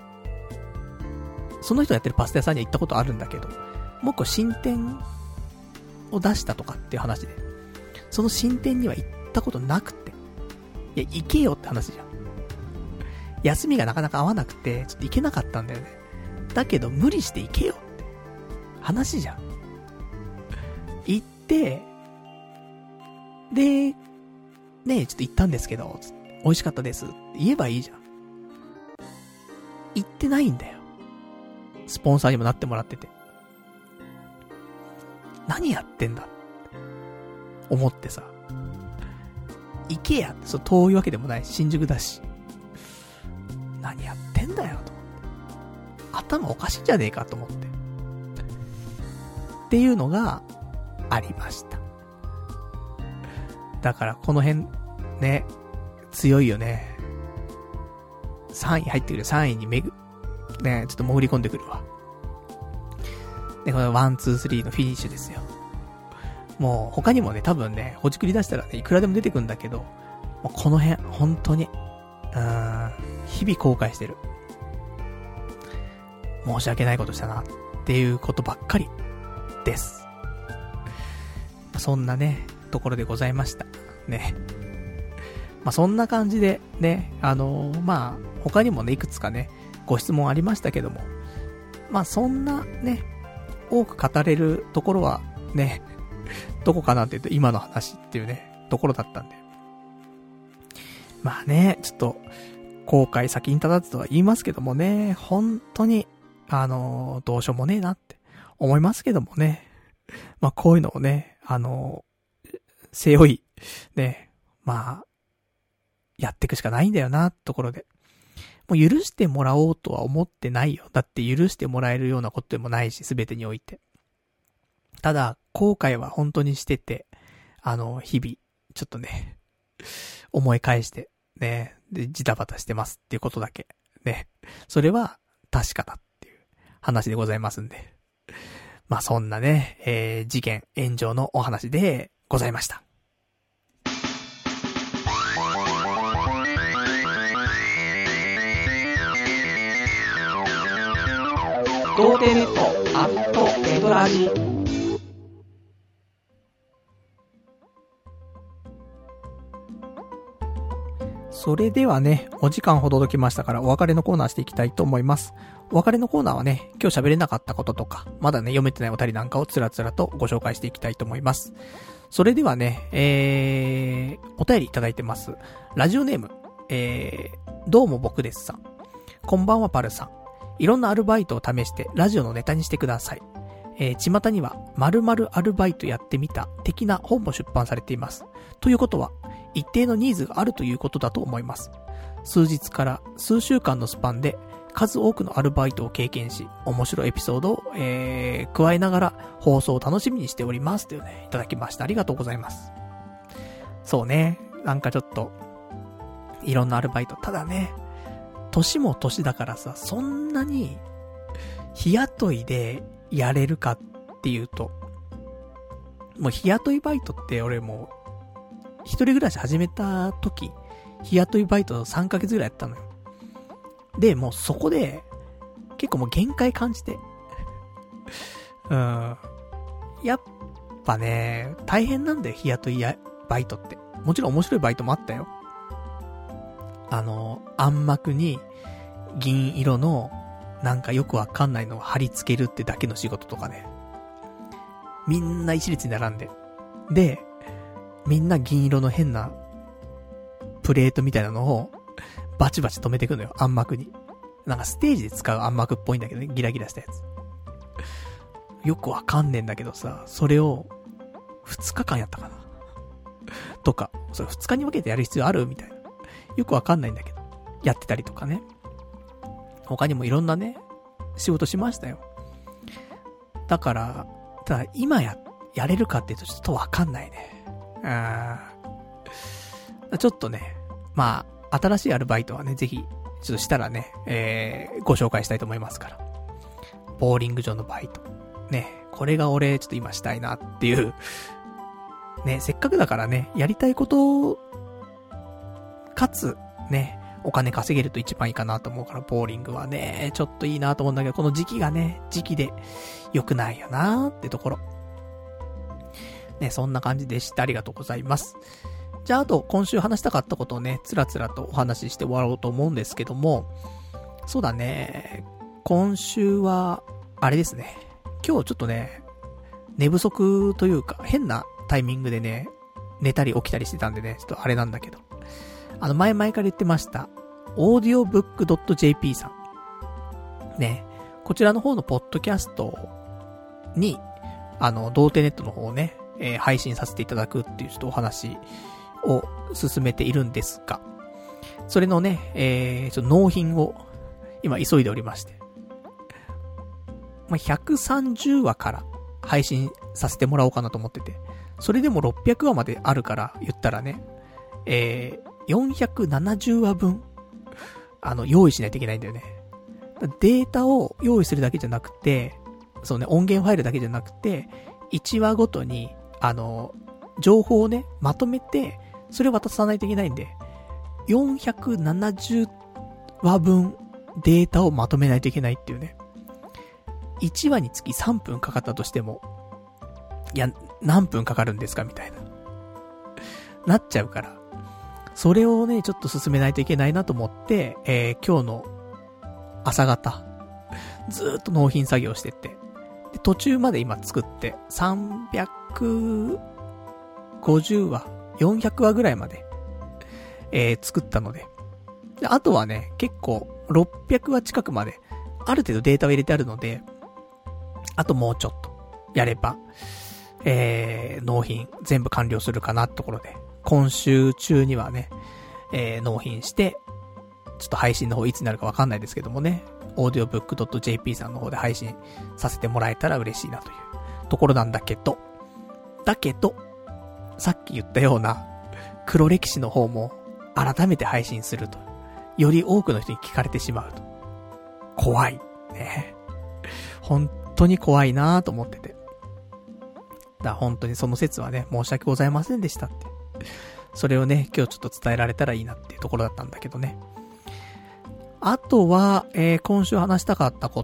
その人やってるパスタ屋さんには行ったことあるんだけど、もう一個新店を出したとかっていう話で、その新店には行ったことなくて、いや、行けよって話じゃん。休みがなかなか合わなくて、ちょっと行けなかったんだよね。だけど無理して行けよって話じゃん。行って、で、ね、ちょっと行ったんですけど、美味しかったですって言えばいいじゃん。行ってないんだよ。スポンサーにもなってもらってて。何やってんだって思ってさ。 行けや。そう、遠いわけでもないし、新宿だし。何やってんだよ、と。頭おかしいんじゃねえかと思って。っていうのがありました。だからこの辺、ね、強いよね。3位入ってくる。3位にね、ちょっと潜り込んでくるわ。で、この1、2、3のフィニッシュですよ。もう他にもね、多分ね、ほじくり出したらね、いくらでも出てくるんだけど、もうこの辺、本当に、日々後悔してる。申し訳ないことしたな、っていうことばっかりです。そんなね、ところでございました。ね。まあ、そんな感じで、ね、まあ、他にもね、いくつかね、ご質問ありましたけども、まあ、そんなね、多く語れるところは、ね、どこかなっていうと、今の話っていうね、ところだったんで。まあね、ちょっと、後悔先に立つとは言いますけどもね、本当に、どうしようもねえなって思いますけどもね。まあこういうのをね、背負い、ね、まあ、やっていくしかないんだよな、ところで。もう許してもらおうとは思ってないよ。だって許してもらえるようなことでもないし、すべてにおいて。ただ、後悔は本当にしてて、日々、ちょっとね、思い返して、ね、で、ジタバタしてますっていうことだけ。ね。それは、確かだっていう話でございますんで。まあ、そんなね、事件、炎上のお話でございました。童貞ネットアットネトラジ。それではね、お時間ほど届きましたからお別れのコーナーしていきたいと思います。お別れのコーナーはね、今日喋れなかったこととか、まだね、読めてないお便りなんかをつらつらとご紹介していきたいと思います。それではね、お便りいただいてます。ラジオネーム、どうも僕ですさん。こんばんはパルさん。いろんなアルバイトを試してラジオのネタにしてください。巷には〇〇アルバイトやってみた的な本も出版されています。ということは、一定のニーズがあるということだと思います。数日から数週間のスパンで数多くのアルバイトを経験し、面白いエピソードを、加えながら放送を楽しみにしておりますというね、いただきました。ありがとうございます。そうね、なんかちょっといろんなアルバイト、ただね、年も年だからさ、そんなに日雇いでやれるかっていうと、もう日雇いバイトって俺もう一人暮らし始めた時、日雇いバイト3ヶ月ぐらいやったのよ。で、もうそこで結構もう限界感じて、やっぱね、大変なんだよ、日雇いバイトって。もちろん面白いバイトもあったよ。暗幕に銀色のなんかよくわかんないのを貼り付けるってだけの仕事とかね。みんな一列に並んで。で、みんな銀色の変なプレートみたいなのをバチバチ止めていくのよ、暗幕に。なんかステージで使う暗幕っぽいんだけどね、ギラギラしたやつ。よくわかんねえんだけどさ、それを2日間やったかな。とか、それ2日に分けてやる必要あるみたいな。よくわかんないんだけど、やってたりとかね。他にもいろんなね、仕事しましたよ。だから、ただ今やれるかっていうとちょっとわかんないね。ちょっとね、まあ、新しいアルバイトはね、ぜひ、ちょっとしたらね、ご紹介したいと思いますから。ボーリング場のバイト。ね、これが俺、ちょっと今したいなっていう。ね、せっかくだからね、やりたいことかつ、ね、お金稼げると一番いいかなと思うから、ボーリングはね、ちょっといいなと思うんだけど、この時期がね、時期で良くないよなーってところ。ね、そんな感じでした。ありがとうございます。じゃあ、あと、今週話したかったことをね、つらつらとお話しして終わろうと思うんですけども、そうだね、今週は、あれですね、今日ちょっとね、寝不足というか、変なタイミングでね、寝たり起きたりしてたんでね、ちょっとあれなんだけど、前々から言ってました、audiobook.jp さん。ね、こちらの方のポッドキャストに、童貞ネットの方をね、配信させていただくっていうちょっとお話を進めているんですが、それのね、ちょっと納品を今急いでおりまして。130話から配信させてもらおうかなと思ってて、それでも600話まであるから言ったらね、470話分、用意しないといけないんだよね。データを用意するだけじゃなくて、そうね、音源ファイルだけじゃなくて、1話ごとに、情報をね、まとめて、それを渡さないといけないんで、470話分データをまとめないといけないっていうね。1話につき3分かかったとしても、いや、何分かかるんですかみたいな。なっちゃうから。それをね、ちょっと進めないといけないなと思って、今日の朝方、ずーっと納品作業してて、で途中まで今作って、350話、400話ぐらいまで、作ったので。で、あとはね、結構、600話近くまで、ある程度データを入れてあるので、あともうちょっと、やれば、納品全部完了するかなってところで、今週中にはね、納品して、ちょっと配信の方いつになるかわかんないですけどもね、audiobook.jp さんの方で配信させてもらえたら嬉しいなというところなんだけど、さっき言ったような黒歴史の方も改めて配信すると、より多くの人に聞かれてしまうと。怖い。ね。本当に怖いなぁと思ってて。本当にその説はね、申し訳ございませんでしたって。それをね、今日ちょっと伝えられたらいいなっていうところだったんだけどね。あとは、今週話したかったこと、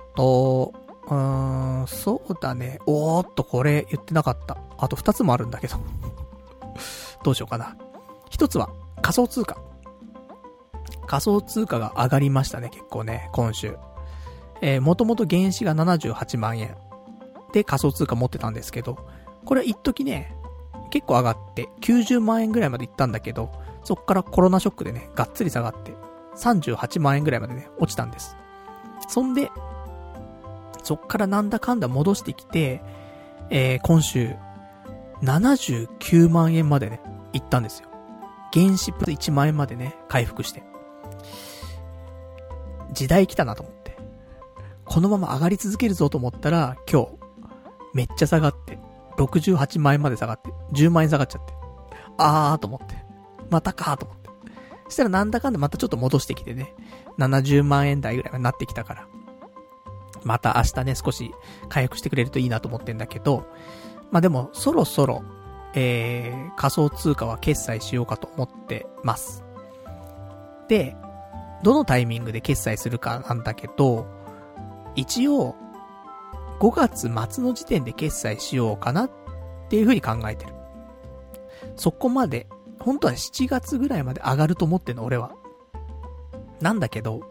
そうだね。おーっとこれ言ってなかった。あと2つもあるんだけど。どうしようかな。一つは仮想通貨。仮想通貨が上がりましたね、結構ね、今週。もともと原資が78万円で仮想通貨持ってたんですけど、これは一時ね、結構上がって90万円ぐらいまで行ったんだけど、そっからコロナショックでね、がっつり下がって38万円ぐらいまでね、落ちたんです。そんで、そっからなんだかんだ戻してきて、今週79万円までね、行ったんですよ。原資プラス1万円までね、回復して。時代来たなと思って。このまま上がり続けるぞと思ったら、今日、めっちゃ下がって、68万円まで下がって、10万円下がっちゃって。と思って。またかと思って。そしたらなんだかんだまたちょっと戻してきてね、70万円台ぐらいになってきたから。また明日ね、少し回復してくれるといいなと思ってんだけど、でも、そろそろ、仮想通貨は決済しようかと思ってます。で、どのタイミングで決済するかなんだけど、一応、5月末の時点で決済しようかなっていう風に考えてる。そこまで、本当は7月ぐらいまで上がると思ってんの、俺は。なんだけど、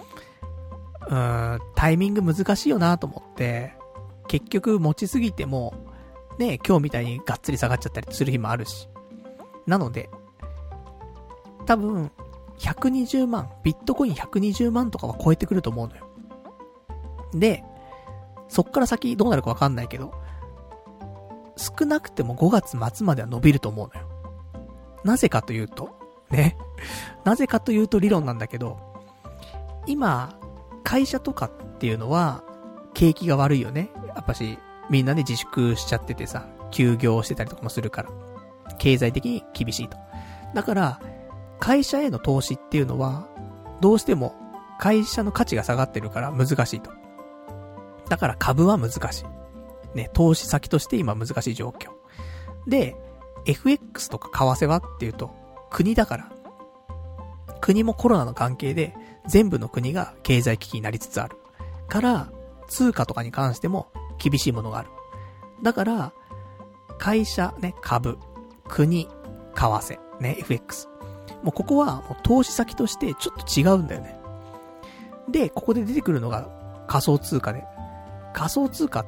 タイミング難しいよなと思って、結局持ちすぎても、ね、今日みたいにがっつり下がっちゃったりする日もあるし。なので、多分、120万、ビットコイン120万とかは超えてくると思うのよ。で、そっから先どうなるかわかんないけど、少なくても5月末までは伸びると思うのよ。なぜかというと、ね。なぜかというと理論なんだけど、今、会社とかっていうのは、景気が悪いよね。やっぱし、みんなで自粛しちゃっててさ、休業してたりとかもするから、経済的に厳しいと。だから、会社への投資っていうのは、どうしても会社の価値が下がってるから難しいと。だから株は難しい。ね、投資先として今難しい状況。で、FX とか為替はっていうと、国だから。国もコロナの関係で、全部の国が経済危機になりつつある。から、通貨とかに関しても厳しいものがある。だから、会社、ね、株、国、為替、ね、FX。もうここはもう投資先としてちょっと違うんだよね。で、ここで出てくるのが仮想通貨で。仮想通貨って、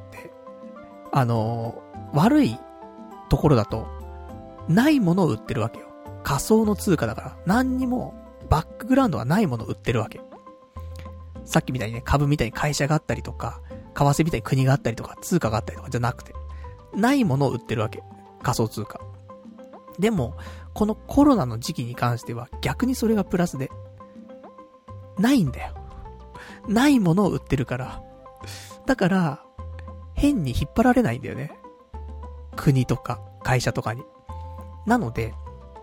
悪いところだと、ないものを売ってるわけよ。仮想の通貨だから、何にもバックグラウンドがないものを売ってるわけ。さっきみたいにね、株みたいに会社があったりとか、為替みたいに国があったりとか、通貨があったりとかじゃなくて、ないものを売ってるわけ。仮想通貨。 でも、このコロナの時期に関しては逆にそれがプラスで、ないんだよ。ないものを売ってるから。だから、変に引っ張られないんだよね。国とか会社とかに。なので、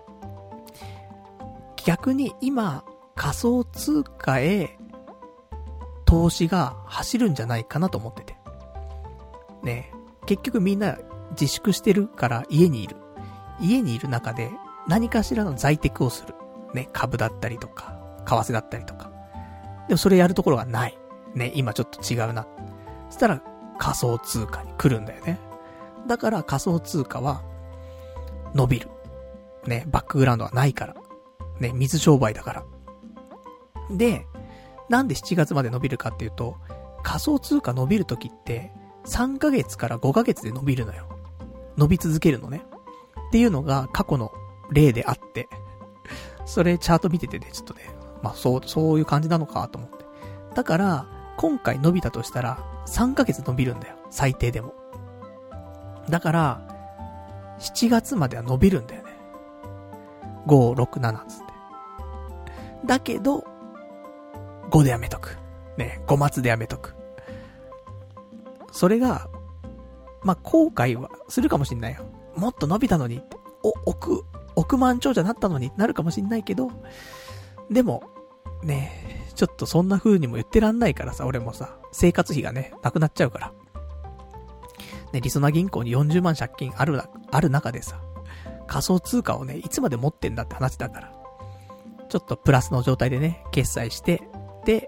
逆に今、仮想通貨へ投資が走るんじゃないかなと思ってて。ね、結局みんな自粛してるから家にいる。家にいる中で何かしらの在宅をする。ね、株だったりとか、為替だったりとか。でもそれやるところがない。ね、今ちょっと違うな。そしたら仮想通貨に来るんだよね。だから仮想通貨は伸びる。ね、バックグラウンドはないから。ね、水商売だから。で、なんで7月まで伸びるかっていうと、仮想通貨伸びるときって3ヶ月から5ヶ月で伸びるのよ。伸び続けるのね。っていうのが過去の例であって、それチャート見ててね、ちょっとね、まあそういう感じなのかと思って。だから、今回伸びたとしたら3ヶ月伸びるんだよ。最低でも。だから、7月までは伸びるんだよね。5、6、7つって。だけど、5でやめとく。ね、5末でやめとく。それが、まあ、後悔はするかもしんないよ。もっと伸びたのにって。億万長者になったのになるかもしんないけど、でも、ね、ちょっとそんな風にも言ってらんないからさ、俺もさ、生活費がね、なくなっちゃうから。ね、りそな銀行に40万借金ある中でさ、仮想通貨をね、いつまで持ってんだって話だから、ちょっとプラスの状態でね、決済して、で、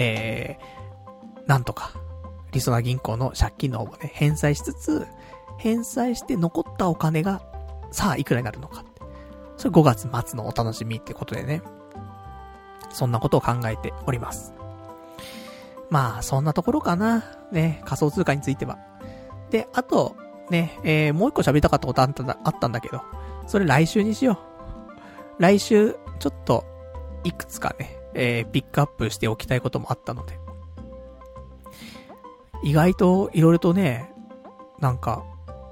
なんとか、りそな銀行の借金の方もね、返済しつつ、返済して残ったお金が、さあ、いくらになるのかって。それ5月末のお楽しみってことでね。そんなことを考えております。まあ、そんなところかな。ね、仮想通貨については。で、あと、ね、もう一個喋りたかったことあったんだけど、それ来週にしよう。来週、ちょっと、いくつかね、ピックアップしておきたいこともあったので。意外と、いろいろとね、なんか、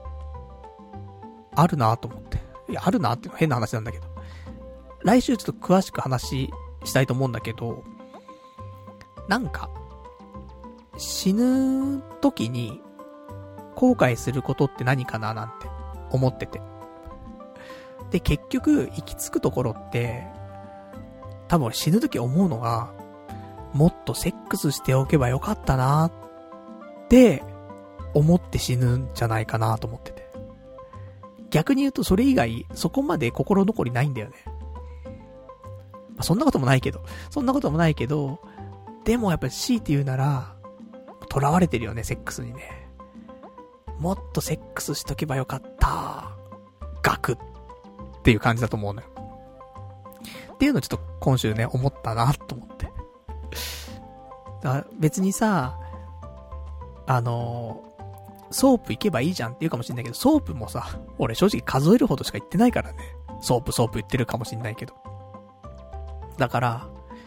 あるなと思って。いや、あるなっていうのは変な話なんだけど。来週ちょっと詳しく話したいと思うんだけど、なんか、死ぬ時に後悔することって何かななんて思ってて。で、結局、行き着くところって、多分死ぬ時思うのが、もっとセックスしておけばよかったなって思って死ぬんじゃないかなと思ってて。逆に言うとそれ以外、そこまで心残りないんだよね。まあ、そんなこともないけど、でもやっぱり強いて言うなら、囚われてるよね、セックスにね。もっとセックスしとけばよかった。ガクっていう感じだと思うのよ。っていうのをちょっと今週ね、思ったなと思って。だから別にさ、ソープ行けばいいじゃんって言うかもしんないけど、ソープもさ、俺正直数えるほどしか行ってないからね。ソープ言ってるかもしんないけど。だから、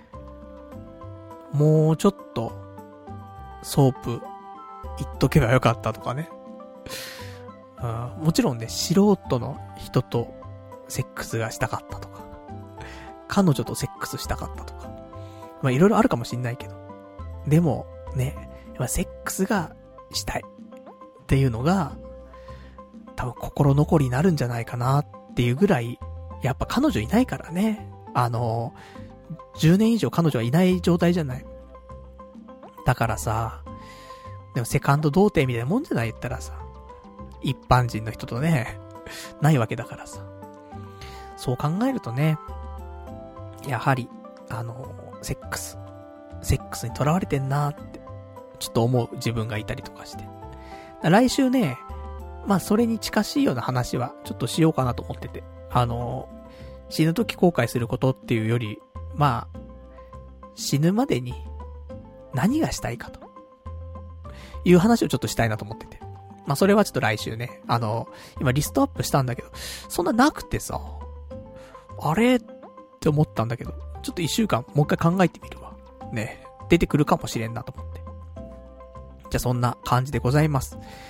もうちょっと、ソープ行っとけばよかったとかね。もちろんね、素人の人とセックスがしたかったとか、彼女とセックスしたかったとか、まあいろいろあるかもしんないけど。でも、ね、セックスがしたいっていうのが、多分心残りになるんじゃないかなっていうぐらい、やっぱ彼女いないからね。10年以上彼女はいない状態じゃない。だからさ、でもセカンド童貞みたいなもんじゃない言ったらさ、一般人の人とね、ないわけだからさ。そう考えるとね、やはり、セックスに囚われてんなーって、ちょっと思う自分がいたりとかして。来週ね、まあそれに近しいような話はちょっとしようかなと思ってて。死ぬ時後悔することっていうより、まあ、死ぬまでに何がしたいかという話をちょっとしたいなと思ってて。まあそれはちょっと来週ね、今リストアップしたんだけど、そんななくてさ、あれって思ったんだけど、ちょっと一週間もう一回考えてみるわ。ね、出てくるかもしれんなと思って。じゃあそんな感じでございます。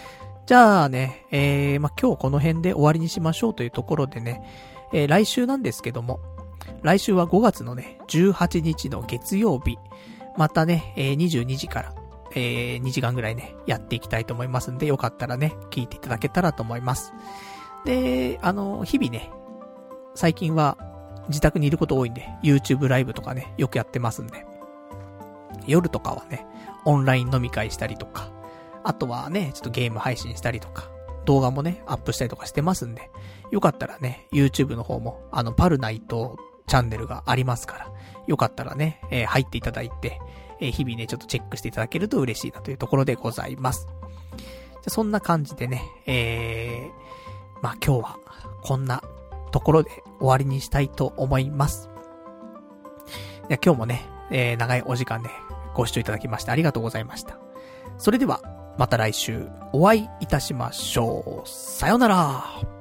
じゃあね、今日この辺で終わりにしましょうというところでね、来週なんですけども、来週は5月のね、18日の月曜日、またね、22時から、2時間ぐらいね、やっていきたいと思いますんで、よかったらね、聞いていただけたらと思います。で、日々ね、最近は自宅にいること多いんで、YouTube ライブとかね、よくやってますんで、夜とかはね、オンライン飲み会したりとか、あとはね、ちょっとゲーム配信したりとか、動画もね、アップしたりとかしてますんで、よかったらね、YouTube の方も、パルナイトチャンネルがありますから、よかったらね、入っていただいて、日々ね、ちょっとチェックしていただけると嬉しいなというところでございます。じゃそんな感じでね、まあ今日はこんなところで終わりにしたいと思います。いや今日もね、長いお時間ね、ご視聴いただきましてありがとうございました。それではまた来週お会いいたしましょう。さよなら。